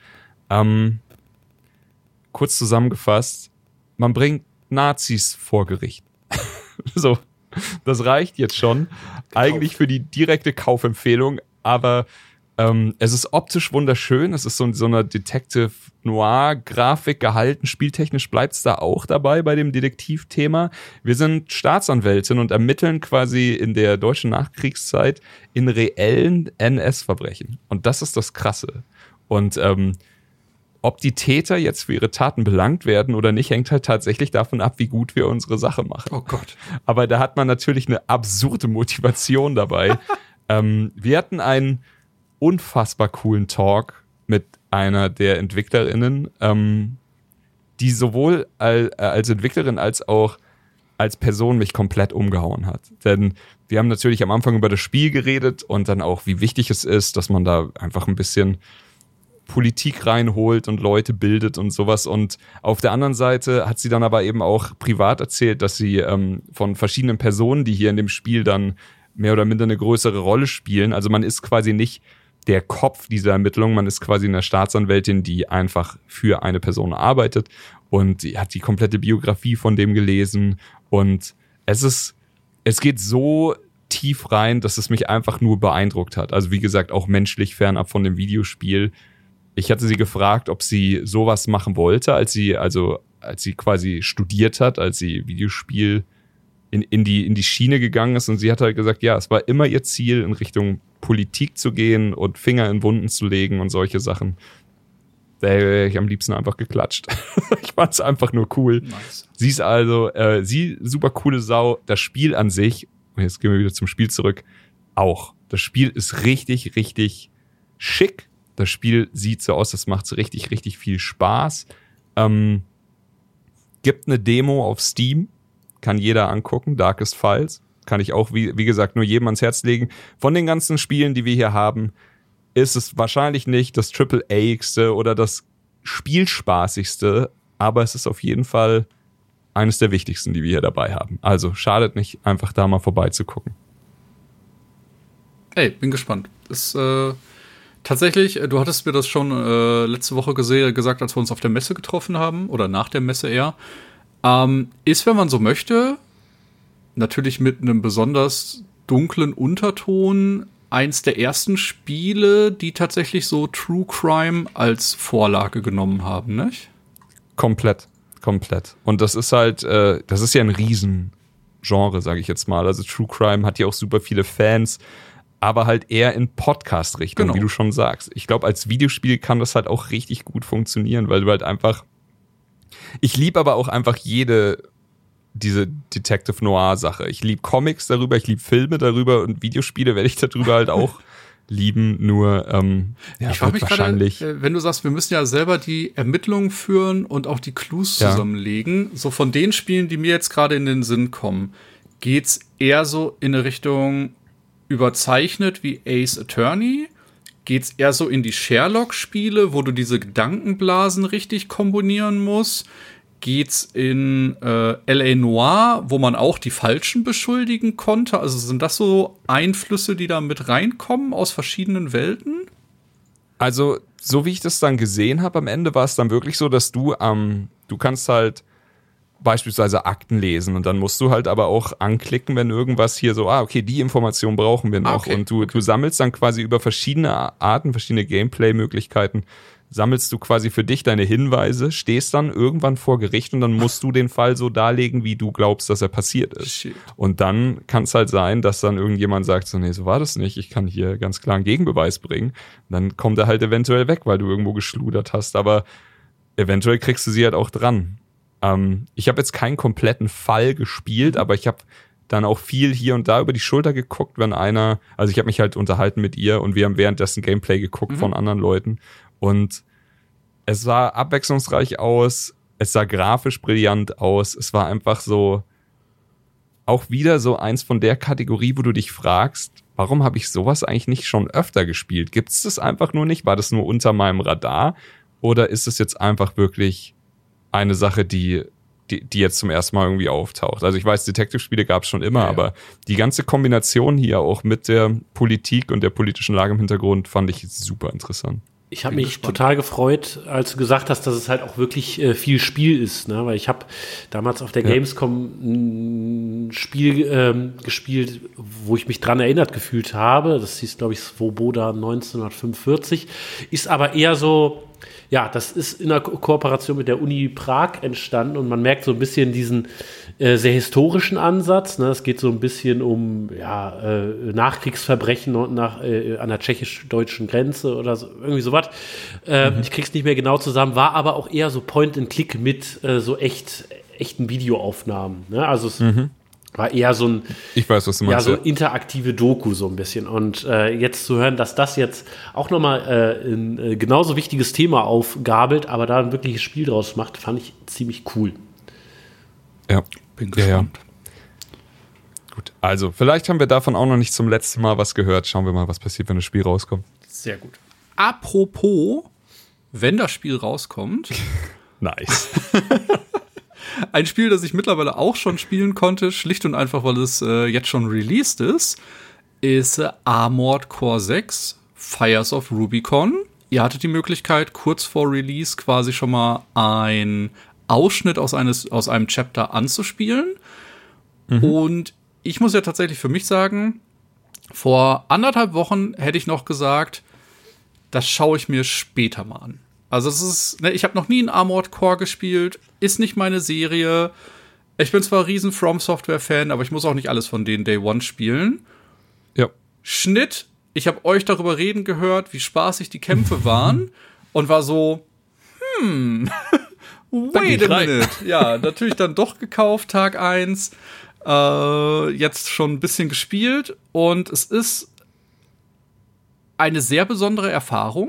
Kurz zusammengefasst, man bringt Nazis vor Gericht. So, das reicht jetzt schon. Eigentlich für die direkte Kaufempfehlung, aber es ist optisch wunderschön. Es ist so einer Detective-Noir-Grafik gehalten. Spieltechnisch bleibt es da auch dabei bei dem Detektivthema. Wir sind Staatsanwältin und ermitteln quasi in der deutschen Nachkriegszeit in reellen NS-Verbrechen. Und das ist das Krasse. Und ob die Täter jetzt für ihre Taten belangt werden oder nicht, hängt halt tatsächlich davon ab, wie gut wir unsere Sache machen. Oh Gott. Aber da hat man natürlich eine absurde Motivation dabei. Wir hatten einen unfassbar coolen Talk mit einer der EntwicklerInnen, die sowohl als Entwicklerin als auch als Person mich komplett umgehauen hat. Denn wir haben natürlich am Anfang über das Spiel geredet und dann auch, wie wichtig es ist, dass man da einfach ein bisschen Politik reinholt und Leute bildet und sowas. Und auf der anderen Seite hat sie dann aber eben auch privat erzählt, dass sie von verschiedenen Personen, die hier in dem Spiel dann mehr oder minder eine größere Rolle spielen, also man ist quasi nicht der Kopf dieser Ermittlung, man ist quasi eine Staatsanwältin, die einfach für eine Person arbeitet und sie hat die komplette Biografie von dem gelesen und es geht so tief rein, dass es mich einfach nur beeindruckt hat. Also wie gesagt, auch menschlich fernab von dem Videospiel. Ich hatte sie gefragt, ob sie sowas machen wollte, als sie quasi studiert hat, als sie Videospiel in die Schiene gegangen ist. Und sie hat halt gesagt, ja, es war immer ihr Ziel, in Richtung Politik zu gehen und Finger in Wunden zu legen und solche Sachen. Da hätte ich am liebsten einfach geklatscht. Ich fand es einfach nur cool. Nice. Sie ist also, super coole Sau. Das Spiel an sich, und jetzt gehen wir wieder zum Spiel zurück, auch. Das Spiel ist richtig, richtig schick. Das Spiel sieht so aus, das macht so richtig, richtig viel Spaß. Gibt eine Demo auf Steam, kann jeder angucken, Darkest Files. Kann ich auch, wie gesagt, nur jedem ans Herz legen. Von den ganzen Spielen, die wir hier haben, ist es wahrscheinlich nicht das AAA-igste oder das Spielspaßigste, aber es ist auf jeden Fall eines der wichtigsten, die wir hier dabei haben. Also schadet nicht, einfach da mal vorbeizugucken. Ey, bin gespannt. Ist tatsächlich, du hattest mir das schon letzte Woche gesagt, als wir uns auf der Messe getroffen haben, oder nach der Messe eher. Ist, wenn man so möchte, natürlich mit einem besonders dunklen Unterton, eins der ersten Spiele, die tatsächlich so True Crime als Vorlage genommen haben, nicht? Komplett. Und das ist halt, das ist ja ein Riesengenre, sage ich jetzt mal. Also True Crime hat ja auch super viele Fans, aber halt eher in Podcast-Richtung, genau. Wie du schon sagst. Ich glaube, als Videospiel kann das halt auch richtig gut funktionieren, weil du halt einfach, ich liebe aber auch einfach diese Detective Noir-Sache. Ich liebe Comics darüber, ich liebe Filme darüber und Videospiele werde ich darüber halt auch lieben, nur ich frage mich wahrscheinlich gerade, wenn du sagst, wir müssen ja selber die Ermittlungen führen und auch die Clues zusammenlegen, so von den Spielen, die mir jetzt gerade in den Sinn kommen, geht's eher so in eine Richtung überzeichnet wie Ace Attorney? Geht's eher so in die Sherlock-Spiele, wo du diese Gedankenblasen richtig kombinieren musst? Geht's in L.A. Noire, wo man auch die Falschen beschuldigen konnte? Also sind das so Einflüsse, die da mit reinkommen aus verschiedenen Welten? Also, so wie ich das dann gesehen habe, am Ende war es dann wirklich so, dass du kannst halt beispielsweise Akten lesen und dann musst du halt aber auch anklicken, wenn irgendwas hier so, okay, die Information brauchen wir noch. Okay. Und du sammelst dann quasi über verschiedene Arten, verschiedene Gameplay-Möglichkeiten, sammelst du quasi für dich deine Hinweise, stehst dann irgendwann vor Gericht und dann musst du den Fall so darlegen, wie du glaubst, dass er passiert ist. Shit. Und dann kann es halt sein, dass dann irgendjemand sagt, so nee, so war das nicht, ich kann hier ganz klar einen Gegenbeweis bringen. Und dann kommt er halt eventuell weg, weil du irgendwo geschludert hast, aber eventuell kriegst du sie halt auch dran. Ich habe jetzt keinen kompletten Fall gespielt, aber ich habe dann auch viel hier und da über die Schulter geguckt, wenn einer, also ich habe mich halt unterhalten mit ihr und wir haben währenddessen Gameplay geguckt von anderen Leuten und es sah abwechslungsreich aus, es sah grafisch brillant aus, es war einfach so, auch wieder so eins von der Kategorie, wo du dich fragst, warum habe ich sowas eigentlich nicht schon öfter gespielt? Gibt es das einfach nur nicht? War das nur unter meinem Radar? Oder ist es jetzt einfach wirklich eine Sache, die jetzt zum ersten Mal irgendwie auftaucht? Also ich weiß, Detective-Spiele gab es schon immer, aber die ganze Kombination hier auch mit der Politik und der politischen Lage im Hintergrund fand ich super interessant. Ich habe mich total gefreut, als du gesagt hast, dass es halt auch wirklich viel Spiel ist, ne? Weil ich habe damals auf der Gamescom ein Spiel gespielt, wo ich mich dran erinnert gefühlt habe. Das hieß, glaube ich, Svoboda 1945. Ist aber eher so, ja, das ist in einer Kooperation mit der Uni Prag entstanden und man merkt so ein bisschen diesen sehr historischen Ansatz. Ne? Es geht so ein bisschen um Nachkriegsverbrechen an der tschechisch-deutschen Grenze oder so, irgendwie sowas. Ich krieg's nicht mehr genau zusammen, war aber auch eher so Point-and-Click mit so echten Videoaufnahmen. Ne? Also es war eher so ein, ich weiß, was du meinst, so interaktive Doku so ein bisschen. Und jetzt zu hören, dass das jetzt auch nochmal ein genauso wichtiges Thema aufgabelt, aber da ein wirkliches Spiel draus macht, fand ich ziemlich cool. Ja, bin gespannt. Ja. Gut, also vielleicht haben wir davon auch noch nicht zum letzten Mal was gehört. Schauen wir mal, was passiert, wenn das Spiel rauskommt. Sehr gut. Apropos, wenn das Spiel rauskommt. Nice. Ein Spiel, das ich mittlerweile auch schon spielen konnte, schlicht und einfach, weil es jetzt schon released ist Armored Core 6 Fires of Rubicon. Ihr hattet die Möglichkeit, kurz vor Release quasi schon mal einen Ausschnitt aus einem Chapter anzuspielen. Und ich muss ja tatsächlich für mich sagen, vor 1,5 Wochen hätte ich noch gesagt, das schaue ich mir später mal an. Also es ist, ne, ich habe noch nie einen Armored Core gespielt, ist nicht meine Serie. Ich bin zwar riesen From Software Fan, aber ich muss auch nicht alles von denen Day One spielen. Ja. Schnitt, ich habe euch darüber reden gehört, wie spaßig die Kämpfe waren und war so, wait a minute. Ja, natürlich dann doch gekauft, Tag 1. Jetzt schon ein bisschen gespielt und es ist eine sehr besondere Erfahrung.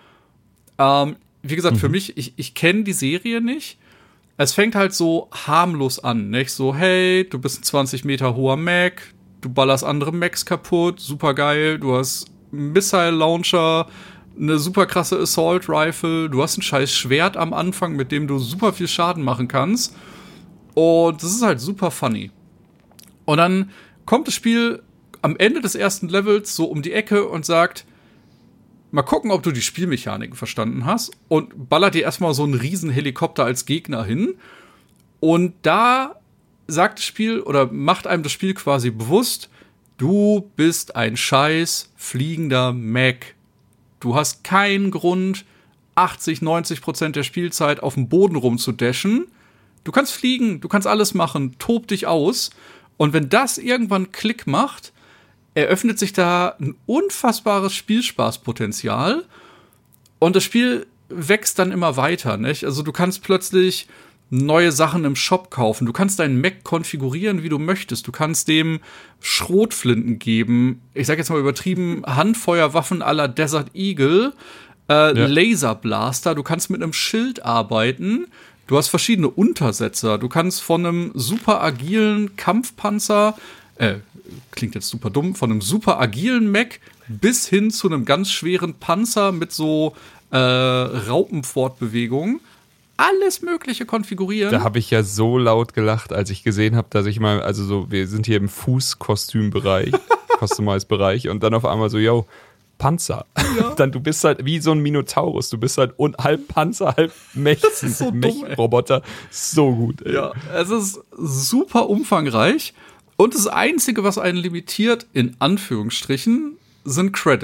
Wie gesagt, für mich, ich kenne die Serie nicht. Es fängt halt so harmlos an, nicht? So, hey, du bist ein 20 Meter hoher Mech, du ballerst andere Mechs kaputt, super geil, du hast einen Missile-Launcher, eine super krasse Assault-Rifle, du hast ein scheiß Schwert am Anfang, mit dem du super viel Schaden machen kannst. Und das ist halt super funny. Und dann kommt das Spiel am Ende des ersten Levels so um die Ecke und sagt, mal gucken, ob du die Spielmechaniken verstanden hast, und ballert dir erstmal so einen riesen Helikopter als Gegner hin. Und da sagt das Spiel oder macht einem das Spiel quasi bewusst, du bist ein scheiß fliegender Mech. Du hast keinen Grund, 80-90% der Spielzeit auf dem Boden rumzudashen. Du kannst fliegen, du kannst alles machen, tob dich aus. Und wenn das irgendwann Klick macht, eröffnet sich da ein unfassbares Spielspaßpotenzial. Und das Spiel wächst dann immer weiter, nicht? Also du kannst plötzlich neue Sachen im Shop kaufen. Du kannst deinen Mech konfigurieren, wie du möchtest. Du kannst dem Schrotflinten geben. Ich sag jetzt mal übertrieben, Handfeuerwaffen à la Desert Eagle, Laserblaster. Du kannst mit einem Schild arbeiten. Du hast verschiedene Untersetzer. Du kannst von einem super agilen Kampfpanzer, klingt jetzt super dumm, von einem super agilen Mech bis hin zu einem ganz schweren Panzer mit so Raupenfortbewegungen. Alles Mögliche konfigurieren. Da habe ich ja so laut gelacht, als ich gesehen habe, dass ich mal, also so, wir sind hier im Fußkostümbereich, Customize-Bereich, und dann auf einmal so, yo, Panzer. Ja. Dann, du bist halt wie so ein Minotaurus. Du bist halt halb Panzer, halb Mech. Das ist so Mech-Roboter. So gut. Ey. Ja, es ist super umfangreich. Und das Einzige, was einen limitiert, in Anführungsstrichen, sind Credits.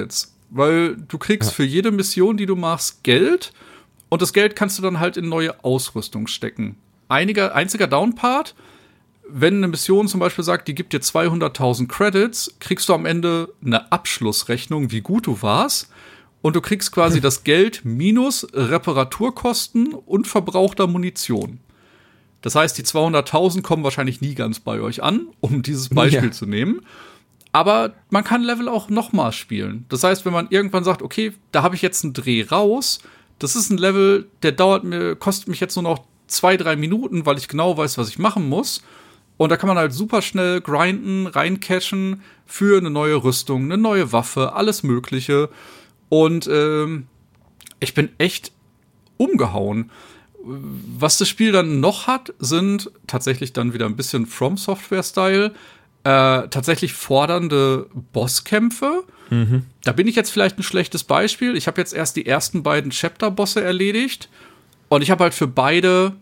weil du kriegst für jede Mission, die du machst, Geld und das Geld kannst du dann halt in neue Ausrüstung stecken. Einziger Downpart, wenn eine Mission zum Beispiel sagt, die gibt dir 200.000 Credits, kriegst du am Ende eine Abschlussrechnung, wie gut du warst. Und du kriegst quasi das Geld minus Reparaturkosten und verbrauchter Munition. Das heißt, die 200.000 kommen wahrscheinlich nie ganz bei euch an, um dieses Beispiel zu nehmen. Aber man kann Level auch nochmal spielen. Das heißt, wenn man irgendwann sagt, okay, da habe ich jetzt einen Dreh raus, das ist ein Level, der kostet mich jetzt nur noch 2-3 Minuten, weil ich genau weiß, was ich machen muss. Und da kann man halt super schnell grinden, reincashen für eine neue Rüstung, eine neue Waffe, alles Mögliche. Und ich bin echt umgehauen. Was das Spiel dann noch hat, sind tatsächlich dann wieder ein bisschen From Software-Style, tatsächlich fordernde Bosskämpfe. Da bin ich jetzt vielleicht ein schlechtes Beispiel. Ich habe jetzt erst die ersten beiden Chapter-Bosse erledigt. Und ich habe halt für beide,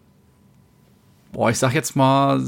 ich sag jetzt mal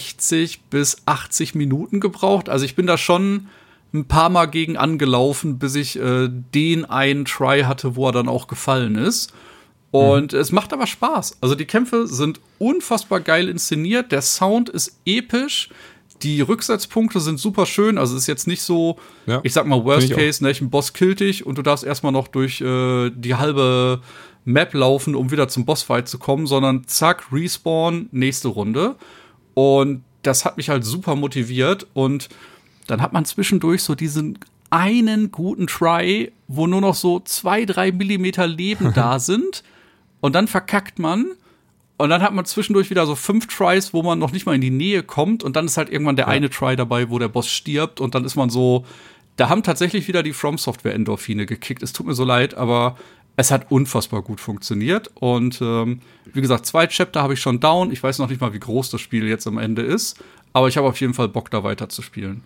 60 bis 80 Minuten gebraucht. Also ich bin da schon ein paar Mal gegen angelaufen, bis ich den einen Try hatte, wo er dann auch gefallen ist. Und es macht aber Spaß. Also die Kämpfe sind unfassbar geil inszeniert. Der Sound ist episch. Die Rücksetzpunkte sind super schön. Also es ist jetzt nicht so, ich sag mal Worst Case, ne, ein Boss killt dich und du darfst erstmal noch durch die halbe Map laufen, um wieder zum Bossfight zu kommen, sondern zack, Respawn, nächste Runde. Und das hat mich halt super motiviert. Und dann hat man zwischendurch so diesen einen guten Try, wo nur noch so 2-3 Millimeter Leben da sind. Und dann verkackt man. Und dann hat man zwischendurch wieder so 5 Tries, wo man noch nicht mal in die Nähe kommt. Und dann ist halt irgendwann der eine Try dabei, wo der Boss stirbt. Und dann ist man so, da haben tatsächlich wieder die From Software Endorphine gekickt. Es tut mir so leid, aber es hat unfassbar gut funktioniert. Und wie gesagt, 2 Chapter habe ich schon down. Ich weiß noch nicht mal, wie groß das Spiel jetzt am Ende ist. Aber ich habe auf jeden Fall Bock, da weiter zu spielen.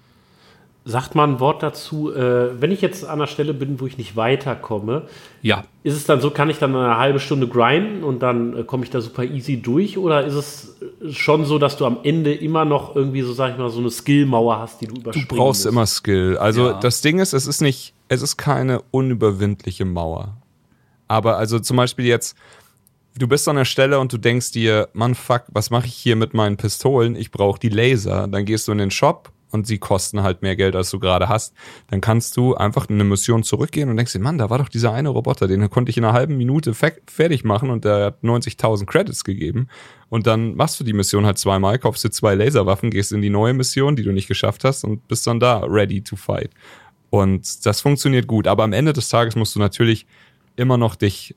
Sagt mal ein Wort dazu, wenn ich jetzt an der Stelle bin, wo ich nicht weiterkomme, ist es dann so, kann ich dann eine halbe Stunde grinden und dann komme ich da super easy durch? Oder ist es schon so, dass du am Ende immer noch irgendwie so, sag ich mal, so eine Skillmauer hast, die du überspringen musst? Du brauchst immer Skill. Also das Ding ist, es ist keine unüberwindliche Mauer. Aber also zum Beispiel jetzt, du bist an der Stelle und du denkst dir, Mann, fuck, was mache ich hier mit meinen Pistolen? Ich brauche die Laser. Dann gehst du in den Shop und sie kosten halt mehr Geld, als du gerade hast. Dann kannst du einfach in eine Mission zurückgehen und denkst dir, Mann, da war doch dieser eine Roboter, den konnte ich in einer halben Minute fertig machen und der hat 90.000 Credits gegeben. Und dann machst du die Mission halt 2-mal, kaufst dir 2 Laserwaffen, gehst in die neue Mission, die du nicht geschafft hast und bist dann da, ready to fight. Und das funktioniert gut. Aber am Ende des Tages musst du natürlich immer noch dich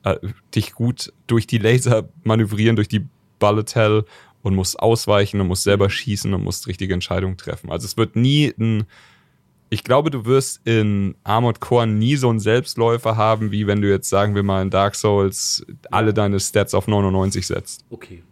gut durch die Laser manövrieren, durch die Bullet Hell und musst ausweichen und musst selber schießen und musst richtige Entscheidungen treffen. Also es wird nie ich glaube, du wirst in Armored Core nie so einen Selbstläufer haben, wie wenn du jetzt, sagen wir mal, in Dark Souls alle deine Stats auf 99 setzt. Okay.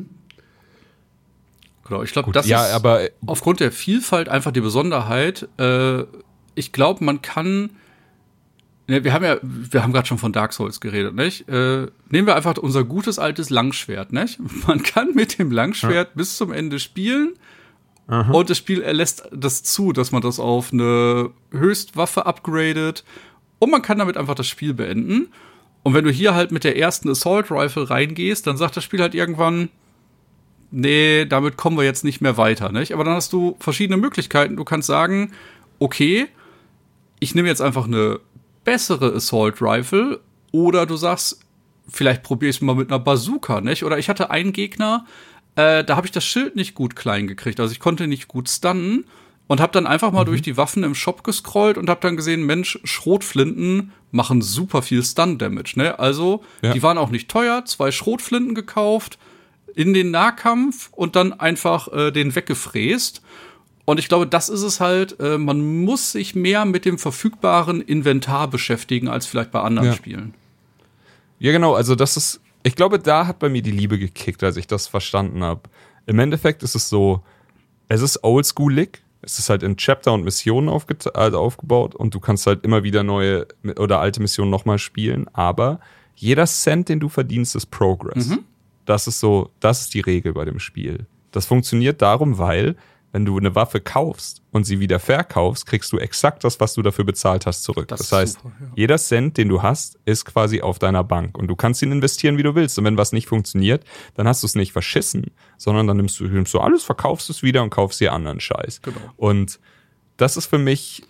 Genau, ich glaube, das ist aber aufgrund der Vielfalt einfach die Besonderheit. Ich glaube, man kann wir haben gerade schon von Dark Souls geredet, nicht? Nehmen wir einfach unser gutes altes Langschwert, nicht? Man kann mit dem Langschwert bis zum Ende spielen. Aha. Und das Spiel lässt das zu, dass man das auf eine Höchstwaffe upgradet. Und man kann damit einfach das Spiel beenden. Und wenn du hier halt mit der ersten Assault Rifle reingehst, dann sagt das Spiel halt irgendwann, nee, damit kommen wir jetzt nicht mehr weiter, nicht? Aber dann hast du verschiedene Möglichkeiten. Du kannst sagen, okay, ich nehme jetzt einfach eine bessere Assault Rifle, oder du sagst, vielleicht probier ich es mal mit einer Bazooka, nicht? Oder ich hatte einen Gegner, da habe ich das Schild nicht gut klein gekriegt, also ich konnte nicht gut stunnen und habe dann einfach mal durch die Waffen im Shop gescrollt und habe dann gesehen, Mensch, Schrotflinten machen super viel Stun-Damage, ne? Also, die waren auch nicht teuer, 2 Schrotflinten gekauft, in den Nahkampf und dann einfach den weggefräst. Und ich glaube, das ist es halt, man muss sich mehr mit dem verfügbaren Inventar beschäftigen, als vielleicht bei anderen Spielen. Ja, genau, also das ist, ich glaube, da hat bei mir die Liebe gekickt, als ich das verstanden habe. Im Endeffekt ist es so, es ist oldschoolig, es ist halt in Chapter und Missionen aufgebaut und du kannst halt immer wieder neue oder alte Missionen nochmal spielen, aber jeder Cent, den du verdienst, ist Progress. Das ist die Regel bei dem Spiel. Das funktioniert darum, weil wenn du eine Waffe kaufst und sie wieder verkaufst, kriegst du exakt das, was du dafür bezahlt hast, zurück. Das heißt, super, ja. Jeder Cent, den du hast, ist quasi auf deiner Bank und du kannst ihn investieren, wie du willst. Und wenn was nicht funktioniert, dann hast du es nicht verschissen, sondern dann nimmst du alles, verkaufst es wieder und kaufst dir anderen Scheiß. Genau. Und das ist für mich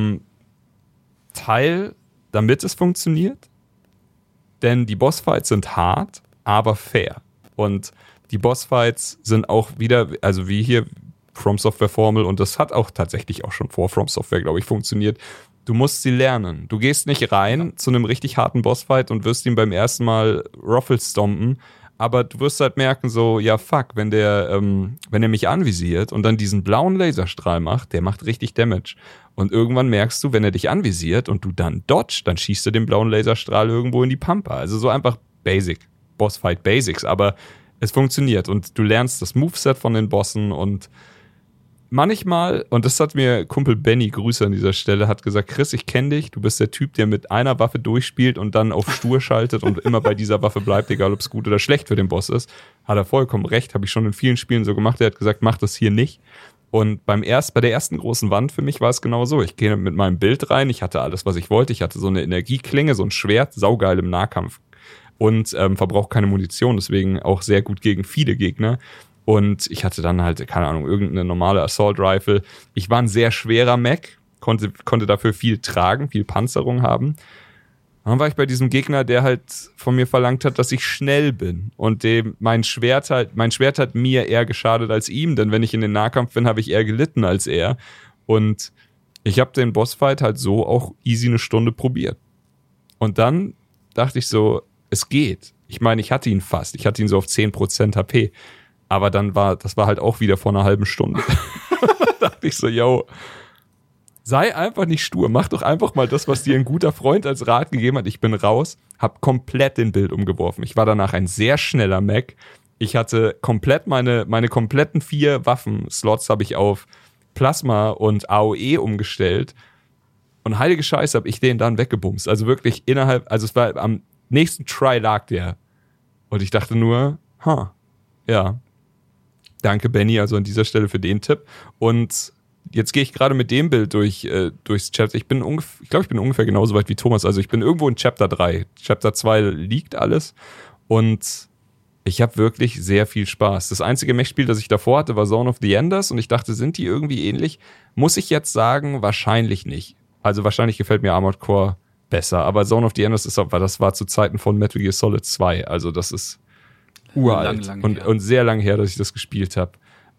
Teil, damit es funktioniert. Denn die Bossfights sind hart, aber fair. Und die Bossfights sind auch wieder, also wie hier From Software Formel, und das hat auch tatsächlich auch schon vor From Software, glaube ich, funktioniert. Du musst sie lernen. Du gehst nicht rein zu einem richtig harten Bossfight und wirst ihn beim ersten Mal Ruffles stompen, aber du wirst halt merken so, ja fuck, wenn der mich anvisiert und dann diesen blauen Laserstrahl macht, der macht richtig Damage. Und irgendwann merkst du, wenn er dich anvisiert und du dann dodgst, dann schießt er den blauen Laserstrahl irgendwo in die Pampa. Also so einfach Basic, Bossfight Basics, aber es funktioniert und du lernst das Moveset von den Bossen und manchmal, und das hat mir Kumpel Benny, Grüße an dieser Stelle, hat gesagt, Chris, ich kenne dich, du bist der Typ, der mit einer Waffe durchspielt und dann auf stur schaltet und immer bei dieser Waffe bleibt, egal ob es gut oder schlecht für den Boss ist. Hat er vollkommen recht, habe ich schon in vielen Spielen so gemacht. Er hat gesagt, mach das hier nicht. Und bei der ersten großen Wand für mich war es genau so. Ich gehe mit meinem Bild rein, ich hatte alles, was ich wollte. Ich hatte so eine Energieklinge, so ein Schwert, saugeil im Nahkampf und verbraucht keine Munition, deswegen auch sehr gut gegen viele Gegner. Und ich hatte dann halt, keine Ahnung, irgendeine normale Assault Rifle. Ich war ein sehr schwerer Mech, konnte dafür viel tragen, viel Panzerung haben. Dann war ich bei diesem Gegner, der halt von mir verlangt hat, dass ich schnell bin. Und mein Schwert hat mir eher geschadet als ihm, denn wenn ich in den Nahkampf bin, habe ich eher gelitten als er. Und ich habe den Bossfight halt so auch easy eine Stunde probiert. Und dann dachte ich so, es geht. Ich meine, ich hatte ihn fast. Ich hatte ihn so auf 10% HP. Aber das war halt auch wieder vor einer halben Stunde. Da dachte ich so, yo, sei einfach nicht stur. Mach doch einfach mal das, was dir ein guter Freund als Rat gegeben hat. Ich bin raus, hab komplett den Bild umgeworfen. Ich war danach ein sehr schneller Mech. Ich hatte komplett meine kompletten 4 Waffenslots habe ich auf Plasma und AOE umgestellt. Und heilige Scheiße, habe ich den dann weggebumst. Also wirklich es war am nächsten Try lag der. Und ich dachte nur, ja. Danke, Benny, also an dieser Stelle für den Tipp. Und jetzt gehe ich gerade mit dem Bild durchs Chapter. Ich glaube, ich bin ungefähr genauso weit wie Thomas. Also ich bin irgendwo in Chapter 3. Chapter 2 liegt alles. Und ich habe wirklich sehr viel Spaß. Das einzige Mech-Spiel, das ich davor hatte, war Zone of the Enders. Und ich dachte, sind die irgendwie ähnlich? Muss ich jetzt sagen, wahrscheinlich nicht. Also wahrscheinlich gefällt mir Armored Core besser. Aber Zone of the Enders das war zu Zeiten von Metal Gear Solid 2. Also das ist uralt und sehr lang her, dass ich das gespielt habe.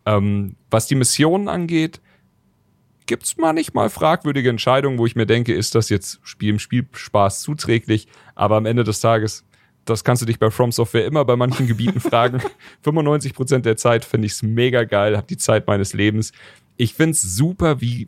Was die Missionen angeht, gibt's manchmal fragwürdige Entscheidungen, wo ich mir denke, ist das jetzt im Spielspaß zuträglich? Aber am Ende des Tages, das kannst du dich bei From Software immer bei manchen Gebieten fragen. 95% der Zeit finde ich es mega geil, habe die Zeit meines Lebens. Ich finde es super, wie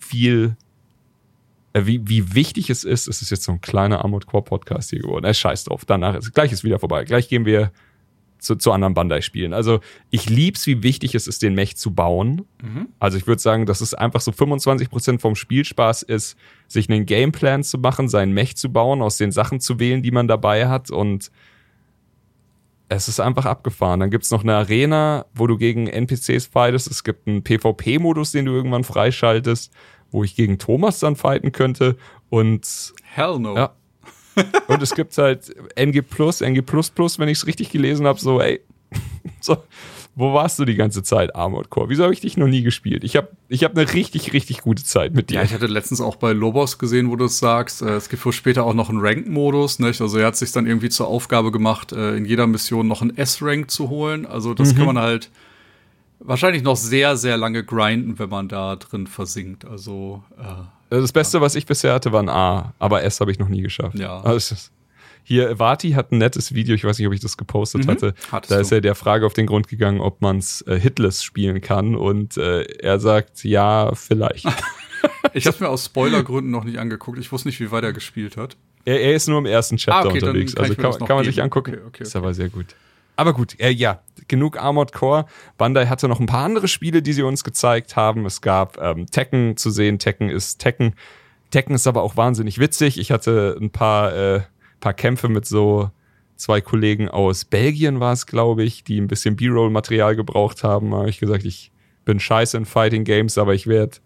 wichtig es ist. Es ist jetzt so ein kleiner Armored Core Podcast hier geworden. Scheiß drauf. Gleich ist wieder vorbei. Gleich gehen wir zu anderen Bandai-Spielen. Also ich lieb's, wie wichtig es ist, den Mech zu bauen. Mhm. Also ich würde sagen, dass es einfach so 25% vom Spielspaß ist, sich einen Gameplan zu machen, seinen Mech zu bauen, aus den Sachen zu wählen, die man dabei hat, und es ist einfach abgefahren. Dann gibt's noch eine Arena, wo du gegen NPCs fightest. Es gibt einen PvP-Modus, den du irgendwann freischaltest, wo ich gegen Thomas dann fighten könnte, und Hell no. Ja. Und es gibt halt NG+, wenn ich es richtig gelesen habe, so, ey, so, wo warst du die ganze Zeit, Armored Core? Wieso habe ich dich noch nie gespielt? Ich hab eine richtig, richtig gute Zeit mit dir. Ja, ich hatte letztens auch bei Lobos gesehen, wo du es sagst, es gibt wohl später auch noch einen Rank-Modus, nicht? Also er hat sich dann irgendwie zur Aufgabe gemacht, in jeder Mission noch einen S-Rank zu holen. Also das kann man halt wahrscheinlich noch sehr, sehr lange grinden, wenn man da drin versinkt. Also das Beste, was ich bisher hatte, war ein A, aber S habe ich noch nie geschafft. Ja. Also hier, Vati hat ein nettes Video, ich weiß nicht, ob ich das gepostet hatte. Da ist er der Frage auf den Grund gegangen, ob man es hitless spielen kann, und er sagt, ja, vielleicht. Ich habe mir aus Spoilergründen noch nicht angeguckt. Ich wusste nicht, wie weit er gespielt hat. Er ist nur im ersten Chapter unterwegs, also kann man sich angucken. Okay. Ist aber sehr gut. Aber gut, ja, genug Armored Core. Bandai hatte noch ein paar andere Spiele, die sie uns gezeigt haben. Es gab Tekken zu sehen. Tekken ist aber auch wahnsinnig witzig. Ich hatte ein paar Kämpfe mit so 2 Kollegen aus Belgien, war es, glaube ich, die ein bisschen B-Roll-Material gebraucht haben. Da habe ich gesagt, ich bin scheiße in Fighting Games, aber ich werd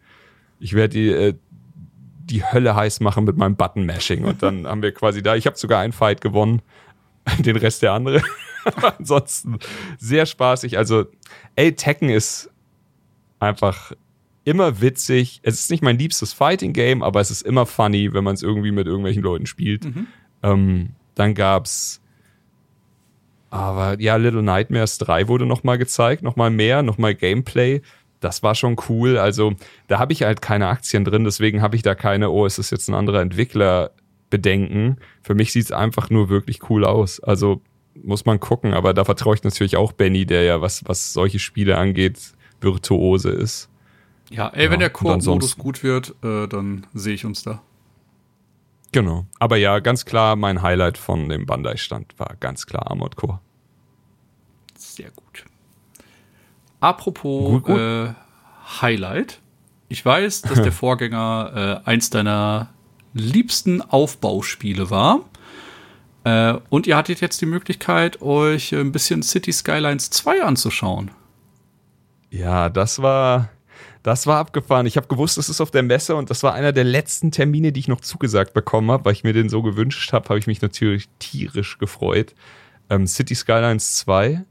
die Hölle heiß machen mit meinem Button-Mashing. Und dann haben wir quasi ich habe sogar einen Fight gewonnen, den Rest der andere. Aber ansonsten sehr spaßig. Also, Tekken ist einfach immer witzig. Es ist nicht mein liebstes Fighting-Game, aber es ist immer funny, wenn man es irgendwie mit irgendwelchen Leuten spielt. Dann gab's Little Nightmares 3 wurde nochmal gezeigt, nochmal mehr, nochmal Gameplay. Das war schon cool. Also da habe ich halt keine Aktien drin, deswegen habe ich da keine, es ist jetzt ein anderer Entwickler, Bedenken. Für mich sieht es einfach nur wirklich cool aus. Also muss man gucken, aber da vertraue ich natürlich auch Benny, der ja, was solche Spiele angeht, Virtuose ist. Ja, wenn der Koop-Modus gut wird, dann sehe ich uns da. Genau. Aber ja, ganz klar, mein Highlight von dem Bandai-Stand war ganz klar Armored Core. Sehr gut. Apropos gut. Highlight. Ich weiß, dass der Vorgänger eins deiner liebsten Aufbauspiele war. Und ihr hattet jetzt die Möglichkeit, euch ein bisschen City Skylines 2 anzuschauen. Ja, das war abgefahren. Ich habe gewusst, das ist auf der Messe und das war einer der letzten Termine, die ich noch zugesagt bekommen habe, weil ich mir den so gewünscht habe ich mich natürlich tierisch gefreut. City Skylines 2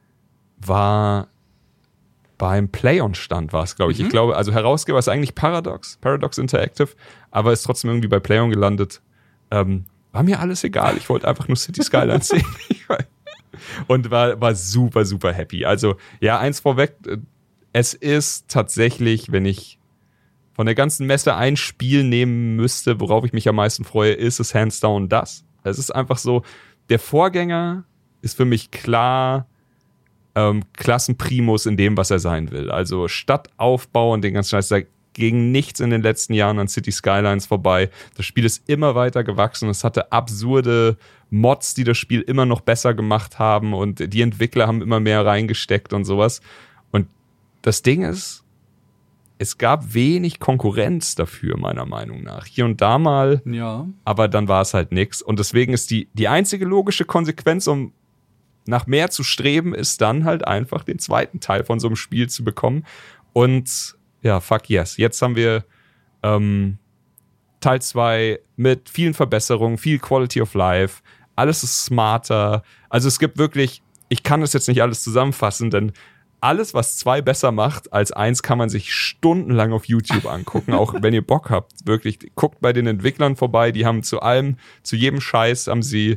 war beim Play-On-Stand war es, glaube ich. Ich glaube, also Herausgeber ist eigentlich Paradox Interactive, aber ist trotzdem irgendwie bei Play-On gelandet. War mir alles egal. Ich wollte einfach nur City Skylines sehen. Und war super, super happy. Also, ja, eins vorweg, es ist tatsächlich, wenn ich von der ganzen Messe ein Spiel nehmen müsste, worauf ich mich am meisten freue, ist es hands down das. Es ist einfach so, der Vorgänger ist für mich klar Klassenprimus in dem, was er sein will. Also Stadtaufbau und den ganzen Scheiß, da ging nichts in den letzten Jahren an City Skylines vorbei. Das Spiel ist immer weiter gewachsen. Es hatte absurde Mods, die das Spiel immer noch besser gemacht haben und die Entwickler haben immer mehr reingesteckt und sowas. Und das Ding ist, es gab wenig Konkurrenz dafür, meiner Meinung nach. Hier und da mal, ja. Aber dann war es halt nix. Und deswegen ist die einzige logische Konsequenz, um nach mehr zu streben, ist dann halt einfach den zweiten Teil von so einem Spiel zu bekommen. Und ja, fuck yes. Jetzt haben wir Teil 2 mit vielen Verbesserungen, viel Quality of Life. Alles ist smarter. Also es gibt wirklich, ich kann das jetzt nicht alles zusammenfassen, denn alles, was 2 besser macht als 1, kann man sich stundenlang auf YouTube angucken. Auch wenn ihr Bock habt, wirklich, guckt bei den Entwicklern vorbei. Die haben zu jedem Scheiß haben sie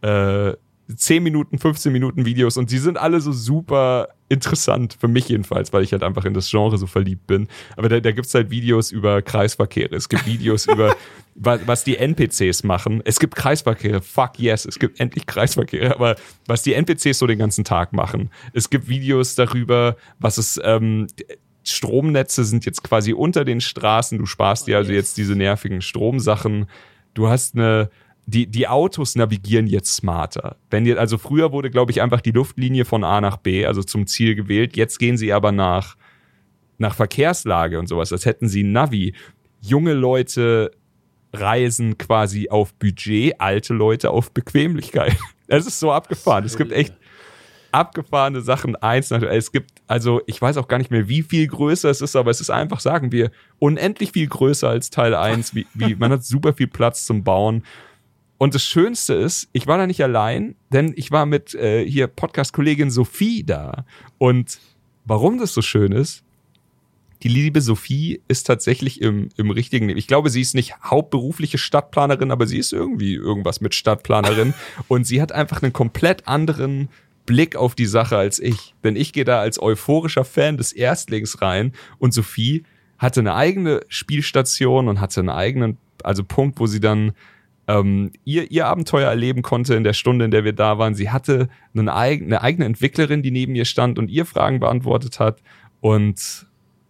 10 Minuten, 15 Minuten Videos und die sind alle so super interessant, für mich jedenfalls, weil ich halt einfach in das Genre so verliebt bin. Aber da gibt's halt Videos über Kreisverkehre, es gibt Videos über, was die NPCs machen. Es gibt Kreisverkehre, fuck yes, es gibt endlich Kreisverkehre, aber was die NPCs so den ganzen Tag machen. Es gibt Videos darüber, was es, Stromnetze sind jetzt quasi unter den Straßen, du sparst dir also jetzt diese nervigen Stromsachen. Du hast die Autos navigieren jetzt smarter. Also früher wurde, glaube ich, einfach die Luftlinie von A nach B, also zum Ziel gewählt. Jetzt gehen sie aber nach Verkehrslage und sowas, als hätten sie ein Navi. Junge Leute reisen quasi auf Budget, alte Leute auf Bequemlichkeit. Es ist so abgefahren. Es gibt echt abgefahrene Sachen. Es gibt, also ich weiß auch gar nicht mehr, wie viel größer es ist, aber es ist einfach, sagen wir, unendlich viel größer als Teil 1. Man hat super viel Platz zum Bauen. Und das Schönste ist, ich war da nicht allein, denn ich war mit hier Podcast-Kollegin Sophie da. Und warum das so schön ist, die liebe Sophie ist tatsächlich im richtigen Leben. Ich glaube, sie ist nicht hauptberufliche Stadtplanerin, aber sie ist irgendwie irgendwas mit Stadtplanerin. Und sie hat einfach einen komplett anderen Blick auf die Sache als ich. Denn ich gehe da als euphorischer Fan des Erstlings rein und Sophie hatte eine eigene Spielstation und hatte einen eigenen, also Punkt, wo sie dann ihr Abenteuer erleben konnte in der Stunde, in der wir da waren. Sie hatte eine eigene Entwicklerin, die neben ihr stand und ihr Fragen beantwortet hat. Und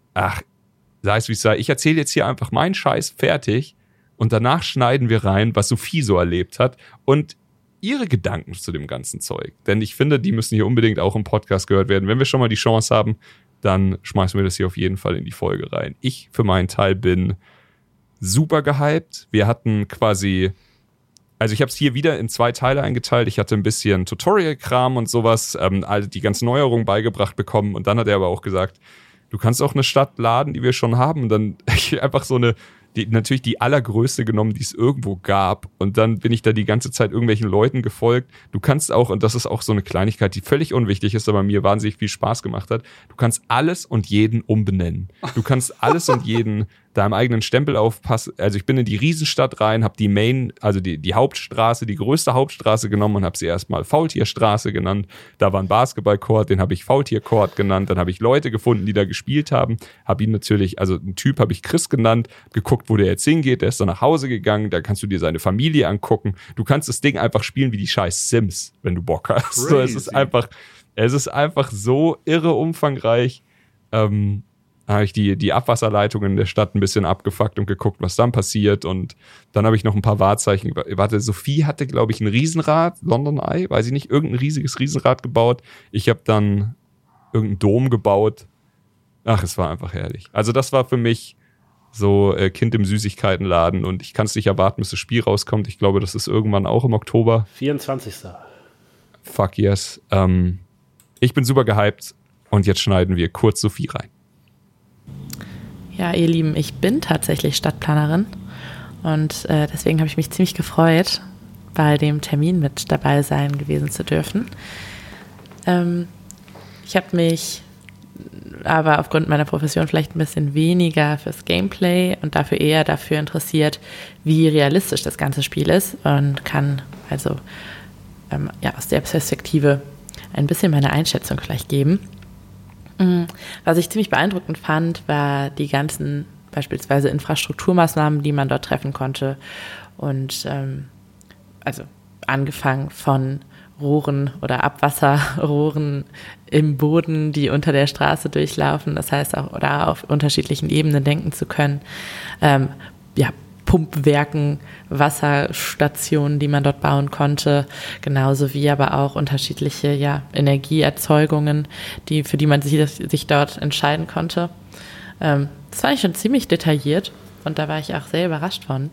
sei es wie es sei, ich erzähle jetzt hier einfach meinen Scheiß fertig und danach schneiden wir rein, was Sophie so erlebt hat und ihre Gedanken zu dem ganzen Zeug. Denn ich finde, die müssen hier unbedingt auch im Podcast gehört werden. Wenn wir schon mal die Chance haben, dann schmeißen wir das hier auf jeden Fall in die Folge rein. Ich für meinen Teil bin super gehypt. Wir hatten quasi, also ich habe es hier wieder in 2 Teile eingeteilt. Ich hatte ein bisschen Tutorial-Kram und sowas, die ganzen Neuerungen beigebracht bekommen. Und dann hat er aber auch gesagt, du kannst auch eine Stadt laden, die wir schon haben. Und dann einfach so natürlich die allergrößte genommen, die es irgendwo gab. Und dann bin ich da die ganze Zeit irgendwelchen Leuten gefolgt. Du kannst auch, und das ist auch so eine Kleinigkeit, die völlig unwichtig ist, aber mir wahnsinnig viel Spaß gemacht hat, du kannst alles und jeden umbenennen. Du kannst alles und jeden deinem eigenen Stempel aufpassen. Also ich bin in die Riesenstadt rein, habe die Main, also die Hauptstraße, die größte Hauptstraße genommen und habe sie erstmal Faultierstraße genannt. Da war ein Basketballcourt, den habe ich Faultiercourt genannt. Dann habe ich Leute gefunden, die da gespielt haben. Habe ihn natürlich, also einen Typ habe ich Chris genannt, geguckt, wo der jetzt hingeht. Der ist dann nach Hause gegangen. Da kannst du dir seine Familie angucken. Du kannst das Ding einfach spielen wie die scheiß Sims, wenn du Bock hast. So, es ist einfach so irre umfangreich. Da habe ich die Abwasserleitungen in der Stadt ein bisschen abgefuckt und geguckt, was dann passiert. Und dann habe ich noch ein paar Wahrzeichen. Warte, Sophie hatte, glaube ich, ein Riesenrad, London Eye, weiß ich nicht, irgendein riesiges Riesenrad gebaut. Ich habe dann irgendeinen Dom gebaut. Ach, es war einfach herrlich. Also das war für mich so Kind im Süßigkeitenladen. Und ich kann es nicht erwarten, bis das Spiel rauskommt. Ich glaube, das ist irgendwann auch im Oktober. 24. Fuck yes. Ich bin super gehypt. Und jetzt schneiden wir kurz Sophie rein. Ja, ihr Lieben, ich bin tatsächlich Stadtplanerin und deswegen habe ich mich ziemlich gefreut, bei dem Termin mit dabei sein gewesen zu dürfen. Ich habe mich aber aufgrund meiner Profession vielleicht ein bisschen weniger fürs Gameplay und dafür eher dafür interessiert, wie realistisch das ganze Spiel ist und kann also aus der Perspektive ein bisschen meine Einschätzung vielleicht geben. Was ich ziemlich beeindruckend fand, war die ganzen beispielsweise Infrastrukturmaßnahmen, die man dort treffen konnte. Und also angefangen von Rohren oder Abwasserrohren im Boden, die unter der Straße durchlaufen. Das heißt auch, oder auf unterschiedlichen Ebenen denken zu können. Pumpwerken, Wasserstationen, die man dort bauen konnte, genauso wie aber auch unterschiedliche Energieerzeugungen, für die man sich dort entscheiden konnte. Das fand ich schon ziemlich detailliert und da war ich auch sehr überrascht von.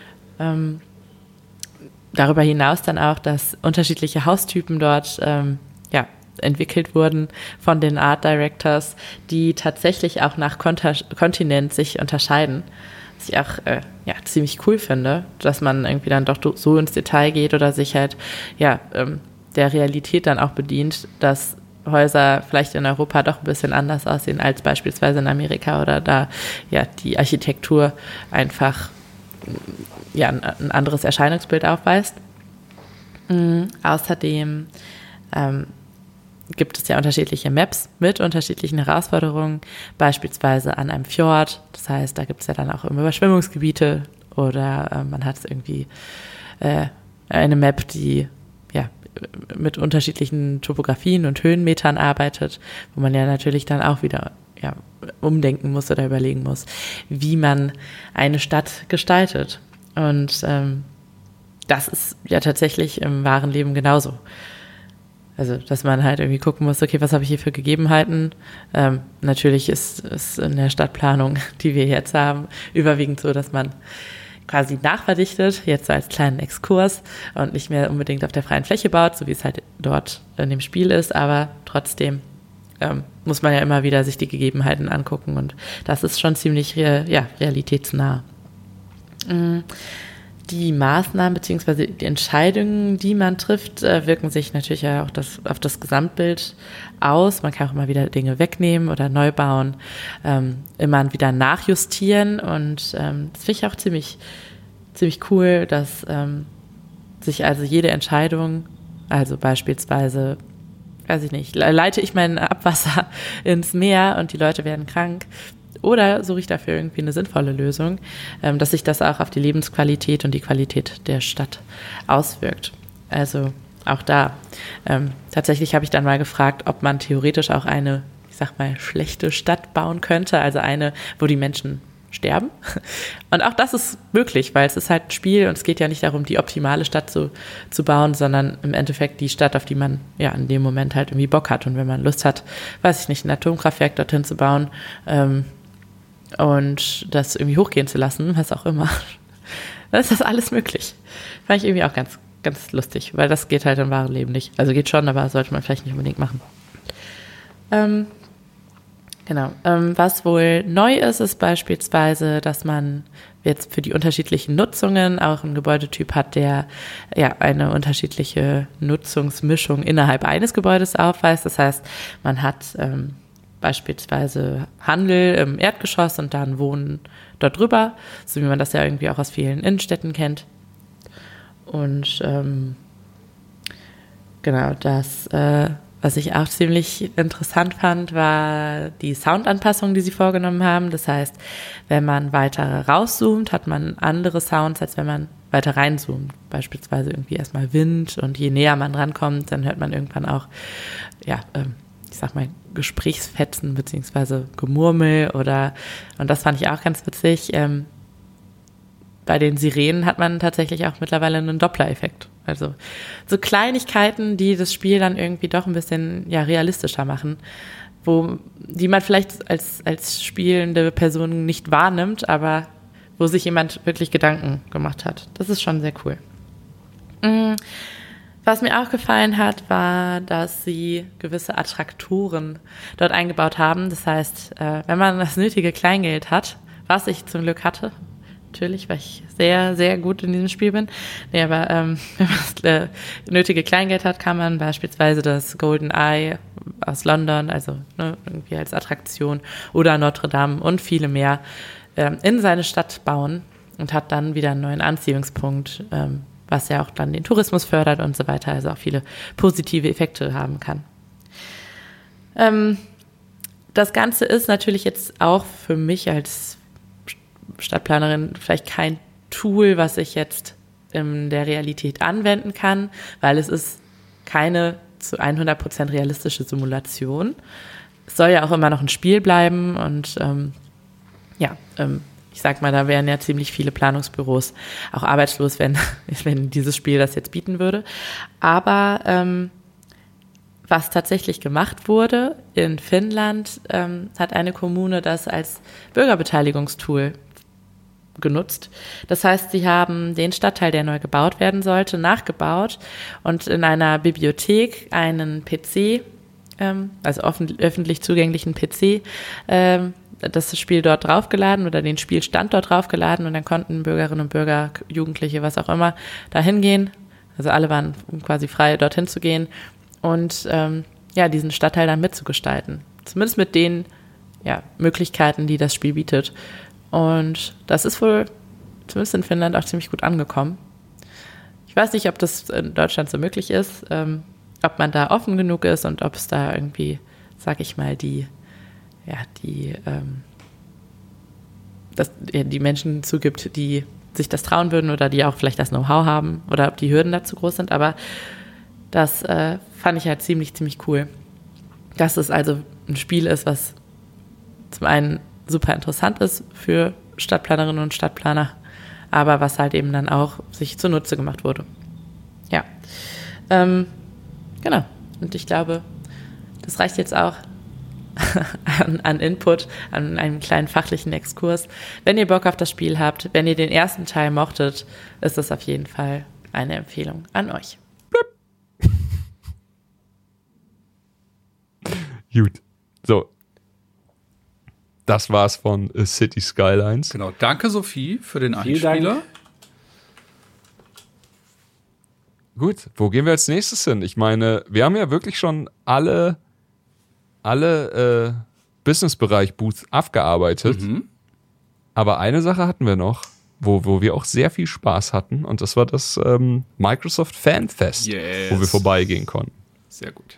Darüber hinaus dann auch, dass unterschiedliche Haustypen dort entwickelt wurden von den Art Directors, die tatsächlich auch nach Kontinent sich unterscheiden. Was ich auch ziemlich cool finde, dass man irgendwie dann doch so ins Detail geht oder sich halt der Realität dann auch bedient, dass Häuser vielleicht in Europa doch ein bisschen anders aussehen als beispielsweise in Amerika oder da die Architektur einfach ein anderes Erscheinungsbild aufweist. Außerdem gibt es ja unterschiedliche Maps mit unterschiedlichen Herausforderungen, beispielsweise an einem Fjord. Das heißt, da gibt es ja dann auch Überschwemmungsgebiete oder man hat irgendwie eine Map, die mit unterschiedlichen Topografien und Höhenmetern arbeitet, wo man ja natürlich dann auch wieder umdenken muss oder überlegen muss, wie man eine Stadt gestaltet. Und das ist ja tatsächlich im wahren Leben genauso. Also, dass man halt irgendwie gucken muss, okay, was habe ich hier für Gegebenheiten? Natürlich ist in der Stadtplanung, die wir jetzt haben, überwiegend so, dass man quasi nachverdichtet, jetzt so als kleinen Exkurs und nicht mehr unbedingt auf der freien Fläche baut, so wie es halt dort in dem Spiel ist, aber trotzdem muss man ja immer wieder sich die Gegebenheiten angucken und das ist schon ziemlich realitätsnah. Die Maßnahmen bzw. die Entscheidungen, die man trifft, wirken sich natürlich ja auch auf das Gesamtbild aus. Man kann auch immer wieder Dinge wegnehmen oder neu bauen, immer wieder nachjustieren und das finde ich auch ziemlich cool, dass sich also jede Entscheidung, also beispielsweise, weiß ich nicht, leite ich mein Abwasser ins Meer und die Leute werden krank, oder suche ich dafür irgendwie eine sinnvolle Lösung, dass sich das auch auf die Lebensqualität und die Qualität der Stadt auswirkt. Also auch da. Tatsächlich habe ich dann mal gefragt, ob man theoretisch auch eine, ich sag mal, schlechte Stadt bauen könnte, also eine, wo die Menschen sterben. Und auch das ist möglich, weil es ist halt ein Spiel und es geht ja nicht darum, die optimale Stadt zu bauen, sondern im Endeffekt die Stadt, auf die man in dem Moment halt irgendwie Bock hat. Und wenn man Lust hat, weiß ich nicht, ein Atomkraftwerk dorthin zu bauen, und das irgendwie hochgehen zu lassen, was auch immer, dann ist das alles möglich. Fand ich irgendwie auch ganz, ganz lustig, weil das geht halt im wahren Leben nicht. Also geht schon, aber sollte man vielleicht nicht unbedingt machen. Genau. Was wohl neu ist beispielsweise, dass man jetzt für die unterschiedlichen Nutzungen auch einen Gebäudetyp hat, der ja eine unterschiedliche Nutzungsmischung innerhalb eines Gebäudes aufweist. Das heißt, man hat beispielsweise Handel im Erdgeschoss und dann Wohnen dort drüber, so wie man das ja irgendwie auch aus vielen Innenstädten kennt. Und genau, das was ich auch ziemlich interessant fand, war die Soundanpassung, die sie vorgenommen haben. Das heißt, wenn man weiter rauszoomt, hat man andere Sounds, als wenn man weiter reinzoomt. Beispielsweise irgendwie erstmal Wind und je näher man rankommt, dann hört man irgendwann auch, ich sag mal, Gesprächsfetzen beziehungsweise Gemurmel und das fand ich auch ganz witzig. Bei den Sirenen hat man tatsächlich auch mittlerweile einen Doppler-Effekt. Also so Kleinigkeiten, die das Spiel dann irgendwie doch ein bisschen realistischer machen, die man vielleicht als spielende Person nicht wahrnimmt, aber wo sich jemand wirklich Gedanken gemacht hat. Das ist schon sehr cool. Was mir auch gefallen hat, war, dass sie gewisse Attraktoren dort eingebaut haben. Das heißt, wenn man das nötige Kleingeld hat, was ich zum Glück hatte, natürlich, weil ich sehr, sehr gut in diesem Spiel bin. Nee, aber wenn man das nötige Kleingeld hat, kann man beispielsweise das Golden Eye aus London, also irgendwie als Attraktion, oder Notre Dame und viele mehr in seine Stadt bauen und hat dann wieder einen neuen Anziehungspunkt, was ja auch dann den Tourismus fördert und so weiter, also auch viele positive Effekte haben kann. Das Ganze ist natürlich jetzt auch für mich als Stadtplanerin vielleicht kein Tool, was ich jetzt in der Realität anwenden kann, weil es ist keine zu 100% realistische Simulation. Es soll ja auch immer noch ein Spiel bleiben und ich sag mal, da wären ja ziemlich viele Planungsbüros auch arbeitslos, wenn dieses Spiel das jetzt bieten würde. Aber was tatsächlich gemacht wurde in Finnland, hat eine Kommune das als Bürgerbeteiligungstool genutzt. Das heißt, sie haben den Stadtteil, der neu gebaut werden sollte, nachgebaut und in einer Bibliothek einen PC, also öffentlich zugänglichen PC, das Spiel dort draufgeladen oder den Spielstand dort draufgeladen und dann konnten Bürgerinnen und Bürger, Jugendliche, was auch immer, da hingehen. Also alle waren quasi frei, dorthin zu gehen und diesen Stadtteil dann mitzugestalten. Zumindest mit den Möglichkeiten, die das Spiel bietet. Und das ist wohl zumindest in Finnland auch ziemlich gut angekommen. Ich weiß nicht, ob das in Deutschland so möglich ist, ob man da offen genug ist und ob es da irgendwie, sag ich mal, die Menschen zugibt, die sich das trauen würden oder die auch vielleicht das Know-how haben oder ob die Hürden dazu groß sind. Aber das fand ich halt ziemlich, ziemlich cool. Dass es also ein Spiel ist, was zum einen super interessant ist für Stadtplanerinnen und Stadtplaner, aber was halt eben dann auch sich zunutze gemacht wurde. Ja, genau. Und ich glaube, das reicht jetzt auch an Input, an einem kleinen fachlichen Exkurs. Wenn ihr Bock auf das Spiel habt, wenn ihr den ersten Teil mochtet, ist das auf jeden Fall eine Empfehlung an euch. Gut. So. Das war's von City Skylines. Genau. Danke, Sophie, für den Vielen Einspieler. Dank. Gut, wo gehen wir als nächstes hin? Ich meine, wir haben ja wirklich schon alle Businessbereich-Booths abgearbeitet. Aber eine Sache hatten wir noch, wo wir auch sehr viel Spaß hatten. Und das war das Microsoft Fanfest, wo wir vorbeigehen konnten. Sehr gut.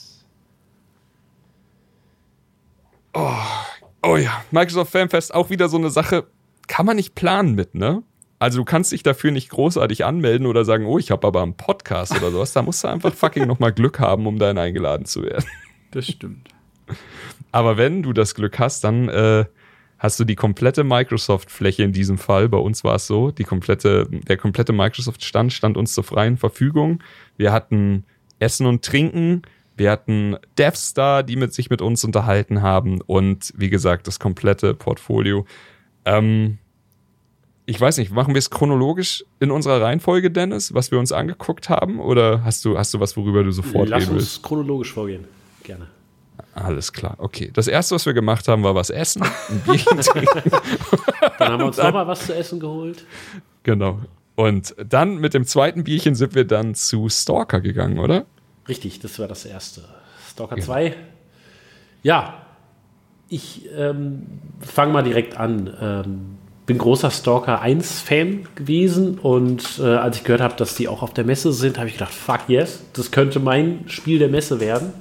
Oh ja, Microsoft Fanfest, auch wieder so eine Sache, kann man nicht planen mit, ne? Also du kannst dich dafür nicht großartig anmelden oder sagen, oh, ich habe aber einen Podcast oder sowas. Da musst du einfach fucking nochmal Glück haben, um dahin eingeladen zu werden. Das stimmt. Aber wenn du das Glück hast, dann hast du die komplette Microsoft-Fläche in diesem Fall. Bei uns war es so, der komplette Microsoft-Stand stand uns zur freien Verfügung. Wir hatten Essen und Trinken. Wir hatten Devs da, die sich mit uns unterhalten haben und wie gesagt, das komplette Portfolio. Ich weiß nicht, machen wir es chronologisch in unserer Reihenfolge, Dennis, was wir uns angeguckt haben? Oder hast du was, worüber du sofort reden willst? Lass uns chronologisch vorgehen, gerne. Alles klar, okay. Das erste, was wir gemacht haben, war was essen, ein Bierchen trinken. Dann haben wir uns nochmal was zu essen geholt. Genau. Und dann mit dem zweiten Bierchen sind wir dann zu Stalker gegangen, oder? Richtig, das war das erste. Stalker 2. Ja, ich fange mal direkt an. Bin großer Stalker 1-Fan gewesen und als ich gehört habe, dass die auch auf der Messe sind, habe ich gedacht, fuck yes, das könnte mein Spiel der Messe werden.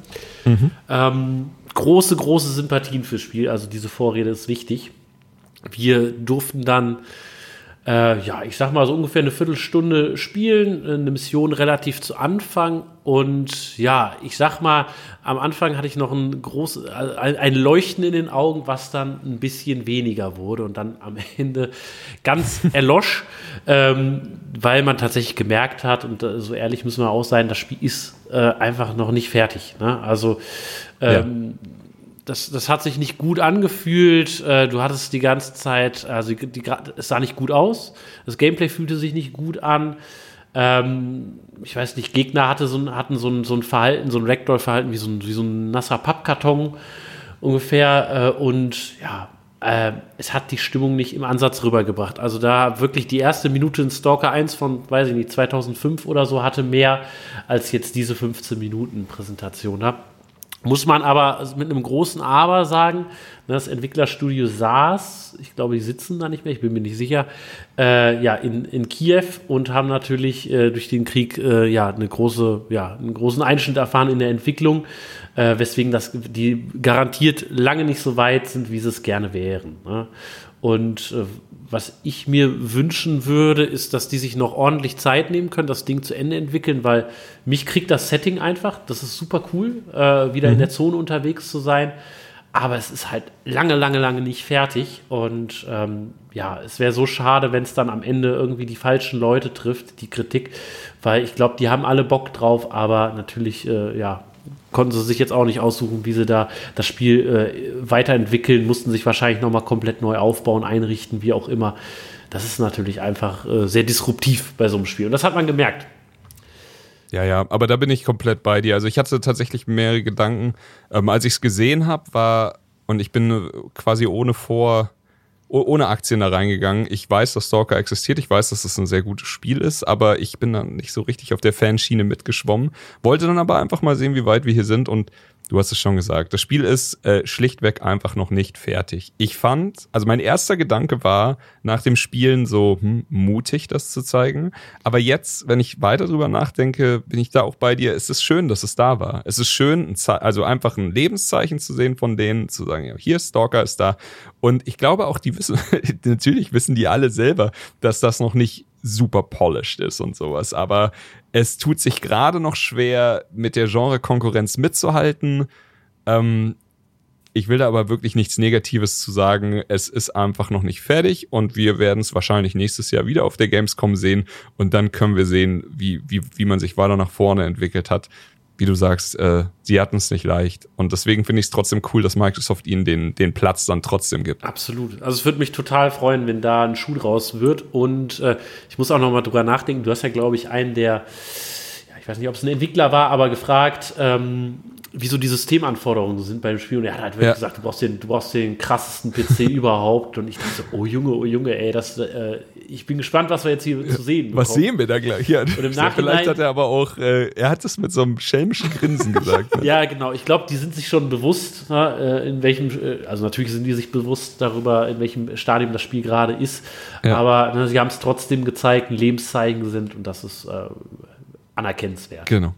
Große Sympathien fürs Spiel, also diese Vorrede ist wichtig. Wir durften dann ich sag mal so ungefähr eine Viertelstunde spielen, eine Mission relativ zu Anfang und ja, ich sag mal, am Anfang hatte ich noch ein Leuchten in den Augen, was dann ein bisschen weniger wurde und dann am Ende ganz erlosch, weil man tatsächlich gemerkt hat, und so ehrlich müssen wir auch sein, das Spiel ist einfach noch nicht fertig, ne? Also Das hat sich nicht gut angefühlt. Du hattest die ganze Zeit, also es sah nicht gut aus. Das Gameplay fühlte sich nicht gut an. Ich weiß nicht, Gegner hatten so ein Verhalten, so ein Ragdoll-Verhalten wie so ein nasser Pappkarton ungefähr. Es hat die Stimmung nicht im Ansatz rübergebracht. Also da wirklich die erste Minute in Stalker 1 von, weiß ich nicht, 2005 oder so hatte mehr als jetzt diese 15 Minuten Präsentation. Muss man aber mit einem großen Aber sagen, das Entwicklerstudio saß, ich glaube, die sitzen da nicht mehr, ich bin mir nicht sicher, in Kiew und haben natürlich durch den Krieg einen großen Einschnitt erfahren in der Entwicklung, weswegen die garantiert lange nicht so weit sind, wie sie es gerne wären. Ne? Und was ich mir wünschen würde, ist, dass die sich noch ordentlich Zeit nehmen können, das Ding zu Ende entwickeln, weil mich kriegt das Setting einfach, das ist super cool, wieder in der Zone unterwegs zu sein, aber es ist halt lange nicht fertig und es wäre so schade, wenn es dann am Ende irgendwie die falschen Leute trifft, die Kritik, weil ich glaube, die haben alle Bock drauf, aber natürlich, konnten sie sich jetzt auch nicht aussuchen, wie sie da das Spiel weiterentwickeln, mussten sich wahrscheinlich nochmal komplett neu aufbauen, einrichten, wie auch immer. Das ist natürlich einfach sehr disruptiv bei so einem Spiel. Und das hat man gemerkt. Ja, aber da bin ich komplett bei dir. Also ich hatte tatsächlich mehrere Gedanken. Als ich es gesehen habe, und ich bin quasi ohne Aktien da reingegangen. Ich weiß, dass Stalker existiert, ich weiß, dass es ein sehr gutes Spiel ist, aber ich bin dann nicht so richtig auf der Fanschiene mitgeschwommen. Wollte dann aber einfach mal sehen, wie weit wir hier sind und du hast es schon gesagt, das Spiel ist schlichtweg einfach noch nicht fertig. Also mein erster Gedanke war, nach dem Spielen so mutig, das zu zeigen. Aber jetzt, wenn ich weiter drüber nachdenke, bin ich da auch bei dir. Es ist schön, dass es da war. Es ist schön, also einfach ein Lebenszeichen zu sehen von denen, zu sagen, ja, hier, Stalker ist da. Und ich glaube auch, natürlich wissen die alle selber, dass das noch nicht super polished ist und sowas. Aber es tut sich gerade noch schwer, mit der Genre-Konkurrenz mitzuhalten. Ich will da aber wirklich nichts Negatives zu sagen. Es ist einfach noch nicht fertig und wir werden es wahrscheinlich nächstes Jahr wieder auf der Gamescom sehen und dann können wir sehen, wie man sich weiter nach vorne entwickelt hat. Wie du sagst, sie hatten es nicht leicht. Und deswegen finde ich es trotzdem cool, dass Microsoft ihnen den Platz dann trotzdem gibt. Absolut. Also es würde mich total freuen, wenn da ein Schuh draus wird. Und ich muss auch noch mal drüber nachdenken. Du hast ja, glaube ich, einen der, ich weiß nicht, ob es ein Entwickler war, aber gefragt, wieso die Systemanforderungen sind beim Spiel. Und er hat halt wirklich gesagt, du brauchst den krassesten PC überhaupt. Und ich dachte so, oh Junge, ey, ich bin gespannt, was wir jetzt hier zu sehen bekommen. Was sehen wir da gleich? Ja, und im Nachhinein, vielleicht hat er aber auch, er hat es mit so einem schelmischen Grinsen gesagt. Ne? Ja, genau. Ich glaube, die sind sich schon bewusst, in welchem, also natürlich sind die sich bewusst darüber, in welchem Stadium das Spiel gerade ist. Ja. Aber sie haben es trotzdem gezeigt, ein Lebenszeichen sind und das ist anerkennenswert. Genau.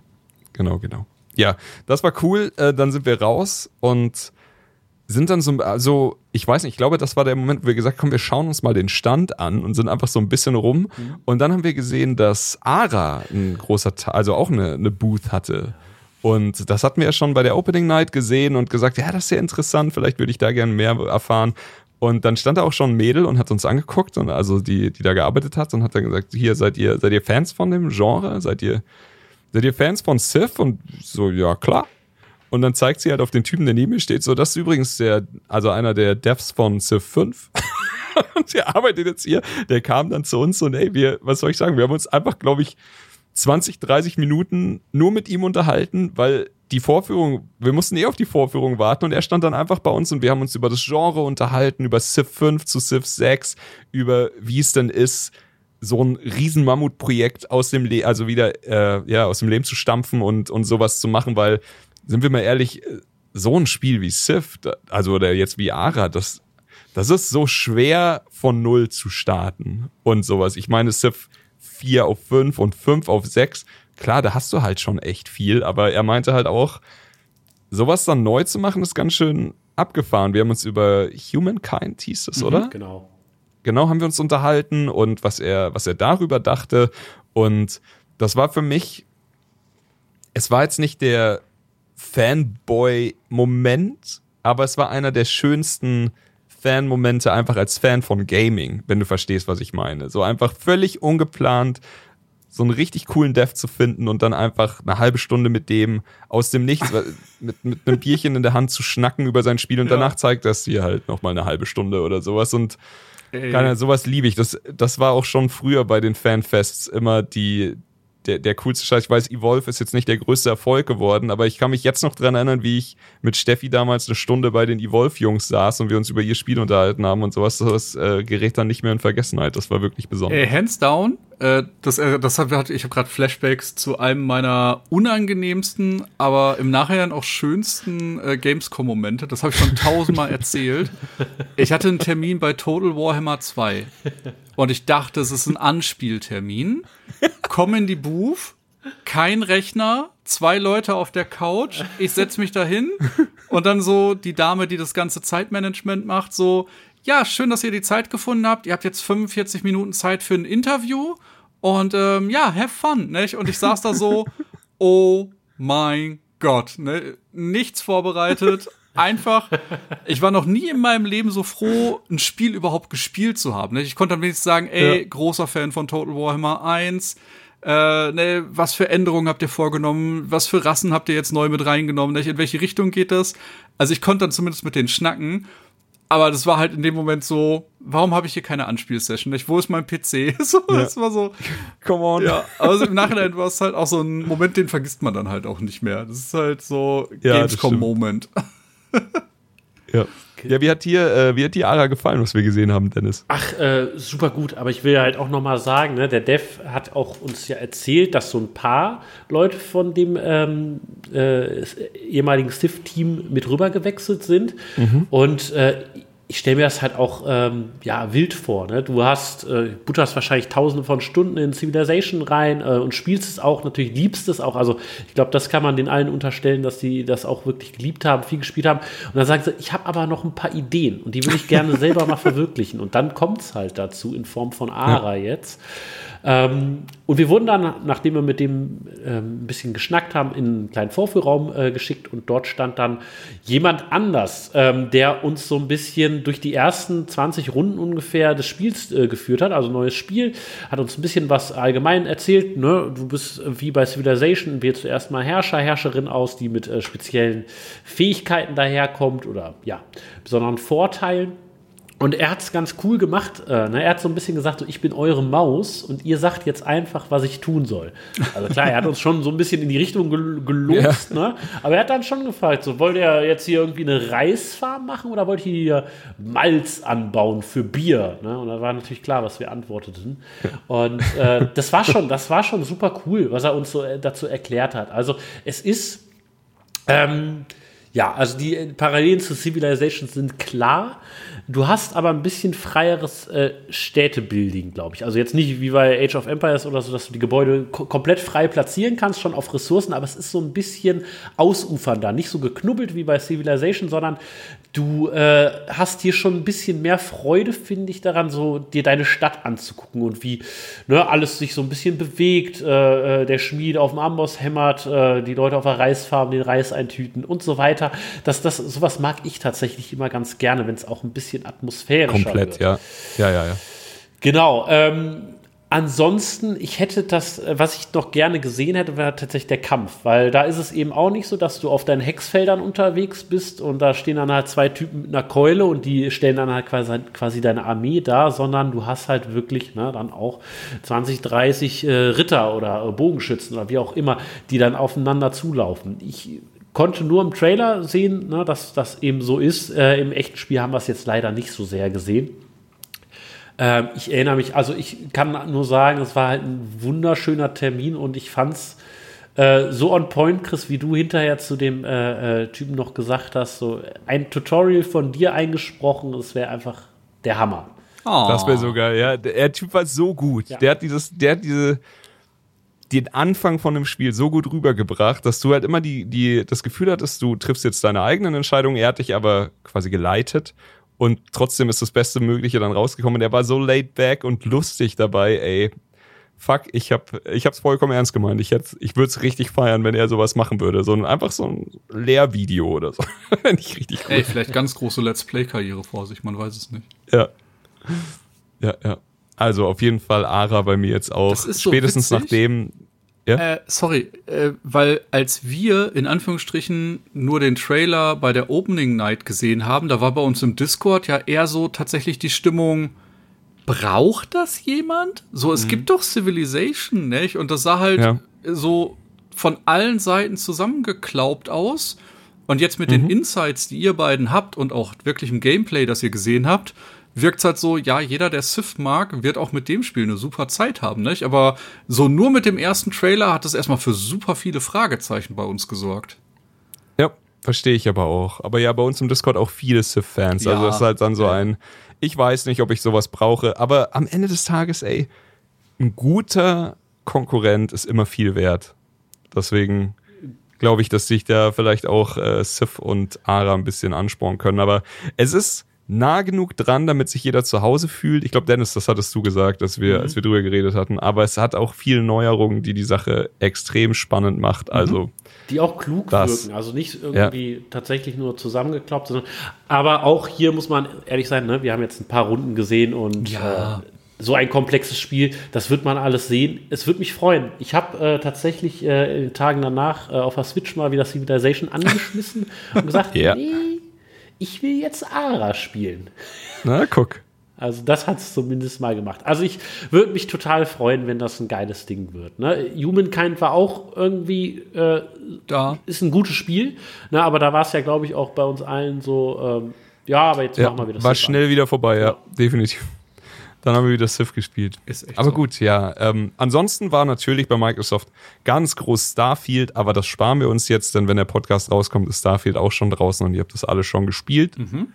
Ja, das war cool. Dann sind wir raus und sind dann also ich weiß nicht, ich glaube, das war der Moment, wo wir gesagt haben, komm, wir schauen uns mal den Stand an und sind einfach so ein bisschen rum. Und dann haben wir gesehen, dass Ara ein großer Teil, also auch eine Booth hatte. Und das hatten wir ja schon bei der Opening Night gesehen und gesagt, ja, das ist sehr interessant, vielleicht würde ich da gerne mehr erfahren. Und dann stand da auch schon ein Mädel und hat uns angeguckt, und also die da gearbeitet hat und hat dann gesagt, hier, seid ihr Fans von dem Genre? Seid ihr Fans von Civ? Und so, ja, klar. Und dann zeigt sie halt auf den Typen, der neben mir steht, so, das ist übrigens einer der Devs von Civ 5. Und der arbeitet jetzt hier. Der kam dann zu uns und was soll ich sagen? Wir haben uns einfach, glaube ich, 20, 30 Minuten nur mit ihm unterhalten, weil die Vorführung, wir mussten auf die Vorführung warten und er stand dann einfach bei uns und wir haben uns über das Genre unterhalten, über Civ 5 zu Civ 6, über wie es denn ist, so ein riesen Mammutprojekt aus dem aus dem Leben zu stampfen und sowas zu machen, weil, sind wir mal ehrlich, so ein Spiel wie Civ, oder jetzt wie Ara, das ist so schwer von 0 zu starten und sowas. Ich meine, Civ 4 auf 5 und 5 auf 6, klar, da hast du halt schon echt viel, aber er meinte halt auch, sowas dann neu zu machen, ist ganz schön abgefahren. Wir haben uns über Humankind, hieß das, oder? Genau, haben wir uns unterhalten und was er darüber dachte. Und das war für mich, es war jetzt nicht der Fanboy-Moment, aber es war einer der schönsten Fan-Momente einfach als Fan von Gaming, wenn du verstehst, was ich meine. So einfach völlig ungeplant so einen richtig coolen Dev zu finden und dann einfach eine halbe Stunde mit dem aus dem Nichts, mit einem Bierchen in der Hand zu schnacken über sein Spiel und danach zeigt das dir halt nochmal eine halbe Stunde oder sowas und sowas liebe ich. Das war auch schon früher bei den Fanfests immer der coolste Scheiß. Ich weiß, Evolve ist jetzt nicht der größte Erfolg geworden, aber ich kann mich jetzt noch dran erinnern, wie ich mit Steffi damals eine Stunde bei den Evolve-Jungs saß und wir uns über ihr Spiel unterhalten haben und sowas. Das gerät dann nicht mehr in Vergessenheit. Das war wirklich besonders. Hands down, ich habe gerade Flashbacks zu einem meiner unangenehmsten, aber im Nachhinein auch schönsten Gamescom-Momente. Das habe ich schon 1000-mal erzählt. Ich hatte einen Termin bei Total Warhammer 2 und ich dachte, es ist ein Anspieltermin. Komm in die Booth, kein Rechner, 2 Leute auf der Couch, ich setz mich da hin und dann so die Dame, die das ganze Zeitmanagement macht, so, ja, schön, dass ihr die Zeit gefunden habt, ihr habt jetzt 45 Minuten Zeit für ein Interview und have fun, ne? Und ich saß da so, oh mein Gott, ne? Nichts vorbereitet, einfach, ich war noch nie in meinem Leben so froh, ein Spiel überhaupt gespielt zu haben. Ne? Ich konnte dann wenigstens sagen, großer Fan von Total Warhammer 1, was für Änderungen habt ihr vorgenommen, was für Rassen habt ihr jetzt neu mit reingenommen, in welche Richtung geht das? Also ich konnte dann zumindest mit denen schnacken, aber das war halt in dem Moment so, warum habe ich hier keine Anspielsession? Wo ist mein PC? Das war so, come on. Ja, also im Nachhinein war es halt auch so ein Moment, den vergisst man dann halt auch nicht mehr. Das ist halt so Gamescom-Moment. Ja. Ja, wie hat dir Ara gefallen, was wir gesehen haben, Dennis? Ach, super gut, aber ich will halt auch noch mal sagen, ne, der Dev hat auch uns ja erzählt, dass so ein paar Leute von dem ehemaligen Civ-Team mit rüber gewechselt sind und ich stelle mir das halt auch wild vor. Ne? Du butterst wahrscheinlich Tausende von Stunden in Civilization rein und spielst es auch, natürlich liebst es auch. Also ich glaube, das kann man den allen unterstellen, dass die das auch wirklich geliebt haben, viel gespielt haben. Und dann sagen sie, ich habe aber noch ein paar Ideen und die will ich gerne selber mal verwirklichen. Und dann kommt es halt dazu in Form von Ara jetzt. Und wir wurden dann, nachdem wir mit dem ein bisschen geschnackt haben, in einen kleinen Vorführraum geschickt und dort stand dann jemand anders, der uns so ein bisschen durch die ersten 20 Runden ungefähr des Spiels geführt hat, also neues Spiel, hat uns ein bisschen was allgemein erzählt, ne? Du bist wie bei Civilization, wählst du erstmal Herrscherin aus, die mit speziellen Fähigkeiten daherkommt oder besonderen Vorteilen. Und er hat es ganz cool gemacht. Er hat so ein bisschen gesagt, so, ich bin eure Maus und ihr sagt jetzt einfach, was ich tun soll. Also klar, er hat uns schon so ein bisschen in die Richtung gelotst, ne? Aber er hat dann schon gefragt, so, wollt ihr jetzt hier irgendwie eine Reisfarm machen oder wollt ihr hier Malz anbauen für Bier? Ne? Und da war natürlich klar, was wir antworteten. Und das war schon super cool, was er uns so dazu erklärt hat. Also es ist also die Parallelen zu Civilization sind klar. Du hast aber ein bisschen freieres Städtebuilding, glaube ich. Also jetzt nicht wie bei Age of Empires oder so, dass du die Gebäude komplett frei platzieren kannst, schon auf Ressourcen, aber es ist so ein bisschen ausufernder. Nicht so geknubbelt wie bei Civilization, sondern du hast hier schon ein bisschen mehr Freude, finde ich, daran, so dir deine Stadt anzugucken und wie alles sich so ein bisschen bewegt, der Schmied auf dem Amboss hämmert, die Leute auf der Reisfarm den Reis eintüten und so weiter. Sowas mag ich tatsächlich immer ganz gerne, wenn es auch ein bisschen atmosphärischer komplett, wird. Ja. Genau. Ansonsten, ich hätte das, was ich noch gerne gesehen hätte, wäre tatsächlich der Kampf, weil da ist es eben auch nicht so, dass du auf deinen Hexfeldern unterwegs bist und da stehen dann halt 2 Typen mit einer Keule und die stellen dann halt quasi deine Armee da, sondern du hast halt wirklich dann auch 20, 30 Ritter oder Bogenschützen oder wie auch immer, die dann aufeinander zulaufen. Ich konnte nur im Trailer sehen, dass das eben so ist. Im echten Spiel haben wir es jetzt leider nicht so sehr gesehen. Ich erinnere mich, also ich kann nur sagen, es war halt ein wunderschöner Termin und ich fand's so on point, Chris, wie du hinterher zu dem Typen noch gesagt hast, so ein Tutorial von dir eingesprochen, das wäre einfach der Hammer. Oh. Das wäre so geil, ja. Der Typ war so gut. Ja. Der hat den Anfang von dem Spiel so gut rübergebracht, dass du halt immer das Gefühl hattest, du triffst jetzt deine eigenen Entscheidungen, er hat dich aber quasi geleitet. Und trotzdem ist das Beste Mögliche dann rausgekommen. Der war so laid back und lustig dabei, ey. Fuck, ich hab's vollkommen ernst gemeint. Ich würde es richtig feiern, wenn er sowas machen würde. Einfach so ein Lehrvideo oder so. Nicht richtig cool. Ey, vielleicht ganz große Let's Play-Karriere vor sich, man weiß es nicht. Ja. Also auf jeden Fall Ara bei mir jetzt auch. Das ist so spätestens witzig. Nachdem... Ja? Weil als wir in Anführungsstrichen nur den Trailer bei der Opening Night gesehen haben, da war bei uns im Discord ja eher so tatsächlich die Stimmung, braucht das jemand? So, es gibt doch Civilization, nicht? Und das sah halt so von allen Seiten zusammengeklaubt aus. Und jetzt mit den Insights, die ihr beiden habt und auch wirklich im Gameplay, das ihr gesehen habt, wirkt's halt so, ja, jeder, der Civ mag, wird auch mit dem Spiel eine super Zeit haben, nicht? Aber so nur mit dem ersten Trailer hat es erstmal für super viele Fragezeichen bei uns gesorgt. Ja, verstehe ich aber auch. Aber ja, bei uns im Discord auch viele Civ-Fans. Ja. Also das ist halt dann so ich weiß nicht, ob ich sowas brauche, aber am Ende des Tages, ey, ein guter Konkurrent ist immer viel wert. Deswegen glaube ich, dass sich da vielleicht auch Civ und Ara ein bisschen anspornen können. Aber es ist nah genug dran, damit sich jeder zu Hause fühlt. Ich glaube, Dennis, das hattest du gesagt, als wir drüber geredet hatten. Aber es hat auch viele Neuerungen, die Sache extrem spannend macht. Also die auch klug wirken. Also nicht irgendwie tatsächlich nur zusammengekloppt, sondern aber auch hier muss man ehrlich sein, wir haben jetzt ein paar Runden gesehen und so ein komplexes Spiel, das wird man alles sehen. Es wird mich freuen. Ich habe tatsächlich in den Tagen danach auf der Switch mal wieder Civilization angeschmissen und gesagt, nee, ich will jetzt Ara spielen. Na, guck. Also das hat es zumindest mal gemacht. Also ich würde mich total freuen, wenn das ein geiles Ding wird. Humankind war auch irgendwie, ist ein gutes Spiel, aber da war es ja, glaube ich, auch bei uns allen so, aber jetzt machen wir wieder. War schnell wieder vorbei, ja, definitiv. Dann haben wir wieder Civ gespielt. Ist echt aber so. Gut, ja. Ansonsten war natürlich bei Microsoft ganz groß Starfield, aber das sparen wir uns jetzt, denn wenn der Podcast rauskommt, ist Starfield auch schon draußen und ihr habt das alle schon gespielt.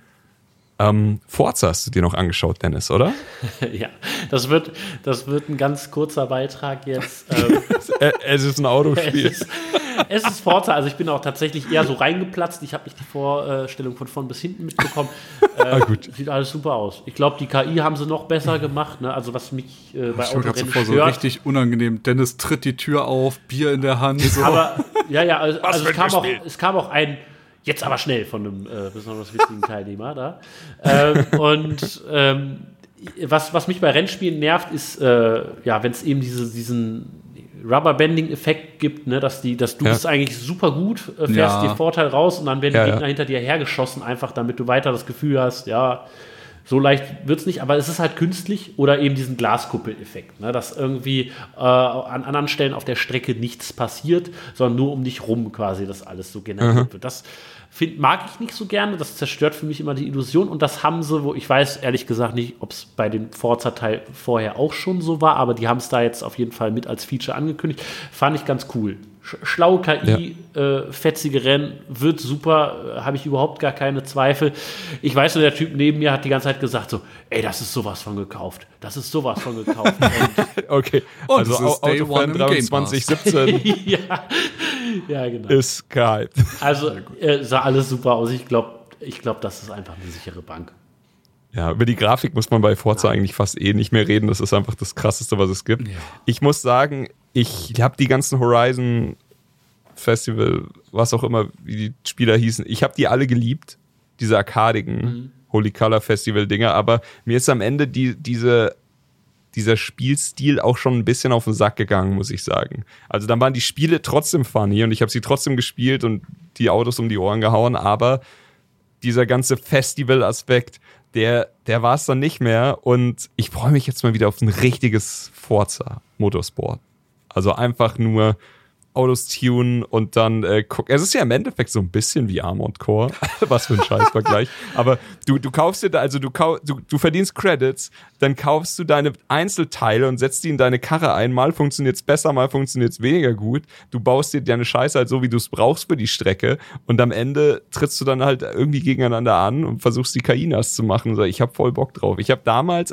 Forza hast du dir noch angeschaut, Dennis, oder? Ja, das wird ein ganz kurzer Beitrag jetzt. Es ist ein Autospiel. Es ist Forza, also ich bin auch tatsächlich eher so reingeplatzt. Ich habe nicht die Vorstellung von vorn bis hinten mitbekommen. Gut. Sieht alles super aus. Ich glaube, die KI haben sie noch besser gemacht. Also was mich bei Autorennen stört. So richtig unangenehm. Dennis tritt die Tür auf, Bier in der Hand. So. Aber also es kam auch ein jetzt aber schnell von einem besonders witzigen Teilnehmer da. Was mich bei Rennspielen nervt, ist, wenn es eben diesen Rubberbanding-Effekt gibt, dass du bist eigentlich super gut, fährst dir Vorteil raus und dann werden die Gegner hinter dir hergeschossen, einfach damit du weiter das Gefühl hast, so leicht wird es nicht, aber es ist halt künstlich oder eben diesen Glaskuppel-Effekt, dass irgendwie an anderen Stellen auf der Strecke nichts passiert, sondern nur um dich rum quasi das alles so generiert wird. Das mag ich nicht so gerne, das zerstört für mich immer die Illusion und das haben sie, ich weiß ehrlich gesagt nicht, ob es bei dem Forza-Teil vorher auch schon so war, aber die haben es da jetzt auf jeden Fall mit als Feature angekündigt. Fand ich ganz cool. Schlaue KI, fetzige Rennen, wird super, habe ich überhaupt gar keine Zweifel. Ich weiß nur, der Typ neben mir hat die ganze Zeit gesagt so, ey, das ist sowas von gekauft. Das ist sowas von gekauft. Okay, und also Autofan 2317 ja, genau. Ist geil. Also sah alles super aus. Ich glaube, das ist einfach eine sichere Bank. Ja, über die Grafik muss man bei Forza eigentlich fast nicht mehr reden. Das ist einfach das Krasseste, was es gibt. Ja. Ich muss sagen, ich habe die ganzen Horizon Festival, was auch immer, wie die Spieler hießen, ich habe die alle geliebt, diese arkadigen Holy Color Festival Dinger, aber mir ist am Ende diese dieser Spielstil auch schon ein bisschen auf den Sack gegangen, muss ich sagen. Also dann waren die Spiele trotzdem funny und ich habe sie trotzdem gespielt und die Autos um die Ohren gehauen, aber dieser ganze Festival-Aspekt, der war es dann nicht mehr und ich freue mich jetzt mal wieder auf ein richtiges Forza Motorsport. Also einfach nur Autos tunen und dann gucken. Es ist ja im Endeffekt so ein bisschen wie Armored Core. Was für ein Scheißvergleich. Aber du kaufst dir da, also du verdienst Credits, dann kaufst du deine Einzelteile und setzt die in deine Karre ein. Mal funktioniert's besser, mal funktioniert's weniger gut. Du baust dir deine Scheiße halt so, wie du es brauchst für die Strecke und am Ende trittst du dann halt irgendwie gegeneinander an und versuchst die KI nass zu machen. Ich hab voll Bock drauf. Ich habe damals,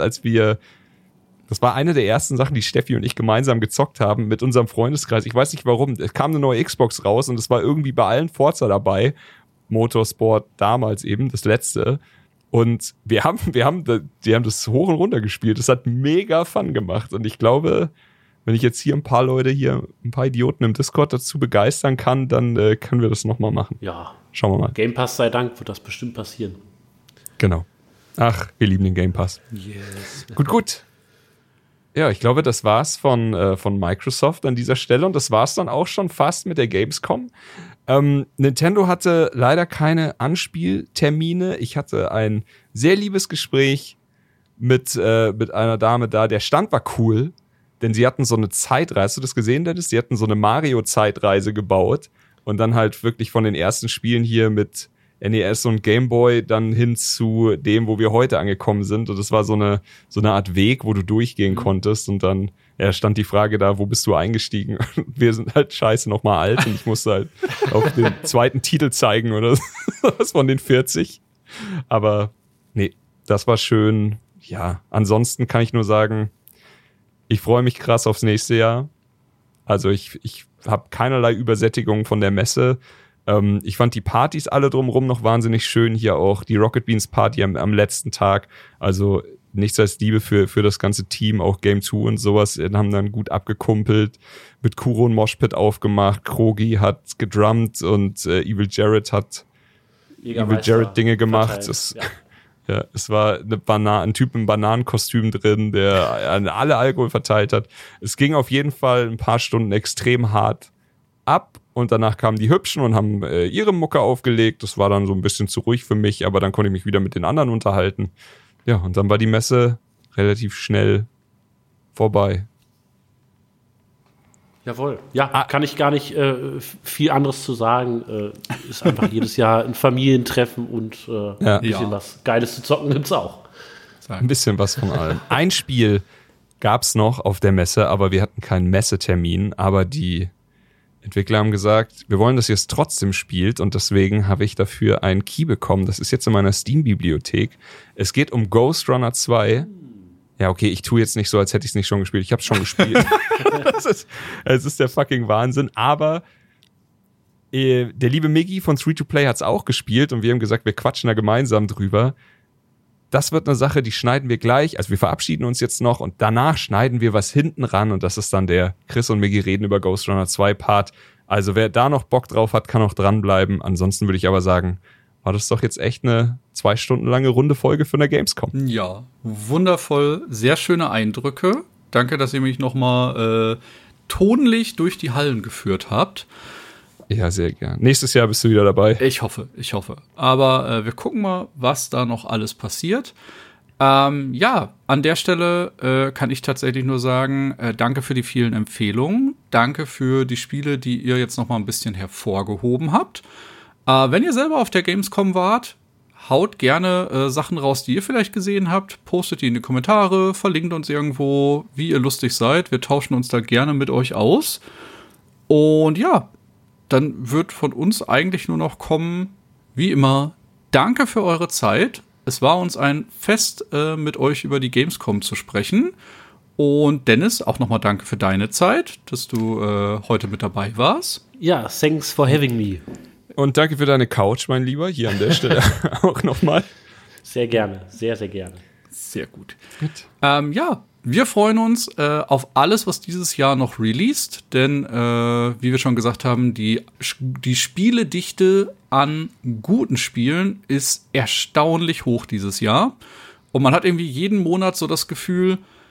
das war eine der ersten Sachen, die Steffi und ich gemeinsam gezockt haben mit unserem Freundeskreis. Ich weiß nicht warum. Es kam eine neue Xbox raus und es war irgendwie bei allen Forza dabei. Motorsport damals eben, das letzte. Und die haben das hoch und runter gespielt. Das hat mega Fun gemacht. Und ich glaube, wenn ich jetzt hier ein paar Idioten im Discord dazu begeistern kann, dann können wir das nochmal machen. Ja. Schauen wir mal. Game Pass sei Dank wird das bestimmt passieren. Genau. Ach, wir lieben den Game Pass. Yes. Gut. Ja, ich glaube, das war's von Microsoft an dieser Stelle und das war's dann auch schon fast mit der Gamescom. Nintendo hatte leider keine Anspieltermine. Ich hatte ein sehr liebes Gespräch mit einer Dame da. Der Stand war cool, denn sie hatten so eine Zeitreise. Hast du das gesehen, Dennis? Sie hatten so eine Mario-Zeitreise gebaut und dann halt wirklich von den ersten Spielen hier mit NES und Game Boy dann hin zu dem, wo wir heute angekommen sind. Und das war so eine Art Weg, wo du durchgehen konntest. Und dann stand die Frage da, wo bist du eingestiegen? Wir sind halt scheiße nochmal alt und ich musste halt auf den zweiten Titel zeigen oder was von den 40. Aber nee, das war schön. Ja, ansonsten kann ich nur sagen, ich freue mich krass aufs nächste Jahr. Also ich habe keinerlei Übersättigung von der Messe. Ich fand die Partys alle drumherum noch wahnsinnig schön. Hier auch die Rocket Beans Party am letzten Tag. Also nichts als Liebe für das ganze Team, auch Game 2 und sowas. Haben dann gut abgekumpelt, mit Kuro und Moshpit aufgemacht. Krogi hat gedrummt und Evil Jared hat Evil Jared Dinge gemacht. Es war ein Typ im Bananenkostüm drin, der an alle Alkohol verteilt hat. Es ging auf jeden Fall ein paar Stunden extrem hart ab. Und danach kamen die Hübschen und haben ihre Mucke aufgelegt. Das war dann so ein bisschen zu ruhig für mich, aber dann konnte ich mich wieder mit den anderen unterhalten. Ja, und dann war die Messe relativ schnell vorbei. Jawohl. Ja, kann ich gar nicht viel anderes zu sagen. Ist einfach jedes Jahr ein Familientreffen und ein bisschen was Geiles zu zocken gibt's auch. Ein bisschen was von allem. Ein Spiel gab's noch auf der Messe, aber wir hatten keinen Messetermin, aber die Entwickler haben gesagt, wir wollen, dass ihr es trotzdem spielt und deswegen habe ich dafür einen Key bekommen. Das ist jetzt in meiner Steam-Bibliothek. Es geht um Ghost Runner 2. Ja, okay, ich tue jetzt nicht so, als hätte ich es nicht schon gespielt. Ich habe es schon gespielt. Es ist der fucking Wahnsinn. Aber der liebe Miggy von 3-to-Play hat es auch gespielt und wir haben gesagt, wir quatschen da gemeinsam drüber. Das wird eine Sache, die schneiden wir gleich. Also wir verabschieden uns jetzt noch und danach schneiden wir was hinten ran und das ist dann der Chris und Miggy reden über Ghost Runner 2 Part. Also wer da noch Bock drauf hat, kann auch dranbleiben. Ansonsten würde ich aber sagen, war das doch jetzt echt eine 2 Stunden lange runde Folge für eine Gamescom. Ja, wundervoll, sehr schöne Eindrücke. Danke, dass ihr mich nochmal tonlich durch die Hallen geführt habt. Ja, sehr gern. Nächstes Jahr bist du wieder dabei. Ich hoffe. Aber wir gucken mal, was da noch alles passiert. Ja, an der Stelle kann ich tatsächlich nur sagen, danke für die vielen Empfehlungen. Danke für die Spiele, die ihr jetzt noch mal ein bisschen hervorgehoben habt. Wenn ihr selber auf der Gamescom wart, haut gerne Sachen raus, die ihr vielleicht gesehen habt. Postet die in die Kommentare, verlinkt uns irgendwo, wie ihr lustig seid. Wir tauschen uns da gerne mit euch aus. Und ja, dann wird von uns eigentlich nur noch kommen, wie immer, danke für eure Zeit. Es war uns ein Fest, mit euch über die Gamescom zu sprechen. Und Dennis, auch nochmal danke für deine Zeit, dass du heute mit dabei warst. Ja, thanks for having me. Und danke für deine Couch, mein Lieber, hier an der Stelle auch nochmal. Sehr gerne, sehr, sehr gerne. Sehr gut. Ja, wir freuen uns auf alles, was dieses Jahr noch released, denn wie wir schon gesagt haben, die Spieledichte an guten Spielen ist erstaunlich hoch dieses Jahr. Und man hat irgendwie jeden Monat so das Gefühl,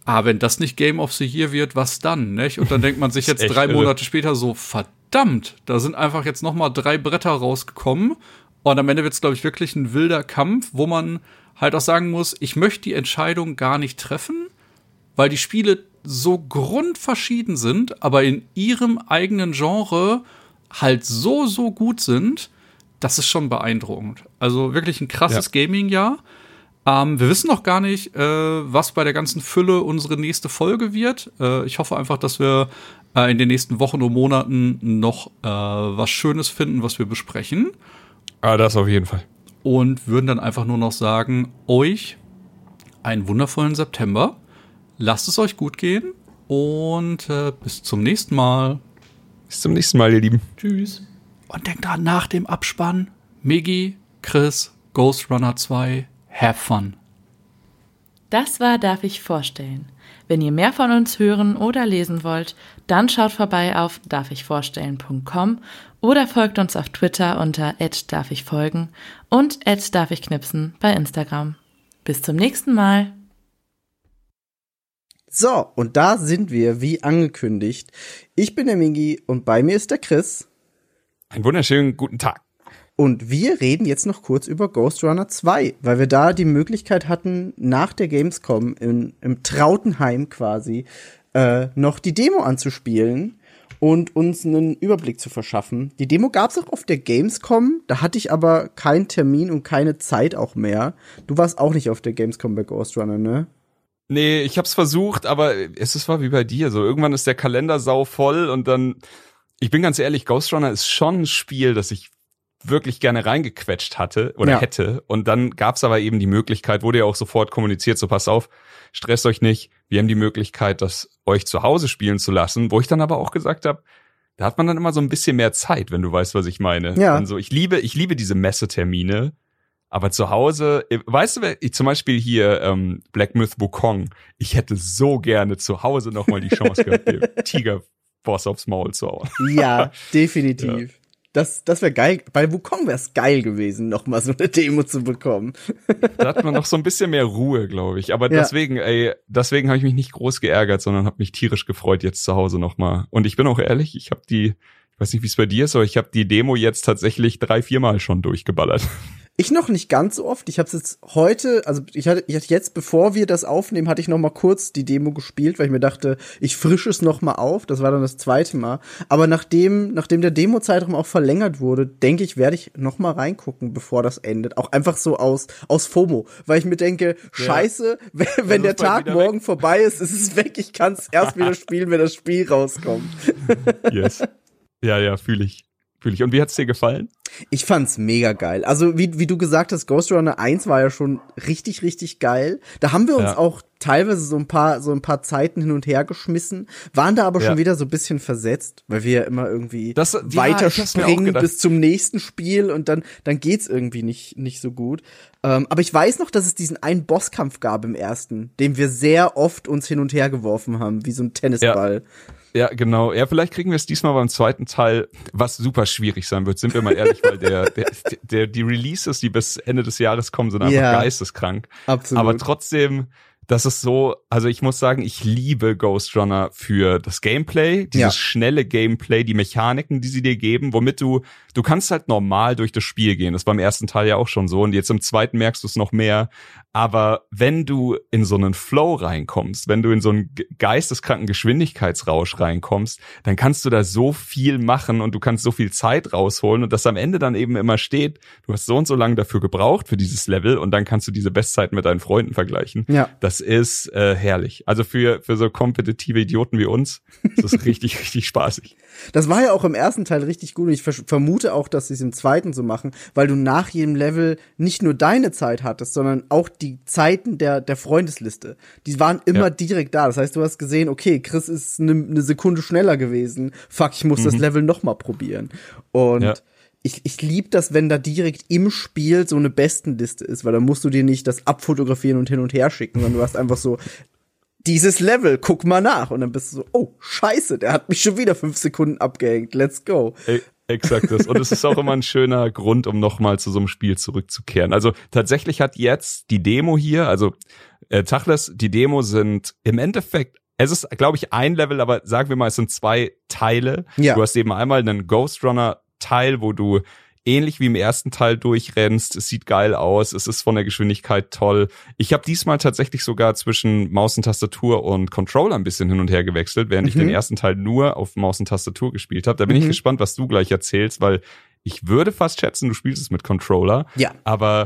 wenn das nicht Game of the Year wird, was dann, nicht? Und dann denkt man sich jetzt echt 3 Monate später so, verdammt, da sind einfach jetzt noch mal 3 Bretter rausgekommen. Und am Ende wird es, glaube ich, wirklich ein wilder Kampf, wo man halt auch sagen muss, ich möchte die Entscheidung gar nicht treffen, weil die Spiele so grundverschieden sind, aber in ihrem eigenen Genre halt so gut sind, das ist schon beeindruckend. Also wirklich ein krasses Gaming-Jahr. Wir wissen noch gar nicht, was bei der ganzen Fülle unsere nächste Folge wird. Ich hoffe einfach, dass wir in den nächsten Wochen und Monaten noch was Schönes finden, was wir besprechen. Das auf jeden Fall. Und würden dann einfach nur noch sagen, euch einen wundervollen September. Lasst es euch gut gehen und bis zum nächsten Mal. Bis zum nächsten Mal, ihr Lieben. Tschüss. Und denkt dran, nach dem Abspann, Miggy, Chris, Ghost Runner 2, have fun. Das war Darf ich vorstellen. Wenn ihr mehr von uns hören oder lesen wollt, dann schaut vorbei auf darfichvorstellen.com oder folgt uns auf Twitter unter @darfichfolgen und @darfichknipsen bei Instagram. Bis zum nächsten Mal. So, und da sind wir, wie angekündigt. Ich bin der Migi und bei mir ist der Chris. Einen wunderschönen guten Tag. Und wir reden jetzt noch kurz über Ghost Runner 2, weil wir da die Möglichkeit hatten, nach der Gamescom im Trautenheim quasi noch die Demo anzuspielen und uns einen Überblick zu verschaffen. Die Demo gab's auch auf der Gamescom, da hatte ich aber keinen Termin und keine Zeit auch mehr. Du warst auch nicht auf der Gamescom bei Ghost Runner, ne? Nee, ich hab's versucht, aber es war wie bei dir. So, irgendwann ist der Kalender sau voll und dann, ich bin ganz ehrlich, Ghost Runner ist schon ein Spiel, das ich wirklich gerne reingequetscht hatte oder hätte. Und dann gab's aber eben die Möglichkeit, wurde ja auch sofort kommuniziert, so passt auf, stresst euch nicht. Wir haben die Möglichkeit, das euch zu Hause spielen zu lassen, wo ich dann aber auch gesagt habe, da hat man dann immer so ein bisschen mehr Zeit, wenn du weißt, was ich meine. Ja. Also ich liebe diese Messetermine, aber zu Hause, weißt du, ich zum Beispiel hier Black Myth Wukong, ich hätte so gerne zu Hause nochmal die Chance gehabt, dem Tiger-Boss aufs Maul zu hauen. Ja, definitiv. Ja. Das wäre geil. Bei Wukong wäre es geil gewesen, noch mal so eine Demo zu bekommen. Da hat man noch so ein bisschen mehr Ruhe, glaube ich. Aber deswegen habe ich mich nicht groß geärgert, sondern habe mich tierisch gefreut jetzt zu Hause noch mal. Und ich bin auch ehrlich, ich weiß nicht, wie es bei dir ist, aber ich habe die Demo jetzt tatsächlich 3-4 Mal schon durchgeballert. Ich noch nicht ganz so oft. Ich habe es jetzt heute, also ich hatte jetzt, bevor wir das aufnehmen, hatte ich noch mal kurz die Demo gespielt, weil ich mir dachte, ich frische es noch mal auf. Das war dann das 2. Mal. Aber nachdem der Demo-Zeitraum auch verlängert wurde, denke ich, werde ich noch mal reingucken, bevor das endet. Auch einfach so aus FOMO, weil ich mir denke, scheiße, wenn der Tag morgen vorbei ist, ist es weg. Ich kann es erst wieder spielen, wenn das Spiel rauskommt. Yes. Ja, fühle ich. Und wie hat's dir gefallen? Ich fand's mega geil. Also wie du gesagt hast, Ghost Runner 1 war ja schon richtig, richtig geil. Da haben wir uns auch teilweise so ein paar Zeiten hin und her geschmissen, waren da aber schon wieder so ein bisschen versetzt, weil wir ja immer irgendwie weiterspringen bis zum nächsten Spiel und dann geht's irgendwie nicht so gut. Aber ich weiß noch, dass es diesen einen Bosskampf gab im ersten, den wir sehr oft uns hin und her geworfen haben, wie so ein Tennisball. Ja, genau. Ja, vielleicht kriegen wir es diesmal beim zweiten Teil, was super schwierig sein wird, sind wir mal ehrlich, weil die Releases, die bis Ende des Jahres kommen, sind einfach geisteskrank. Absolut. Aber trotzdem, das ist so, also ich muss sagen, ich liebe Ghost Runner für das Gameplay, dieses schnelle Gameplay, die Mechaniken, die sie dir geben, womit du kannst halt normal durch das Spiel gehen. Das war im ersten Teil ja auch schon so und jetzt im zweiten merkst du es noch mehr. Aber wenn du in so einen Flow reinkommst, wenn du in so einen geisteskranken Geschwindigkeitsrausch reinkommst, dann kannst du da so viel machen und du kannst so viel Zeit rausholen und das am Ende dann eben immer steht, du hast so und so lange dafür gebraucht für dieses Level und dann kannst du diese Bestzeiten mit deinen Freunden vergleichen. Ja. Das ist herrlich. Also für so kompetitive Idioten wie uns ist das richtig, richtig spaßig. Das war ja auch im ersten Teil richtig gut und ich vermute auch, dass sie es im zweiten so machen, weil du nach jedem Level nicht nur deine Zeit hattest, sondern auch die Zeiten der Freundesliste. Die waren immer direkt da. Das heißt, du hast gesehen, okay, Chris ist eine Sekunde schneller gewesen. Fuck, ich muss das Level noch mal probieren. Und ich lieb das, wenn da direkt im Spiel so eine Bestenliste ist, weil dann musst du dir nicht das abfotografieren und hin und her schicken, sondern du hast einfach so dieses Level, guck mal nach. Und dann bist du so, oh, scheiße, der hat mich schon wieder 5 Sekunden abgehängt. Let's go. Exakt das. Und es ist auch immer ein schöner Grund, um nochmal zu so einem Spiel zurückzukehren. Also tatsächlich hat jetzt die Demo hier, also Tachles, die Demo sind im Endeffekt, es ist, glaube ich, ein Level, aber sagen wir mal, es sind 2 Teile. Ja. Du hast eben einmal einen Ghost Runner-Teil, wo du ähnlich wie im ersten Teil durchrennst. Es sieht geil aus, es ist von der Geschwindigkeit toll. Ich habe diesmal tatsächlich sogar zwischen Maus und Tastatur und Controller ein bisschen hin und her gewechselt, während ich den ersten Teil nur auf Maus und Tastatur gespielt habe. Da bin ich gespannt, was du gleich erzählst, weil ich würde fast schätzen, du spielst es mit Controller. Ja. Aber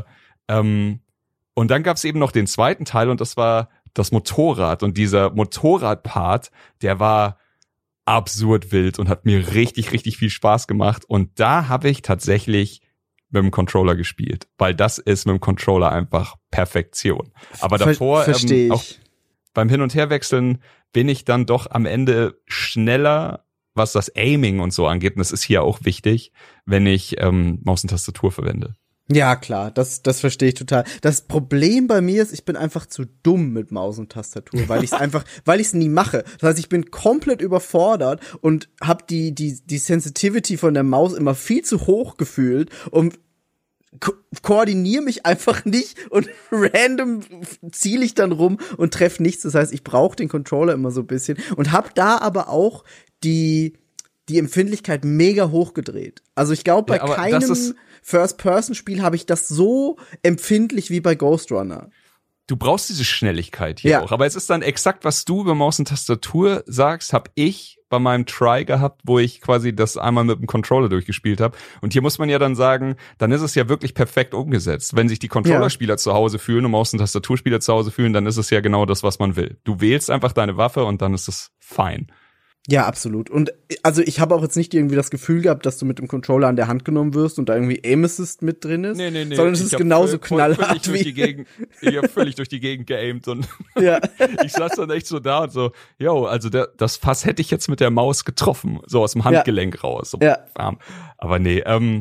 und dann gab es eben noch den zweiten Teil und das war das Motorrad. Und dieser Motorrad-Part, der war absurd wild und hat mir richtig, richtig viel Spaß gemacht. Und da habe ich tatsächlich mit dem Controller gespielt, weil das ist mit dem Controller einfach Perfektion. Aber davor, auch beim Hin- und Herwechseln, bin ich dann doch am Ende schneller, was das Aiming und so angeht. Und das ist hier auch wichtig, wenn ich Maus und Tastatur verwende. Ja, klar, das verstehe ich total. Das Problem bei mir ist, ich bin einfach zu dumm mit Maus und Tastatur, weil ich es nie mache. Das heißt, ich bin komplett überfordert und habe die Sensitivity von der Maus immer viel zu hoch gefühlt und koordiniere mich einfach nicht und random ziele ich dann rum und treffe nichts. Das heißt, ich brauche den Controller immer so ein bisschen und habe da aber auch die Empfindlichkeit mega hochgedreht. Also ich glaube, bei keinem First-Person-Spiel habe ich das so empfindlich wie bei Ghost Runner. Du brauchst diese Schnelligkeit hier auch. Aber es ist dann exakt, was du über Maus und Tastatur sagst, habe ich bei meinem Try gehabt, wo ich quasi das einmal mit dem Controller durchgespielt habe. Und hier muss man ja dann sagen, dann ist es ja wirklich perfekt umgesetzt. Wenn sich die Controllerspieler zu Hause fühlen und Maus- und Tastaturspieler zu Hause fühlen, dann ist es ja genau das, was man will. Du wählst einfach deine Waffe und dann ist es fein. Ja, absolut. Und also ich habe auch jetzt nicht irgendwie das Gefühl gehabt, dass du mit dem Controller an der Hand genommen wirst und da irgendwie Aim Assist mit drin ist. Nee. Sondern es ist genauso knallhart wie... Ich habe völlig durch die Gegend geaimt und ja. Ich saß dann echt so da und so, also das Fass hätte ich jetzt mit der Maus getroffen, so aus dem Handgelenk raus. So bam. Aber nee,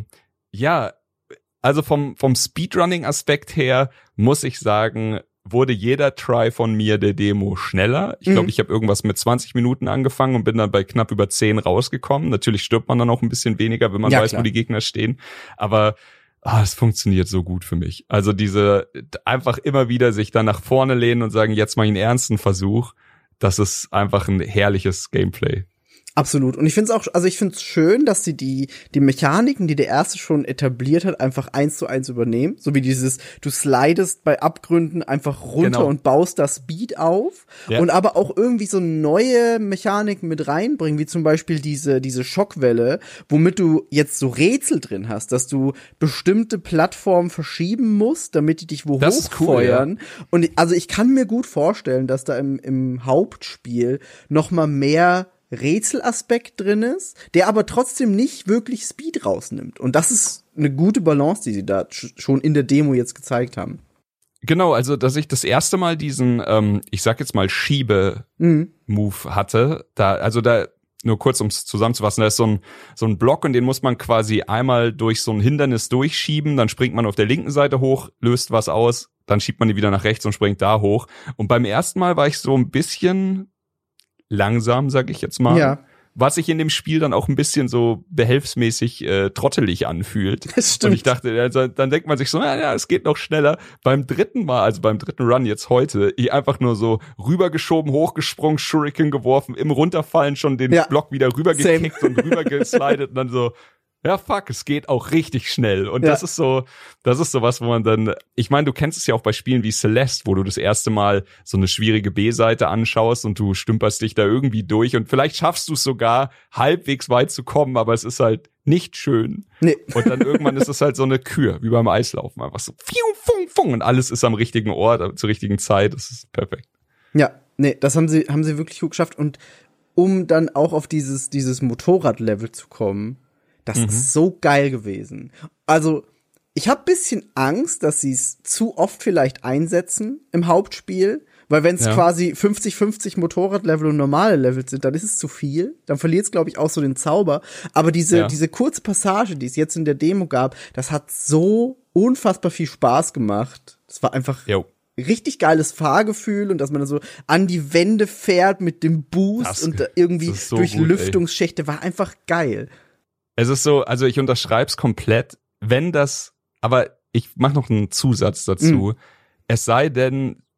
also vom Speedrunning-Aspekt her muss ich sagen, wurde jeder Try von mir der Demo schneller. Ich glaube, ich habe irgendwas mit 20 Minuten angefangen und bin dann bei knapp über 10 rausgekommen. Natürlich stirbt man dann auch ein bisschen weniger, wenn man weiß, klar, wo die Gegner stehen. Aber es funktioniert so gut für mich. Also diese einfach immer wieder sich dann nach vorne lehnen und sagen, jetzt mal einen ernsten Versuch. Das ist einfach ein herrliches Gameplay. Absolut. Und ich finde es schön, dass sie die Mechaniken, die der erste schon etabliert hat, einfach 1:1 übernehmen. So wie dieses, du slidest bei Abgründen einfach runter und baust das Speed auf. Ja. Und aber auch irgendwie so neue Mechaniken mit reinbringen, wie zum Beispiel diese Schockwelle, womit du jetzt so Rätsel drin hast, dass du bestimmte Plattformen verschieben musst, damit die dich hochfeuern. Cool, ja. Und also ich kann mir gut vorstellen, dass da im Hauptspiel noch mal mehr Rätselaspekt drin ist, der aber trotzdem nicht wirklich Speed rausnimmt. Und das ist eine gute Balance, die sie da schon in der Demo jetzt gezeigt haben. Genau, also dass ich das erste Mal diesen, ich sag jetzt mal Schiebe-Move hatte, da nur kurz, um es zusammenzufassen, da ist so ein Block und den muss man quasi einmal durch so ein Hindernis durchschieben, dann springt man auf der linken Seite hoch, löst was aus, dann schiebt man die wieder nach rechts und springt da hoch. Und beim ersten Mal war ich so ein bisschen langsam, sag ich jetzt mal. Ja. Was sich in dem Spiel dann auch ein bisschen so behelfsmäßig trottelig anfühlt. Das stimmt. Und ich dachte, also, dann denkt man sich so, es geht noch schneller. Beim dritten Run jetzt heute, ich einfach nur so rübergeschoben, hochgesprungen, Shuriken geworfen, im Runterfallen schon den Block wieder rübergekickt und rübergeslidet und dann so, ja, fuck, es geht auch richtig schnell. Und das ist so was, wo man dann, ich meine, du kennst es ja auch bei Spielen wie Celeste, wo du das erste Mal so eine schwierige B-Seite anschaust und du stümperst dich da irgendwie durch und vielleicht schaffst du es sogar, halbwegs weit zu kommen, aber es ist halt nicht schön. Nee. Und dann irgendwann ist es halt so eine Kür, wie beim Eislaufen, einfach so fung, fung, und alles ist am richtigen Ort, zur richtigen Zeit, das ist perfekt. Ja, nee, das haben sie wirklich gut geschafft. Und um dann auch auf dieses Motorrad-Level zu kommen, das ist so geil gewesen. Also, ich habe bisschen Angst, dass sie es zu oft vielleicht einsetzen im Hauptspiel, weil wenn es quasi 50-50 Motorradlevel und normale Levels sind, dann ist es zu viel. Dann verliert es, glaube ich, auch so den Zauber. Aber diese kurze Passage, die es jetzt in der Demo gab, das hat so unfassbar viel Spaß gemacht. Das war einfach richtig geiles Fahrgefühl und dass man dann so an die Wände fährt mit dem Boost und irgendwie so durch gut, Lüftungsschächte, war einfach geil. Es ist so, also ich unterschreib's komplett, aber ich mache noch einen Zusatz dazu. Es sei denn,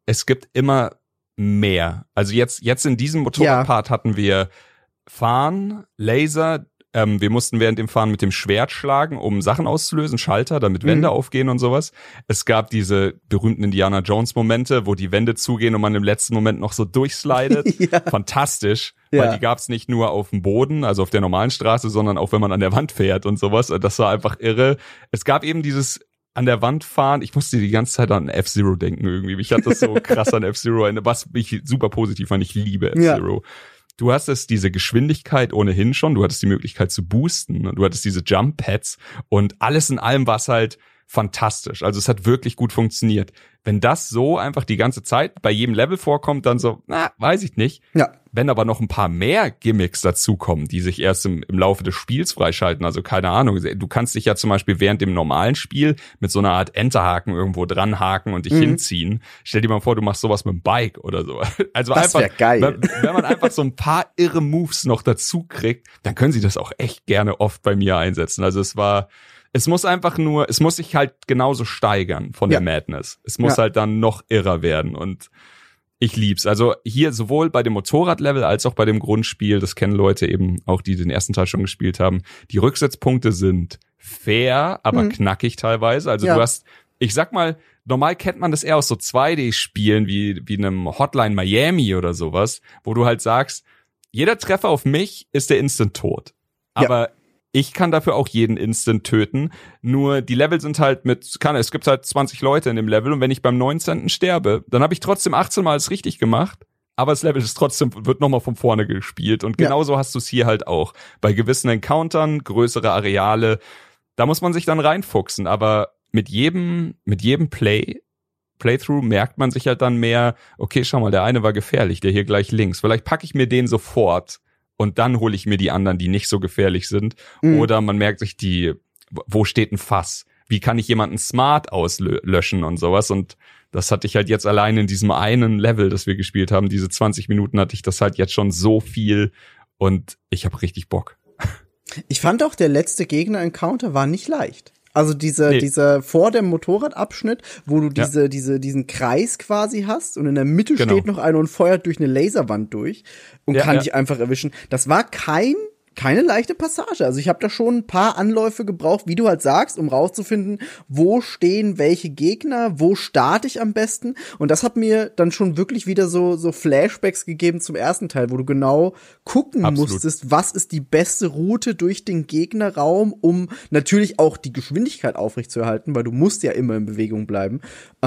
es gibt immer mehr. Also jetzt in diesem Motorradpart hatten wir Fahren, Laser, wir mussten während dem Fahren mit dem Schwert schlagen, um Sachen auszulösen, Schalter, damit Wände aufgehen und sowas. Es gab diese berühmten Indiana Jones Momente, wo die Wände zugehen und man im letzten Moment noch so durchslidet. Fantastisch, weil die gab's nicht nur auf dem Boden, also auf der normalen Straße, sondern auch wenn man an der Wand fährt und sowas. Das war einfach irre. Es gab eben dieses an der Wand fahren, ich musste die ganze Zeit an F-Zero denken irgendwie. Mich hat das so krass an F-Zero erinnert, was ich super positiv fand. Ich liebe F-Zero. Du hattest diese Geschwindigkeit ohnehin schon, du hattest die Möglichkeit zu boosten, du hattest diese Jump-Pads und alles in allem war es halt fantastisch. Also es hat wirklich gut funktioniert. Wenn das so einfach die ganze Zeit bei jedem Level vorkommt, dann so, weiß ich nicht. Ja. Wenn aber noch ein paar mehr Gimmicks dazukommen, die sich erst im Laufe des Spiels freischalten, also keine Ahnung, du kannst dich ja zum Beispiel während dem normalen Spiel mit so einer Art Enterhaken irgendwo dranhaken und dich hinziehen. Stell dir mal vor, du machst sowas mit dem Bike oder so. Also das einfach, geil. Wenn man einfach so ein paar irre Moves noch dazu kriegt, dann können sie das auch echt gerne oft bei mir einsetzen. Also es muss sich halt genauso steigern von der Madness. Es muss halt dann noch irrer werden und ich lieb's. Also hier sowohl bei dem Motorradlevel als auch bei dem Grundspiel, das kennen Leute eben auch, die den ersten Teil schon gespielt haben, die Rücksetzpunkte sind fair, aber knackig teilweise. Also du hast, ich sag mal, normal kennt man das eher aus so 2D-Spielen wie einem Hotline Miami oder sowas, wo du halt sagst, jeder Treffer auf mich ist der Instant-Tod. Aber ich kann dafür auch jeden Instant töten, nur die Level sind halt es gibt halt 20 Leute in dem Level und wenn ich beim 19. sterbe, dann habe ich trotzdem 18 Mal es richtig gemacht, aber das Level wird nochmal von vorne gespielt und genauso hast du es hier halt auch. Bei gewissen Encountern, größere Areale, da muss man sich dann reinfuchsen, aber mit jedem Playthrough merkt man sich halt dann mehr, okay, schau mal, der eine war gefährlich, der hier gleich links, vielleicht packe ich mir den sofort. Und dann hole ich mir die anderen, die nicht so gefährlich sind. Oder man merkt sich wo steht ein Fass? Wie kann ich jemanden smart auslöschen und sowas? Und das hatte ich halt jetzt allein in diesem einen Level, das wir gespielt haben. Diese 20 Minuten hatte ich das halt jetzt schon so viel. Und ich habe richtig Bock. Ich fand auch, der letzte Gegner-Encounter war nicht leicht. Also dieser vor dem Motorradabschnitt, wo du diesen Kreis quasi hast und in der Mitte steht noch einer und feuert durch eine Laserwand durch und kann dich einfach erwischen. Das war keine leichte Passage. Also ich habe da schon ein paar Anläufe gebraucht, wie du halt sagst, um rauszufinden, wo stehen welche Gegner, wo starte ich am besten. Und das hat mir dann schon wirklich wieder so Flashbacks gegeben zum ersten Teil, wo du genau gucken musstest, was ist die beste Route durch den Gegnerraum, um natürlich auch die Geschwindigkeit aufrechtzuerhalten, weil du musst ja immer in Bewegung bleiben.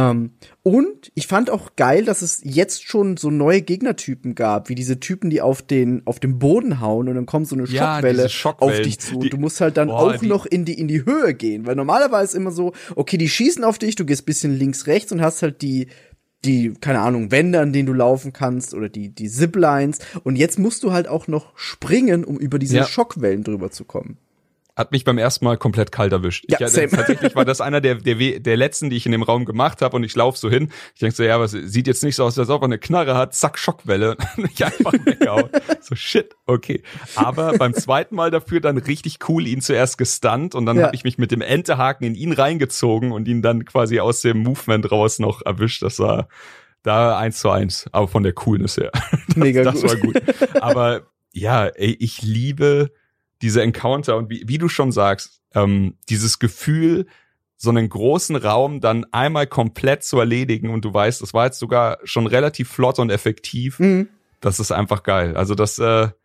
Und ich fand auch geil, dass es jetzt schon so neue Gegnertypen gab, wie diese Typen, die auf den Boden hauen und dann kommt so eine Schockwelle auf dich zu. Und du musst halt dann noch in die Höhe gehen, weil normalerweise immer so, okay, die schießen auf dich, du gehst bisschen links, rechts und hast halt die, keine Ahnung, Wände, an denen du laufen kannst oder die Ziplines. Und jetzt musst du halt auch noch springen, um über diese Schockwellen drüber zu kommen. Hat mich beim ersten Mal komplett kalt erwischt. Tatsächlich war das einer der letzten, die ich in dem Raum gemacht habe und ich laufe so hin. Ich denke so, was sieht jetzt nicht so aus, als ob er eine Knarre hat, zack, Schockwelle. Und ich einfach weggehauen. So, shit, okay. Aber beim zweiten Mal dafür dann richtig cool, ihn zuerst gestunt und dann habe ich mich mit dem Enterhaken in ihn reingezogen und ihn dann quasi aus dem Movement raus noch erwischt. Das war da 1:1, aber von der Coolness her. Mega das war gut. Aber ja, ich liebe diese Encounter und wie du schon sagst, dieses Gefühl, so einen großen Raum dann einmal komplett zu erledigen und du weißt, das war jetzt sogar schon relativ flott und effektiv, das ist einfach geil. Also das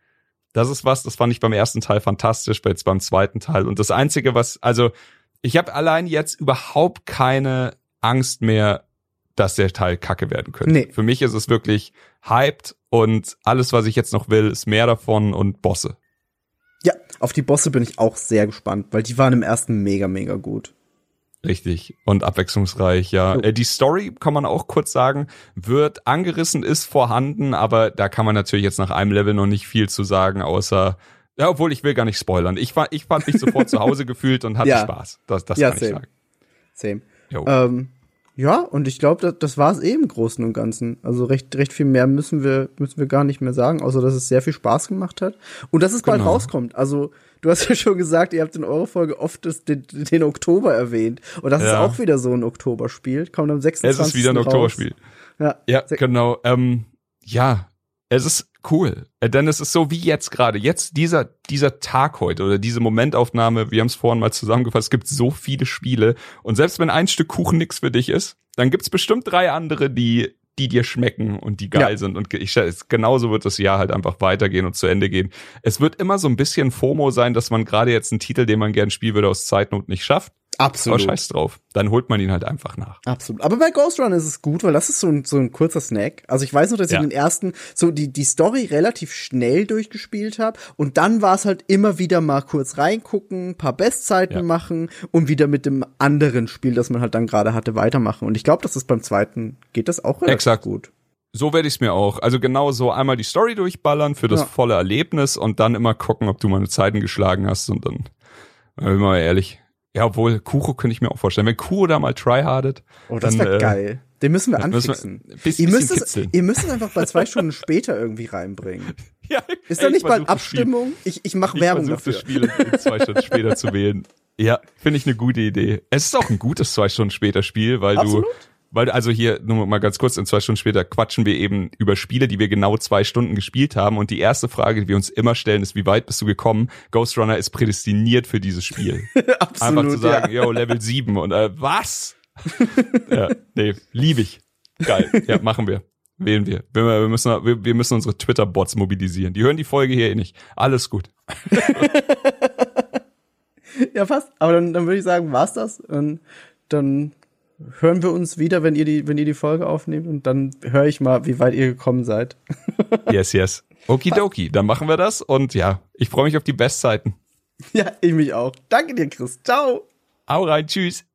ist das fand ich beim ersten Teil fantastisch, jetzt beim zweiten Teil. Und das Einzige, ich habe allein jetzt überhaupt keine Angst mehr, dass der Teil kacke werden könnte. Nee. Für mich ist es wirklich hyped und alles, was ich jetzt noch will, ist mehr davon und Bosse. Ja, auf die Bosse bin ich auch sehr gespannt, weil die waren im ersten mega, mega gut. Richtig. Und abwechslungsreich, ja. Oh. Die Story, kann man auch kurz sagen, wird angerissen, ist vorhanden, aber da kann man natürlich jetzt nach einem Level noch nicht viel zu sagen, außer, ja, obwohl ich will gar nicht spoilern. Ich fand mich sofort zu Hause gefühlt und hatte Spaß. Das kann ich sagen. Same. Ja, und ich glaube, das war es im Großen und Ganzen. Also recht viel mehr müssen wir gar nicht mehr sagen, außer dass es sehr viel Spaß gemacht hat. Und dass es bald rauskommt. Also, du hast ja schon gesagt, ihr habt in eurer Folge oft den Oktober erwähnt. Und das ist auch wieder so ein Oktoberspiel. Kommt am 26. Es ist wieder ein Oktoberspiel. Ja, genau. Ja, es ist cool. Denn es ist so wie jetzt gerade. Jetzt dieser Tag heute oder diese Momentaufnahme, wir haben es vorhin mal zusammengefasst, es gibt so viele Spiele. Und selbst wenn ein Stück Kuchen nix für dich ist, dann gibt's bestimmt 3 andere, die dir schmecken und die geil sind. Und genauso wird das Jahr halt einfach weitergehen und zu Ende gehen. Es wird immer so ein bisschen FOMO sein, dass man gerade jetzt einen Titel, den man gern spielen würde, aus Zeitnot nicht schafft. Absolut. Aber scheiß drauf. Dann holt man ihn halt einfach nach. Absolut. Aber bei Ghost Run ist es gut, weil das ist so ein kurzer Snack. Also ich weiß noch, dass ich den ersten, so die Story relativ schnell durchgespielt habe. Und dann war es halt immer wieder mal kurz reingucken, paar Bestzeiten machen und wieder mit dem anderen Spiel, das man halt dann gerade hatte, weitermachen. Und ich glaube, dass das beim zweiten geht das auch relativ gut. So werde ich es mir auch. Also genau so einmal die Story durchballern für das volle Erlebnis und dann immer gucken, ob du mal eine Zeiten geschlagen hast. Und dann, mal ehrlich, ja, obwohl, Kuro könnte ich mir auch vorstellen. Wenn Kuro da mal tryhardet. Oh, das wäre geil. Den müssen wir anfixen. Ihr müsst es einfach bei 2 Stunden später irgendwie reinbringen. Ja, ist da nicht bald Abstimmung? Ich mache Werbung dafür. Das Spiel in 2 Stunden später zu wählen. Ja, finde ich eine gute Idee. Es ist auch ein gutes 2 Stunden später Spiel, weil also hier, nur mal ganz kurz, in 2 Stunden später quatschen wir eben über Spiele, die wir genau 2 Stunden gespielt haben. Und die erste Frage, die wir uns immer stellen, ist, wie weit bist du gekommen? Ghost Runner ist prädestiniert für dieses Spiel. Absolut, einfach zu sagen, Level 7 und was? Ja, nee, lieb ich. Geil, ja, machen wir. Wählen wir. Wir müssen unsere Twitter-Bots mobilisieren. Die hören die Folge hier eh nicht. Alles gut. Ja, fast. Aber dann würde ich sagen, war's das. Und dann hören wir uns wieder, wenn ihr die Folge aufnehmt, und dann höre ich mal, wie weit ihr gekommen seid. Yes. Okidoki, dann machen wir das und ja, ich freue mich auf die Bestzeiten. Ja, ich mich auch. Danke dir, Chris. Ciao. Hau rein, tschüss.